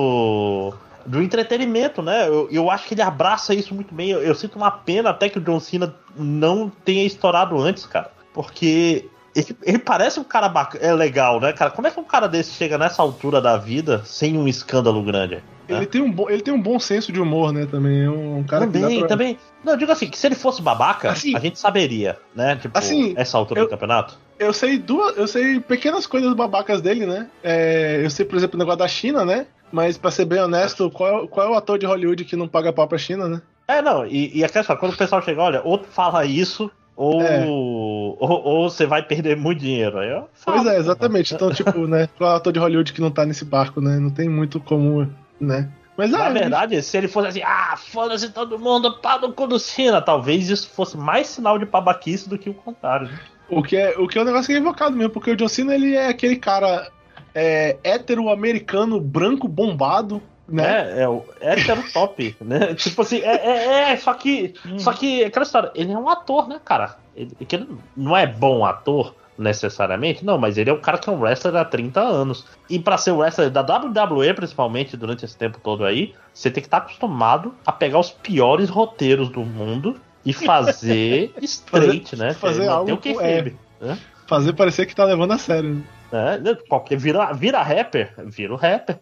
do. Do entretenimento, né? Eu, eu acho que ele abraça isso muito bem. Eu, eu sinto uma pena até que o John Cena não tenha estourado antes, cara. Porque. Ele, ele parece um cara bacana, é legal, né, cara? Como é que um cara desse chega nessa altura da vida sem um escândalo grande? Ele, né? tem, um bo, ele tem um bom senso de humor, né? Também é um, um cara também, que dá pra... também. Não, eu digo assim, que se ele fosse babaca, assim, a gente saberia, né? Tipo, assim, essa altura eu, do campeonato. Eu sei duas, eu sei pequenas coisas babacas dele, né? É, eu sei, por exemplo, o negócio da China, né? Mas pra ser bem honesto, qual é, qual é o ator de Hollywood que não paga pau pra China, né? É, não, e, e aquela história, quando o pessoal chega, olha, ou tu fala isso, ou, é. ou, ou você vai perder muito dinheiro. Aí eu falo, pois é, exatamente. Então, tipo, né? Qual é o ator de Hollywood que não tá nesse barco, né? Não tem muito como, né? Mas, Na ah, verdade, se ele fosse assim, ah, foda-se todo mundo, pá no cu do Cena, talvez isso fosse mais sinal de babaquice do que o contrário, né? O que é, o que é um negócio que é invocado mesmo, porque o John Cena, ele é aquele cara é, hétero-americano, branco, bombado, né? É, é o hétero top, né? Tipo assim, é, é, é só que, hum. só que, aquela história, ele é um ator, né, cara? Ele, ele não é bom ator, necessariamente, não, mas ele é um cara que é um wrestler há trinta anos. E pra ser wrestler da W W E, principalmente, durante esse tempo todo aí, você tem que estar acostumado a pegar os piores roteiros do mundo e fazer straight, fazer, né? Fazer algo que é, né? Fazer parecer que tá levando a sério. Né? É, qualquer, vira, vira rapper, vira o rapper.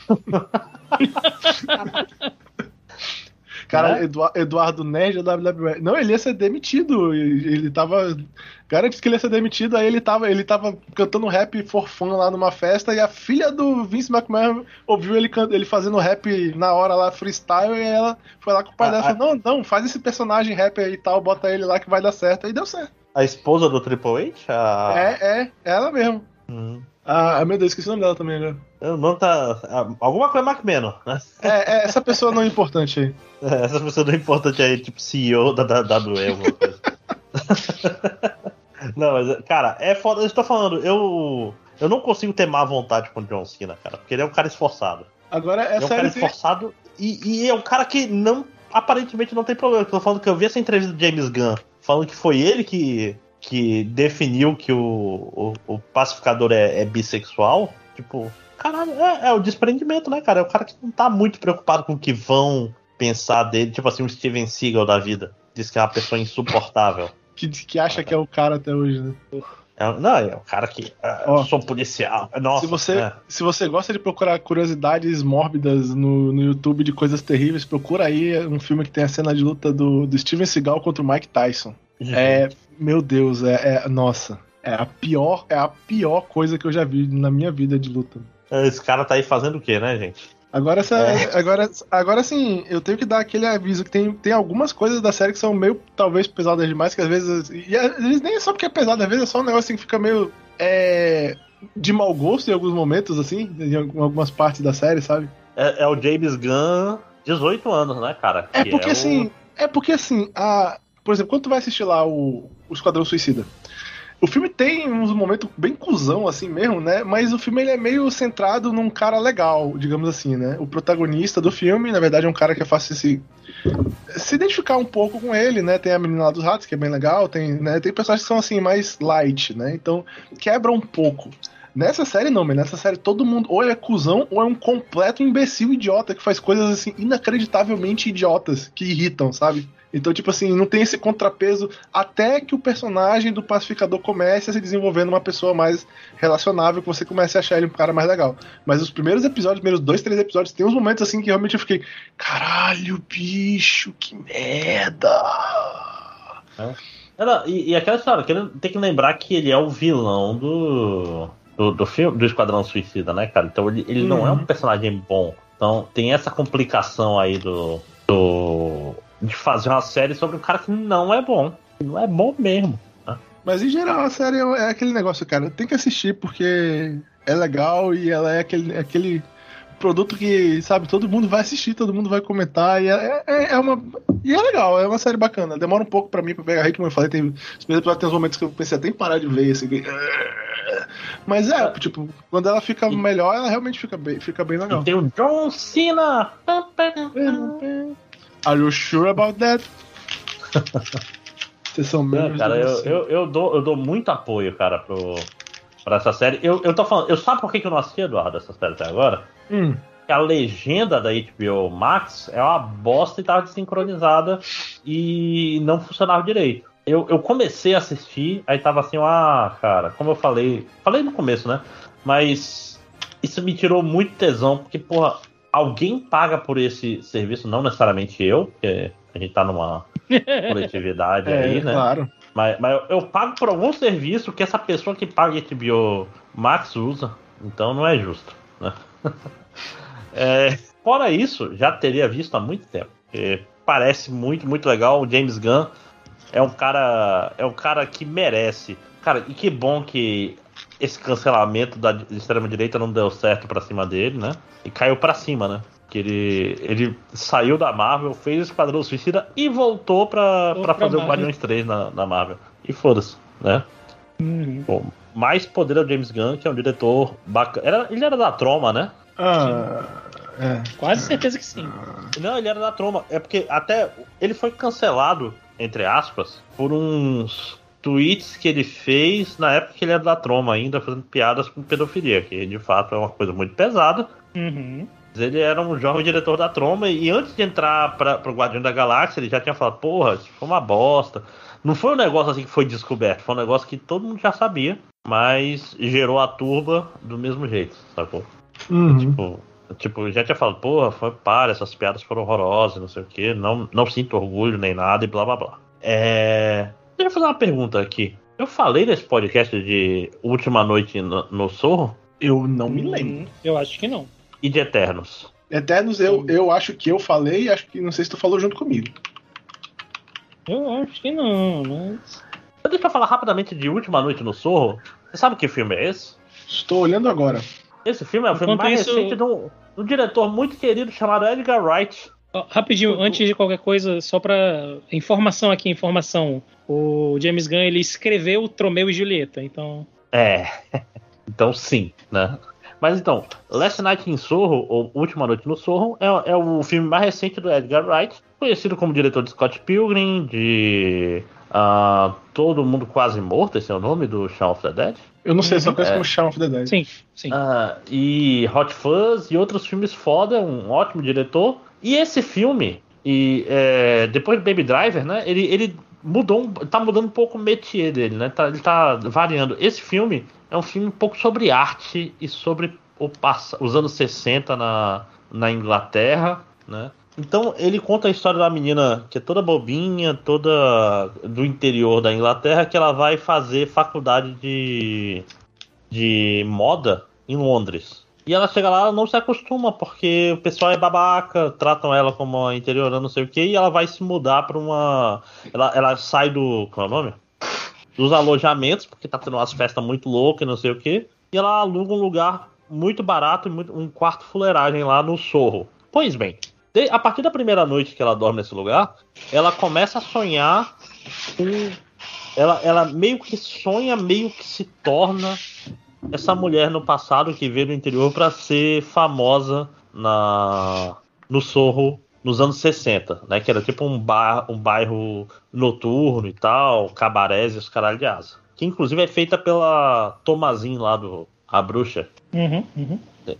Cara, é? Eduardo, Eduardo Nerd da W W E. Não, ele ia ser demitido. Ele tava. Cara disse que ele ia ser demitido, aí ele tava, ele tava cantando rap for fun lá numa festa, e a filha do Vince McMahon ouviu ele, ele fazendo rap na hora lá, freestyle, e ela foi lá com o pai dela e falou: Não, não, faz esse personagem rap aí e tal, bota ele lá que vai dar certo. Aí deu certo. A esposa do Triple H? A... É, é, ela mesmo. Hum. Ah, meu Deus, esqueci o nome dela também agora. O nome tá. Alguma coisa McMahon, né? É, é, essa pessoa não é importante aí. É, essa pessoa não é importante aí, tipo C E O da W W E, alguma coisa. Não, mas, cara, é foda. Eu estou falando, eu. Eu não consigo ter má vontade com o John Cena, cara, porque ele é um cara esforçado. Agora, é um cara esforçado tem... e, e é um cara que não. Aparentemente não tem problema. Eu tô falando que eu vi essa entrevista do James Gunn falando que foi ele que. que definiu que o, o, o pacificador é, é bissexual. Tipo, caralho, é, é o desprendimento, né, cara? É o cara que não tá muito preocupado com o que vão pensar dele. Tipo assim, um Steven Seagal da vida. Diz que é uma pessoa insuportável. Que, que acha que é o cara até hoje, né? É, não, é o cara que. É, oh, sou policial. Nossa, se, você, é. se você gosta de procurar curiosidades mórbidas no, no YouTube de coisas terríveis, procura aí um filme que tem a cena de luta do, do Steven Seagal contra o Mike Tyson. Uhum. É, meu Deus, é, é. Nossa. É a pior, é a pior coisa que eu já vi na minha vida de luta. Esse cara tá aí fazendo o quê, né, gente? Agora, essa, é. agora, agora sim, eu tenho que dar aquele aviso que tem, tem algumas coisas da série que são meio, talvez, pesadas demais, que às vezes. E às vezes nem é só porque é pesado, às vezes é só um negócio assim que fica meio. É, de mau gosto em alguns momentos, assim, em algumas partes da série, sabe? É, é o James Gunn, dezoito anos, né, cara? É porque é assim. O... É porque assim, a, por exemplo, quando tu vai assistir lá o, o Esquadrão Suicida. O filme tem uns momentos bem cuzão, assim mesmo, né? Mas o filme ele é meio centrado num cara legal, digamos assim, né? O protagonista do filme, na verdade, é um cara que é fácil se, se identificar um pouco com ele, né? Tem a menina lá dos ratos, que é bem legal, tem, né? Tem personagens que são, assim, mais light, né? Então, quebra um pouco. Nessa série não, mas nessa série todo mundo ou é cuzão ou é um completo imbecil idiota que faz coisas, assim, inacreditavelmente idiotas, que irritam, sabe? Então, tipo assim, não tem esse contrapeso até que o personagem do pacificador comece a se desenvolver numa pessoa mais relacionável, que você comece a achar ele um cara mais legal. Mas os primeiros episódios, primeiros dois, três episódios, tem uns momentos assim que realmente eu fiquei, caralho, bicho, que merda! É. Ela, e, e aquela história, tem que lembrar que ele é o vilão do, do, do filme, do Esquadrão Suicida, né, cara? Então ele, ele hum. não é um personagem bom. Então tem essa complicação aí do... do de fazer uma série sobre um cara que não é bom. Não é bom mesmo. Né? Mas em geral a série é aquele negócio, cara. Tem que assistir porque é legal e ela é aquele, aquele produto que, sabe, todo mundo vai assistir, todo mundo vai comentar. E é, é, é uma. E é legal, é uma série bacana. Demora um pouco pra mim pra pegar ritmo, como eu falei. Tem, os primeiros episódios tem uns momentos que eu pensei até em parar de ver. Assim, mas é, tipo, quando ela fica e, melhor, ela realmente fica bem, fica bem legal. E tem o John Cena! Are you sure about that? Vocês são membros. Cara, eu, eu, eu, dou, eu dou muito apoio, cara, pro, pra essa série. Eu, eu tô falando, eu sabe por que eu não assisti, Eduardo, essa série até agora? Hum. A legenda da H B O Max é uma bosta e tava desincronizada e não funcionava direito. Eu, eu comecei a assistir, aí tava assim, ah, cara, como eu falei, falei no começo, né? Mas isso me tirou muito tesão, porque, porra, alguém paga por esse serviço, não necessariamente eu, porque a gente tá numa coletividade é, aí, né? Claro. Mas, mas eu, eu pago por algum serviço que essa pessoa que paga H B O Max usa, então não é justo, né? É, fora isso, já teria visto há muito tempo. Parece muito, muito legal. O James Gunn é um cara, é um cara que merece. Cara, e que bom que esse cancelamento da extrema-direita não deu certo pra cima dele, né? E caiu pra cima, né? Que ele, ele saiu da Marvel, fez o Esquadrão Suicida e voltou pra, pra fazer Marvel. O Guardiões três na, na Marvel. E foda-se, né? Uhum. Bom, mais poder ao James Gunn, que é um diretor bacana. Era, ele era da Troma, né? Ah, é. Quase certeza que sim. Não, ele era da Troma. É porque até ele foi cancelado, entre aspas, por uns tweets que ele fez na época que ele era da Troma ainda, fazendo piadas com pedofilia, que de fato é uma coisa muito pesada. Uhum. Ele era um jovem diretor da Troma e antes de entrar para pro Guardião da Galáxia, ele já tinha falado, porra, isso foi uma bosta. Não foi um negócio assim que foi descoberto, foi um negócio que todo mundo já sabia, mas gerou a turba do mesmo jeito, sacou? Uhum. Tipo, tipo, já tinha falado, porra, foi para, essas piadas foram horrorosas, não sei o que, não, não sinto orgulho nem nada e blá blá blá. É... Deixa eu fazer uma pergunta aqui. Eu falei nesse podcast de Última Noite no, no Sorro? Eu não me lembro. Eu acho que não. E de Eternos? Eternos, eu, eu acho que eu falei, acho que não sei se tu falou junto comigo. Eu acho que não, mas... Deixa eu falar rapidamente de Última Noite no Sorro. Você sabe que filme é esse? Estou olhando agora. Esse filme é o filme Enquanto mais isso- recente de um, de um diretor muito querido chamado Edgar Wright. Ó, rapidinho, antes de qualquer coisa, só pra informação aqui, informação. O James Gunn, ele escreveu Tromeu e Julieta, então... É, então sim, né? Mas então, Last Night in Soho, ou Última Noite no Soho, é, é o filme mais recente do Edgar Wright, conhecido como diretor de Scott Pilgrim, de uh, Todo Mundo Quase Morto, esse é o nome do Shaun of the Dead. Eu não sei, só conheço É. como Shaun of the Dead. Sim, sim. Uh, e Hot Fuzz e outros filmes foda, um ótimo diretor. E esse filme, e, é, depois do Baby Driver, né, ele, ele mudou, um- tá mudando um pouco o métier dele, né? Tá, ele tá variando. Esse filme é um filme um pouco sobre arte e sobre o pass- os anos sessenta na, na Inglaterra, né? Então ele conta a história da menina que é toda bobinha, toda do interior da Inglaterra, que ela vai fazer faculdade de, de moda em Londres. E ela chega lá, ela não se acostuma, porque o pessoal é babaca, tratam ela como uma interiorana, não sei o que, e ela vai se mudar pra uma... Ela, ela sai do... Qual é o nome? Dos alojamentos, porque tá tendo umas festas muito loucas, não sei o que, e ela aluga um lugar muito barato, e muito- um quarto fuleiragem lá no Sorro. Pois bem, de- a partir da primeira noite que ela dorme nesse lugar, ela começa a sonhar com... Ela, ela meio que sonha, meio que se torna essa mulher no passado que veio do interior para ser famosa na no Sorro nos anos sessenta, né? Que era tipo um, bar, um bairro noturno e tal, cabarés e os caralho de asa. Que inclusive é feita pela Tomazin lá do A Bruxa. Uhum, uhum.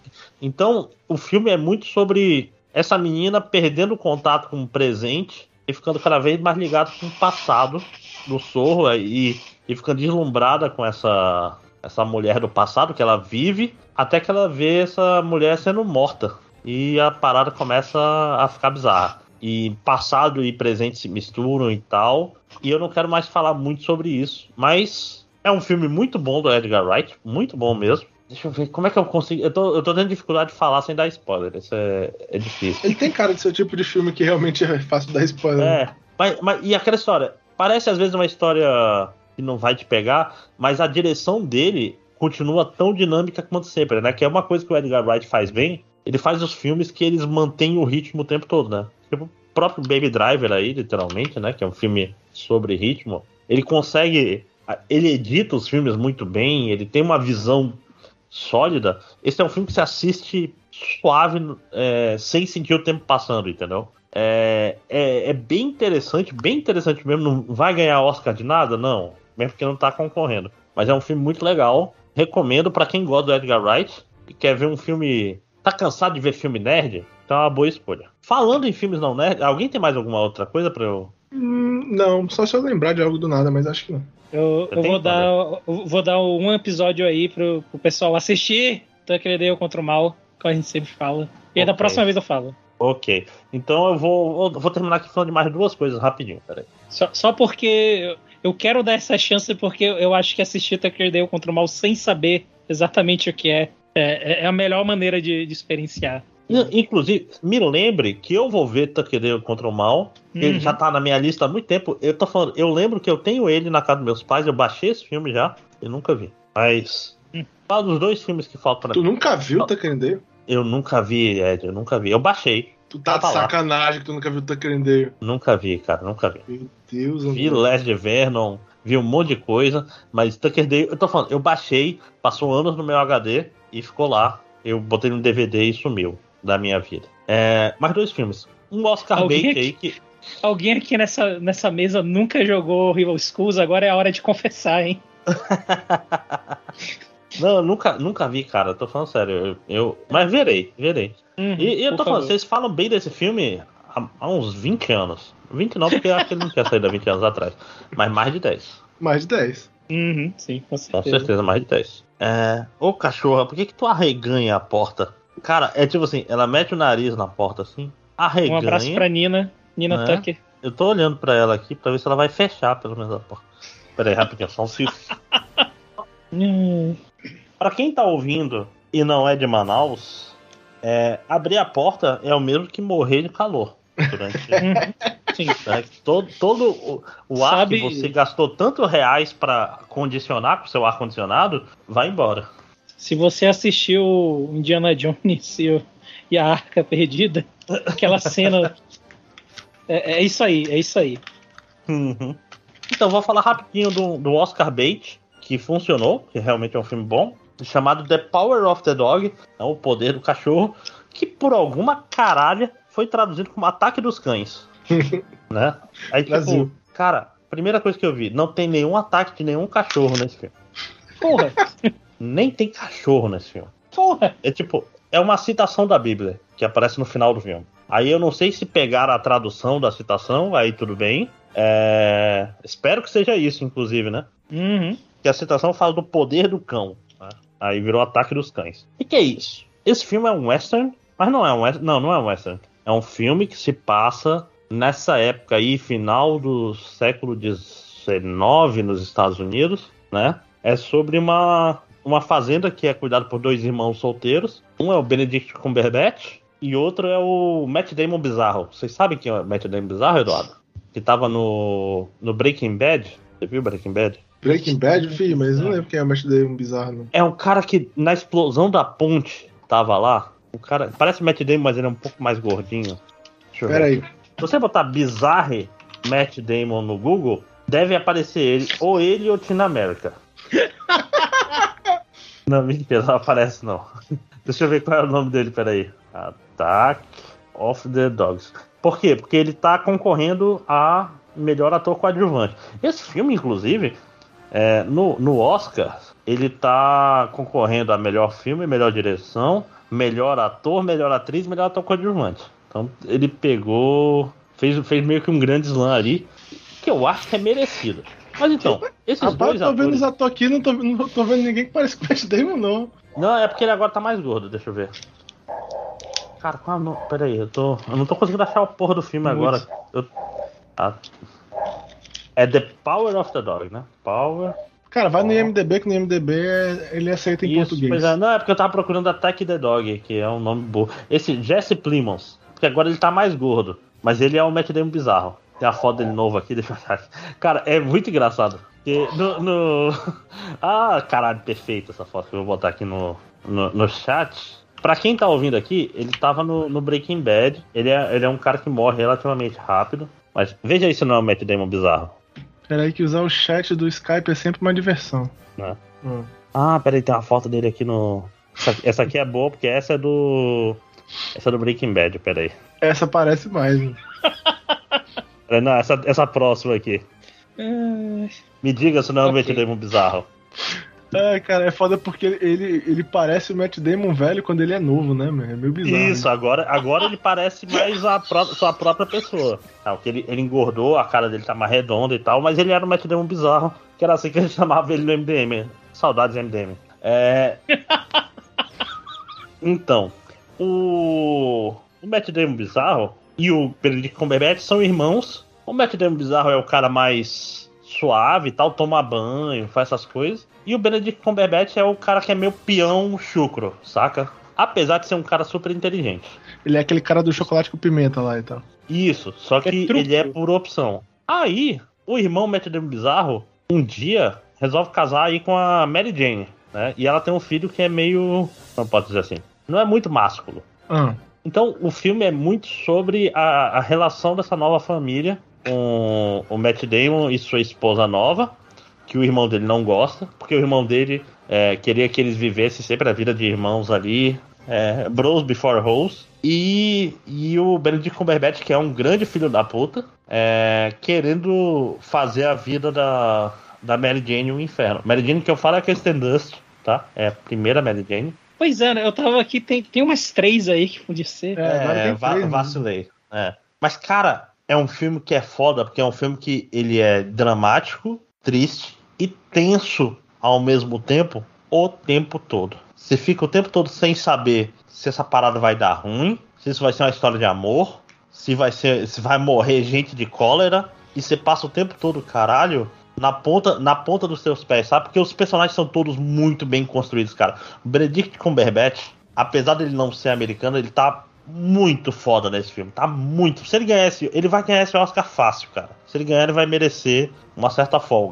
Então, o filme é muito sobre essa menina perdendo o contato com o presente e ficando cada vez mais ligada com o passado do Sorro e, e ficando deslumbrada com essa, essa mulher do passado que ela vive, até que ela vê essa mulher sendo morta. E a parada começa a ficar bizarra. E passado e presente se misturam e tal. E eu não quero mais falar muito sobre isso. Mas é um filme muito bom do Edgar Wright. Muito bom mesmo. Deixa eu ver, como é que eu consigo... Eu tô, eu tô tendo dificuldade de falar sem dar spoiler. Isso é, é difícil. Ele tem cara de ser o tipo de filme que realmente é fácil dar spoiler. É, mas, mas e aquela história? Parece às vezes uma história que não vai te pegar, mas a direção dele continua tão dinâmica quanto sempre, né? Que é uma coisa que o Edgar Wright faz bem. Ele faz os filmes que eles mantêm o ritmo o tempo todo, né? Tipo o próprio Baby Driver aí, literalmente, né? Que é um filme sobre ritmo. Ele consegue... Ele edita os filmes muito bem, ele tem uma visão sólida. Esse é um filme que se assiste suave, é, sem sentir o tempo passando, entendeu? É, é, é bem interessante, bem interessante mesmo. Não vai ganhar Oscar de nada? Não, mesmo porque não tá concorrendo. Mas é um filme muito legal. Recomendo pra quem gosta do Edgar Wright e quer ver um filme... Tá cansado de ver filme nerd? Então é uma boa escolha. Falando em filmes não nerd, alguém tem mais alguma outra coisa pra eu... Hum, não, só se eu lembrar de algo do nada, mas acho que não. Eu, eu vou, dar, eu vou dar um episódio aí pro, pro pessoal assistir Tucker and Dale contra o Mal, como a gente sempre fala. E aí da Ok. próxima vez eu falo. Ok, então eu vou, eu vou terminar aqui falando de mais duas coisas rapidinho, peraí. Só, só porque eu quero dar essa chance, porque eu acho que assistir Tucker and Dale contra o Mal sem saber exatamente o que é, é, é a melhor maneira de, de experienciar. Inclusive, me lembre que eu vou ver Tucker and Dale contra o Mal. Ele Uhum. já tá na minha lista há muito tempo. Eu tô falando, eu lembro que eu tenho ele na casa dos meus pais, eu baixei esse filme já, eu nunca vi. Mas Hum. fala dos dois filmes que faltam pra Tu mim. nunca viu Tucker and Dale? Eu nunca vi, Ed, eu nunca vi. Eu baixei. Tu tá de Tava lá. sacanagem que tu nunca viu Tucker and Dale. Nunca vi, cara, nunca vi. Meu Deus, Vi André. Last de Vernon, vi um monte de coisa, mas Tucker and Dale, eu tô falando, eu baixei, passou anos no meu H D e ficou lá. Eu botei no D V D e sumiu da minha vida. É, mais dois filmes. Um Oscar Alguém bait aqui- aí que... Alguém aqui nessa, nessa mesa nunca jogou Rival Schools, agora é a hora de confessar, hein? Não, eu nunca, nunca vi, cara. Eu tô falando sério. Eu, eu- mas verei, verei. Uhum, E, e eu por tô falando, favor. vocês falam bem desse filme há, há uns vinte anos. vinte não, porque eu acho que ele não tinha saído há vinte anos atrás. Mas mais de dez. Mais de dez. Uhum, sim, com Com certeza. certeza, mais de dez. É... Ô, cachorra, por que que tu arreganha a porta? Cara, é tipo assim, ela mete o nariz na porta assim, arreganha. Um abraço pra Nina, Nina Né? Tucker. Eu tô olhando pra ela aqui pra ver se ela vai fechar pelo menos a porta. Pera aí, rapidinho, só um segundo. Hum, Pra quem tá ouvindo e não é de Manaus, é, abrir a porta é o mesmo que morrer de calor. Durante, uhum, sim. né? Todo, todo o, o ar Sabe- que você gastou tanto reais pra condicionar com o seu ar-condicionado vai embora. Se você assistiu Indiana Jones e, o, e a Arca Perdida, aquela cena... É, é isso aí, é isso aí. Uhum. Então, vou falar rapidinho do, do Oscar Bait, que funcionou, que realmente é um filme bom, chamado The Power of the Dog, é o poder do cachorro, que por alguma caralha foi traduzido como Ataque dos Cães. Né? Aí, tipo, cara, primeira coisa que eu vi, não tem nenhum ataque de nenhum cachorro nesse filme. Porra! Nem tem cachorro nesse filme. Porra! É tipo, é uma citação da Bíblia, que aparece no final do filme. Aí eu não sei se pegaram a tradução da citação, aí tudo bem. É... Espero que seja isso, inclusive, né? Uhum. Que a citação fala do poder do cão. Né? Aí virou Ataque dos Cães. O que é isso? Esse filme é um western, mas não é um western. Não, não é um western. É um filme que se passa nessa época aí, final do século dezenove, nos Estados Unidos, né? É sobre uma, uma fazenda que é cuidada por dois irmãos solteiros. Um é o Benedict Cumberbatch e outro é o Matt Damon bizarro. Vocês sabem quem é o Matt Damon bizarro, Eduardo? Que tava no, no Breaking Bad. Você viu Breaking Bad? Breaking Bad, filho, mas não lembro quem é o Matt Damon bizarro, não. É um cara que na explosão da ponte tava lá. O cara parece o Matt Damon, mas ele é um pouco mais gordinho. Deixa eu ver. Pera aí. Se você botar Bizarre Matt Damon no Google, deve aparecer ele, ou ele ou Tina América. Não, mentira, não aparece não. Deixa eu ver qual é o nome dele, peraí. Attack of the Dogs. Por quê? Porque ele tá concorrendo a melhor ator coadjuvante. Esse filme, inclusive, é, no, no Oscar, ele tá concorrendo a melhor filme, melhor direção, melhor ator, melhor atriz, melhor ator coadjuvante. Então ele pegou, fez, fez meio que um grande slam ali, que eu acho que é merecido. Mas então, esses Rapaz, dois tô atores... vendo os atores aqui, não tô, não tô vendo ninguém que parece com o Matt Damon, não. Não, é porque ele agora tá mais gordo, deixa eu ver. Cara, qual é o nome? Pera aí, eu, tô... eu não tô conseguindo achar a porra do filme agora. Eu... Ah. É The Power of the Dog, né? Power... Cara, vai no I M D B, que no I M D B ele aceita em Isso, português. Pois é, não, é porque eu tava procurando Attack the Dog, que é um nome bom. Esse Jesse Plemons, porque agora ele tá mais gordo, mas ele é um Matt Damon bizarro. Tem a foto dele novo aqui, deixa eu achar aqui. Cara, é muito engraçado. Porque no, no... Ah, caralho, perfeito essa foto que eu vou botar aqui no, no, no chat. Pra quem tá ouvindo aqui, ele tava no, no Breaking Bad. Ele é, ele é um cara que morre relativamente rápido. Mas veja aí se não é o Matt Damon bizarro. Peraí que usar o chat do Skype é sempre uma diversão. Né? Hum. Ah, peraí, tem uma foto dele aqui no... Essa, essa aqui é boa, porque essa é do... Essa é do Breaking Bad, peraí. Essa parece mais. Né? Não, essa, essa próxima aqui. É... Me diga se não é o Ok. Matt Damon bizarro. É, cara, é foda porque ele, ele parece o Matt Damon velho quando ele é novo, né, mano? É meio bizarro. Isso, agora, agora ele parece mais a pró- sua própria pessoa. Ah, porque ele, ele engordou, a cara dele tá mais redonda e tal, mas ele era o Matt Damon bizarro, que era assim que a gente chamava ele no M D M. Saudades do M D M. É... Então, o... o Matt Damon bizarro e o Benedict Cumberbatch são irmãos. O Matt Damon bizarro é o cara mais suave e tal, toma banho, faz essas coisas. E o Benedict Cumberbatch é o cara que é meio peão chucro, saca? Apesar de ser um cara super inteligente. Ele é aquele cara do chocolate com pimenta lá e tal. Isso, só que É truque. ele é por opção. Aí, o irmão Matt Damon bizarro, um dia, resolve casar aí com a Mary Jane, né? E ela tem um filho que é meio... Não posso dizer assim. Não é muito másculo. Ah, Então, o filme é muito sobre a, a relação dessa nova família com o Matt Damon e sua esposa nova, que o irmão dele não gosta, porque o irmão dele é, queria que eles vivessem sempre a vida de irmãos ali, é, bros before hoes, e, e o Benedict Cumberbatch, que é um grande filho da puta, é, querendo fazer a vida da, da Mary Jane um inferno. Mary Jane que eu falo é a Kirsten Dunst, tá? É a primeira Mary Jane. Pois é, né? Eu tava aqui, tem, tem umas três aí que podia ser. É, agora É, tem va- três, né? vacilei. É. Mas, cara, é um filme que é foda, porque é um filme que ele é dramático, triste e tenso ao mesmo tempo, o tempo todo. Você fica o tempo todo sem saber se essa parada vai dar ruim, se isso vai ser uma história de amor, se vai ser, se vai morrer gente de cólera, e você passa o tempo todo, caralho, na ponta, na ponta dos seus pés, sabe? Porque os personagens são todos muito bem construídos, cara. O Benedict Cumberbatch, apesar dele não ser americano, ele tá muito foda nesse filme. Tá muito. Se ele ganhar esse, ele vai ganhar esse Oscar fácil, cara. Se ele ganhar, ele vai merecer uma certa folga.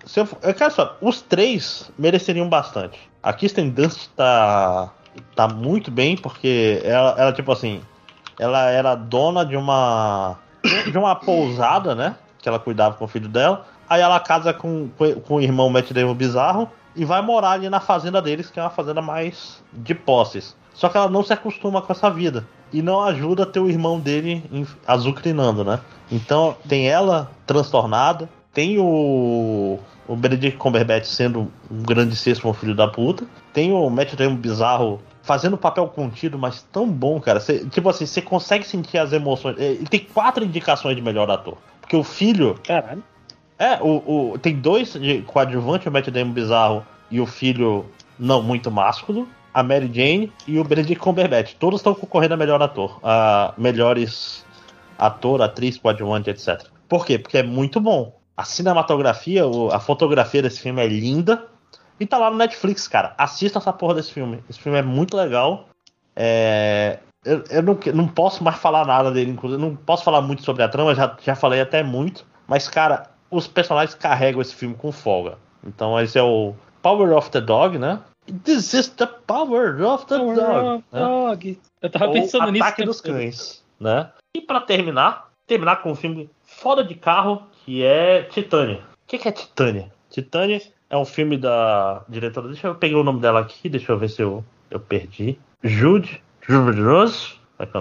se eu, eu quero só, os três mereceriam bastante. A Kirsten Dunst tá, tá muito bem, porque ela, ela, tipo assim, ela era dona de uma de uma pousada, né? Que ela cuidava com o filho dela. Aí ela casa com, com, com o irmão Matt Damon bizarro e vai morar ali na fazenda deles, que é uma fazenda mais de posses. Só que ela não se acostuma com essa vida. E não ajuda a ter o irmão dele azucrinando, né? Então tem ela transtornada, tem o, o Benedict Cumberbatch sendo um grandíssimo filho da puta, tem o Matt Damon bizarro fazendo papel contido, mas tão bom, cara. Cê, tipo assim, você consegue sentir as emoções. Ele tem quatro indicações de melhor ator. Porque o filho... Caralho. É, o, o, tem dois de coadjuvante, o Matt Damon bizarro e o filho não muito másculo, a Mary Jane e o Benedict Cumberbatch. Todos estão concorrendo a melhor ator, a melhores ator, atriz, coadjuvante, etcétera. Por quê? Porque é muito bom. A cinematografia, a fotografia desse filme é linda e tá lá no Netflix, cara. Assista essa porra desse filme. Esse filme é muito legal. É... Eu, eu não, não posso mais falar nada dele, inclusive. Não posso falar muito sobre a trama, já, já falei até muito. Mas, cara, os personagens carregam esse filme com folga. Então esse é o Power of the Dog, né? This is the power of the Power dog. of Né? dog. Eu tava Ou pensando nisso. Ataque dos Cães, né? E pra terminar, terminar com um filme foda de carro, que é Titânia. O que, que é Titânia? Titânia é um filme da diretora... Deixa eu pegar o nome dela aqui, deixa eu ver se eu, eu perdi. Jude Rose.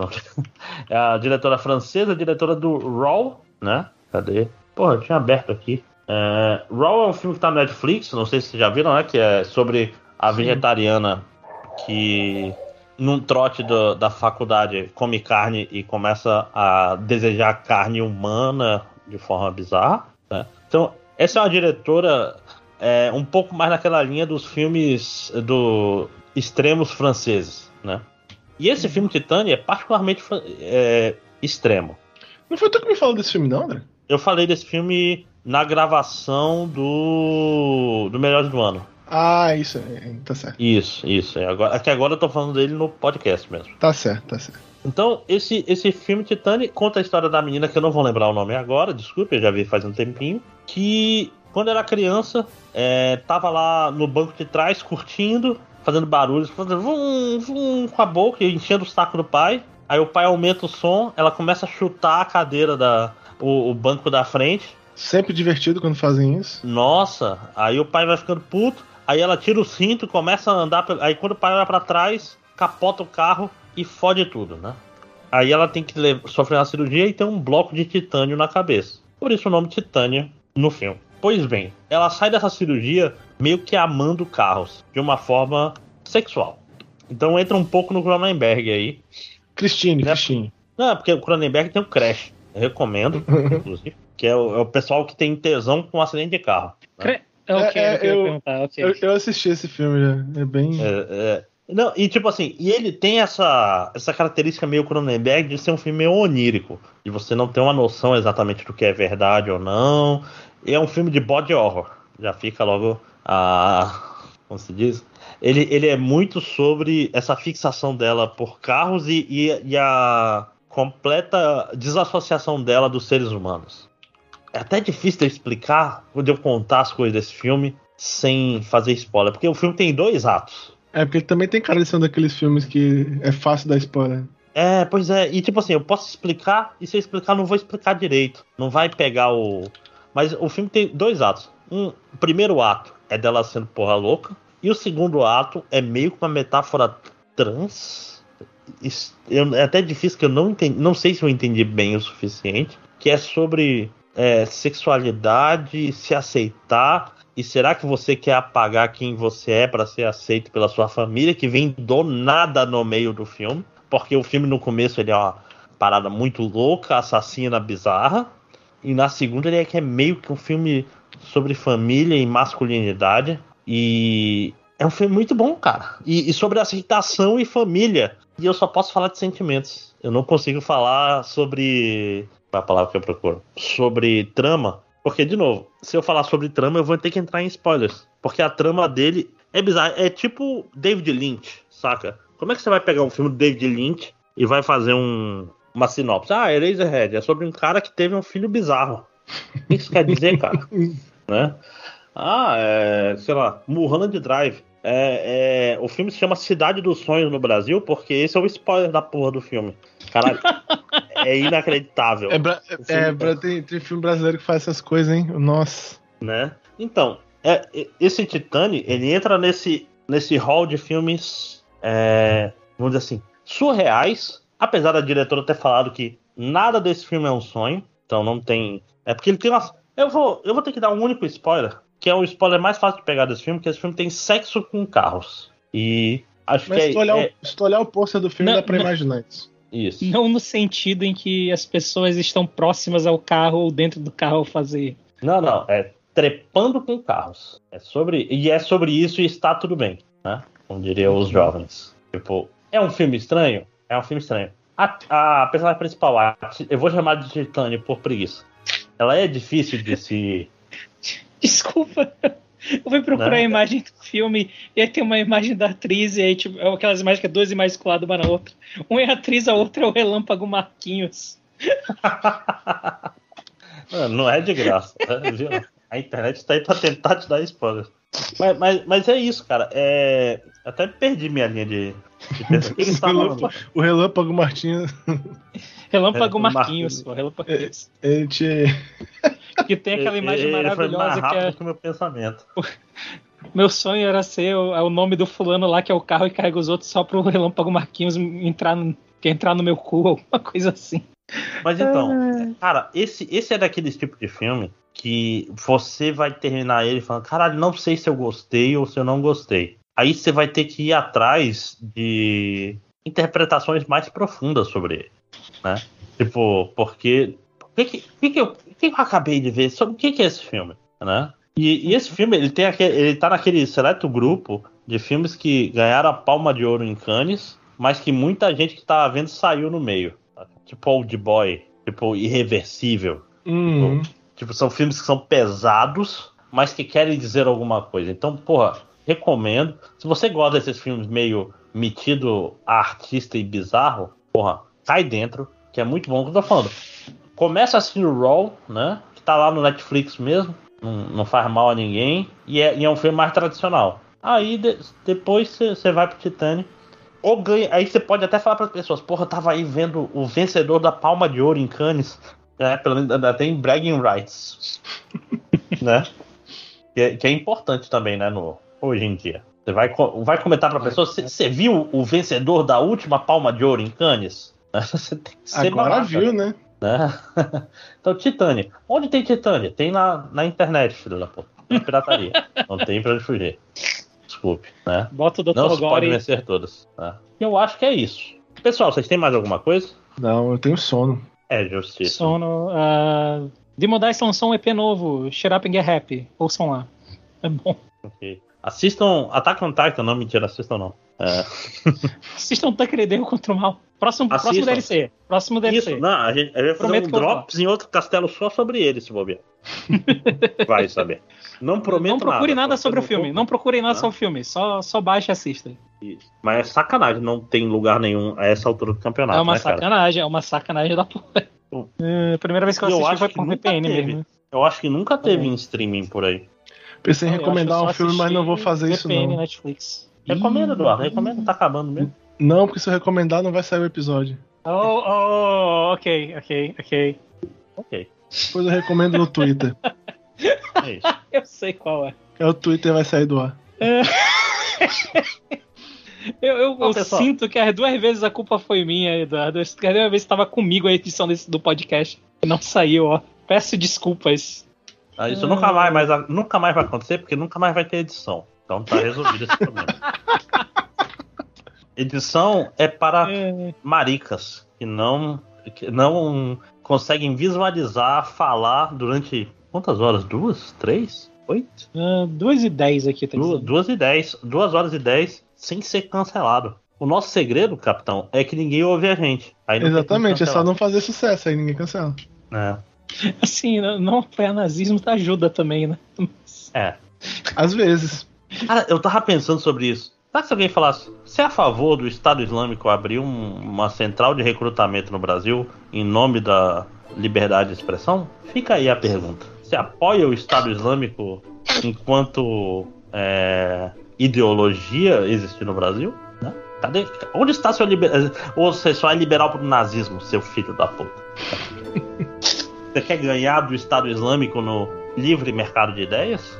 É a diretora francesa, a diretora do Raw, né? Cadê? Porra, eu tinha aberto aqui. É, Raw é um filme que tá no Netflix, não sei se vocês já viram, né? Que é sobre a vegetariana que, num trote do, da faculdade, come carne e começa a desejar carne humana de forma bizarra, né? Então, essa é uma diretora é, um pouco mais naquela linha dos filmes do extremos franceses, né? E esse filme Titânia é particularmente é, extremo. Não foi tu que me falou desse filme, não, André? Eu falei desse filme na gravação do, do Melhores do Ano. Ah, isso, é, tá certo. Isso, isso. É agora, aqui agora eu tô falando dele no podcast mesmo. Tá certo, tá certo. Então, esse, esse filme Titânia conta a história da menina, que eu não vou lembrar o nome agora, desculpe, eu já vi faz um tempinho, que quando era criança, é, tava lá no banco de trás, curtindo, fazendo barulhos, fazendo vum, vum, com a boca, enchendo o saco do pai. Aí o pai aumenta o som, ela começa a chutar a cadeira, da, o, o banco da frente. Sempre divertido quando fazem isso. Nossa, aí o pai vai ficando puto, aí ela tira o cinto, começa a andar, aí quando o pai olha pra trás, capota o carro e fode tudo, né? Aí ela tem que sofrer uma cirurgia e tem um bloco de titânio na cabeça. Por isso o nome Titânia no filme. Pois bem, ela sai dessa cirurgia meio que amando carros, de uma forma sexual. Então entra um pouco no Cronenberg aí. Christine, né? Christine. Não, porque o Cronenberg tem um Crash. Eu recomendo, inclusive. Que é o, é o pessoal que tem tesão com um acidente de carro. Né? É o que É, é, eu, eu- perguntar, ok. Eu, eu assisti esse filme já. É bem. É, é, não, e tipo assim, e ele tem essa, essa característica meio Cronenberg de ser um filme meio onírico. De você não ter uma noção exatamente do que é verdade ou não. E é um filme de body horror. Já fica logo a... Como se diz? Ele, ele é muito sobre essa fixação dela por carros e, e, e a completa desassociação dela dos seres humanos. É até difícil de explicar, de eu contar as coisas desse filme sem fazer spoiler. Porque o filme tem dois atos. É, porque ele também tem cara de ser um daqueles filmes que é fácil dar spoiler. É, pois é. E tipo assim, eu posso explicar, e se eu explicar, não vou explicar direito. Não vai pegar o... Mas o filme tem dois atos. Um, o primeiro ato é dela sendo porra louca. E o segundo ato é meio que uma metáfora trans. Isso- eu- é até difícil que eu não entendi. Não sei se eu entendi bem o suficiente. Que é sobre é, sexualidade, se aceitar. E será que você quer apagar quem você é para ser aceito pela sua família? Que vem do nada no meio do filme. Porque o filme no começo ele é uma parada muito louca, assassina, bizarra. E na segunda ele é que é meio que um filme sobre família e masculinidade. E é um filme muito bom, cara. E, e sobre aceitação e família. E eu só posso falar de sentimentos. Eu não consigo falar sobre... Qual é a palavra que eu procuro? Sobre trama. Porque, de novo, se eu falar sobre trama, eu vou ter que entrar em spoilers. Porque a trama dele é bizarra. É tipo David Lynch, saca? Como é que você vai pegar um filme do David Lynch e vai fazer um, uma sinopse? Ah, Eraserhead é sobre um cara que teve um filho bizarro. O que isso quer dizer, cara? Né? Ah, é, sei lá, Mulholland Drive. É, é, o filme se chama Cidade dos Sonhos no Brasil, porque esse é o spoiler da porra do filme. Caralho, é inacreditável. É, bra- é, bra- tem, tem filme brasileiro que faz essas coisas, hein? Nossa. Né? Então, é, esse Titane, ele entra nesse, nesse hall de filmes, é, vamos dizer assim, surreais, apesar da diretora ter falado que nada desse filme é um sonho, então não tem... É porque ele tem umas... Eu vou, eu vou ter que dar um único spoiler, que é o spoiler mais fácil de pegar desse filme, que esse filme tem sexo com carros. E acho Mas que se tu é, olhar, é... o, se tu olhar o pôster do filme, Não, dá pra não. imaginar isso. Isso. Não no sentido em que as pessoas estão próximas ao carro ou dentro do carro ao fazer. Não, não, é trepando com carros. É sobre, e é sobre isso e está tudo bem, né? Como diriam os jovens. Tipo, é um filme estranho? É um filme estranho. A, a personagem principal, a, eu vou chamar de Titane por preguiça. Ela é difícil de se... Desculpa. Eu fui procurar Não. a imagem do filme e aí tem uma imagem da atriz e aí tipo, é aquelas imagens que é duas imagens coladas uma na outra. Uma é a atriz, a outra é o Relâmpago Marquinhos. Não, não é de graça, né? Viu? A internet está aí pra tentar te dar spoiler. Mas, mas, mas é isso, cara. É... Até perdi minha linha de, de pensamento. O que que você tá falando? O Relâmpago Martins, Relâmpago É, o Marquinhos, Marquinhos. pô, Relâmpago Marquinhos. ele te... Que tem aquela imagem Ele foi mais maravilhosa que rápido é... que o meu pensamento. Meu sonho era ser o, é o nome do fulano lá, que é o carro, e carrega os outros só pro Relâmpago Marquinhos entrar no, entrar no meu cu, alguma coisa assim. Mas então, cara, esse, esse é daqueles tipos de filme que você vai terminar ele falando, caralho, não sei se eu gostei ou se eu não gostei. Aí você vai ter que ir atrás de interpretações mais profundas sobre ele, né? Tipo, porque... O que, que, que, que, eu, que, que eu acabei de ver? Sobre o que, que é esse filme, né? E, e esse filme, ele, tem aquele, ele tá naquele seleto grupo de filmes que ganharam a Palma de Ouro em Cannes, mas que muita gente que tava vendo saiu no meio. Tipo Old Boy, tipo Irreversível. Uhum. Tipo, tipo, são filmes que são pesados, mas que querem dizer alguma coisa. Então, porra, recomendo. Se você gosta desses filmes meio metido a artista e bizarro, porra, cai dentro, que é muito bom. O que eu tô falando? Começa a assistir o Raw, né? Que tá lá no Netflix mesmo. Não, não faz mal a ninguém. E é, e é um filme mais tradicional. Aí de, depois você vai pro Titane. Ou ganha. Aí você pode até falar para as pessoas: porra, eu tava aí vendo o vencedor da Palma de Ouro em Cannes. É, pelo menos ainda tem bragging rights. Né? Que é, que é importante também, né? No, hoje em dia. Você vai, vai comentar pra pessoa: você viu o vencedor da última Palma de Ouro em Cannes? Você tem que ser Agora babaca. viu, né? Né? Então, Titane. Onde tem Titane? Tem na, na internet, filho da puta. Na pirataria. Não tem pra onde fugir. Desculpe, né? Bota o doutor Não se pode Gore. vencer todas. Né? Eu acho que é isso. Pessoal, vocês têm mais alguma coisa? Não, eu tenho sono. É justiça. Sono. Uh, Demon Dice lançou um E P novo, Shut Up and Get Happy. Ouçam lá. É bom. Okay. Assistam Attack on Titan. Não, mentira, assistam não. É. Assistam Tucker e Dale contra o mal. Próximo, próximo D L C. Próximo D L C. Isso, não, a gente, a gente vai fazer Prometo um que eu drops em outro castelo só sobre ele, se bobear. Vai saber. Não prometo Não procure nada, nada sobre o filme. pouco. Não procurem nada Tá. sobre o filme. Só, só baixe e assista. Isso. Mas é sacanagem, não tem lugar nenhum a essa altura do campeonato. É uma né, cara? sacanagem, é uma sacanagem da porra. Hum. É, a primeira vez que eu E eu assisti acho foi que por nunca V P N teve. mesmo. Eu acho que nunca teve É. em streaming por aí. Pensei em Eu recomendar acho um que eu só filme, mas não vou assisti fazer isso V P N não. Netflix. Recomendo, Eduardo. Recomendo, tá acabando mesmo. Não, porque se eu recomendar não vai sair o episódio. Oh, oh, ok, ok, ok. Ok. Depois eu recomendo no Twitter. É isso. Eu sei qual é. É o Twitter vai sair do ar. Eu, eu, Ó, eu pessoal. sinto que as duas vezes a culpa foi minha, Eduardo. As duas vezes estava comigo a edição desse, do podcast. E não saiu, ó. Peço desculpas. Ah, Isso nunca mais, mas nunca mais vai acontecer, porque nunca mais vai ter edição. Então tá resolvido esse problema. Edição é para É, maricas que não, que não conseguem visualizar, falar durante quantas horas? Duas? Três? Oito? ah, duas e dez aqui, tá Du- dizendo. Duas e dez. Duas horas e dez sem ser cancelado. O nosso segredo, capitão, é que ninguém ouve a gente. Aí não tem como Exatamente, é só cancelar. não fazer sucesso, aí ninguém cancela. É. Assim, não- não apoiar nazismo tá ajuda também, né? É. Às vezes. Cara, eu tava pensando sobre isso. Será que se alguém falasse, você é a favor do Estado Islâmico abrir um- uma central de recrutamento no Brasil em nome da liberdade de expressão? Fica aí a pergunta. Você apoia o Estado Islâmico enquanto é, ideologia existir no Brasil, né? Cadê? Onde está seu liberal? Ou você só é liberal pro nazismo, seu filho da puta? Você quer ganhar do Estado Islâmico no livre mercado de ideias?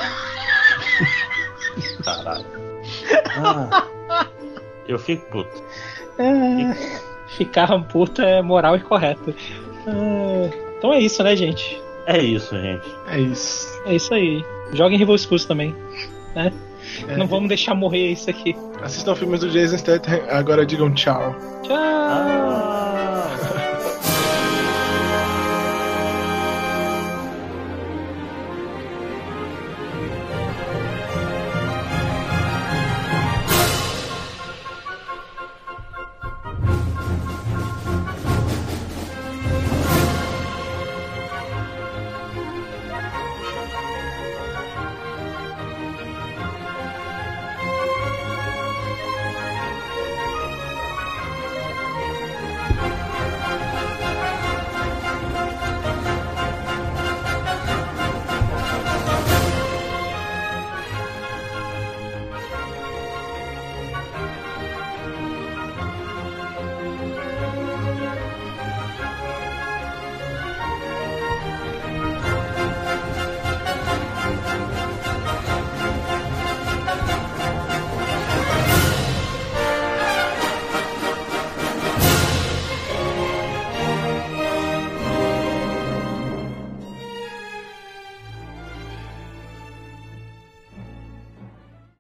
Caralho. Ah, eu fico puto. É, ficar puto é moral e correto. É, então é isso, né, gente? É isso, gente. É isso. É isso aí. Joguem Rival Schools também, né? É, Não vamos deixar morrer isso aqui. Assistam filmes do Jason Statham, agora digam tchau. Tchau! Ah.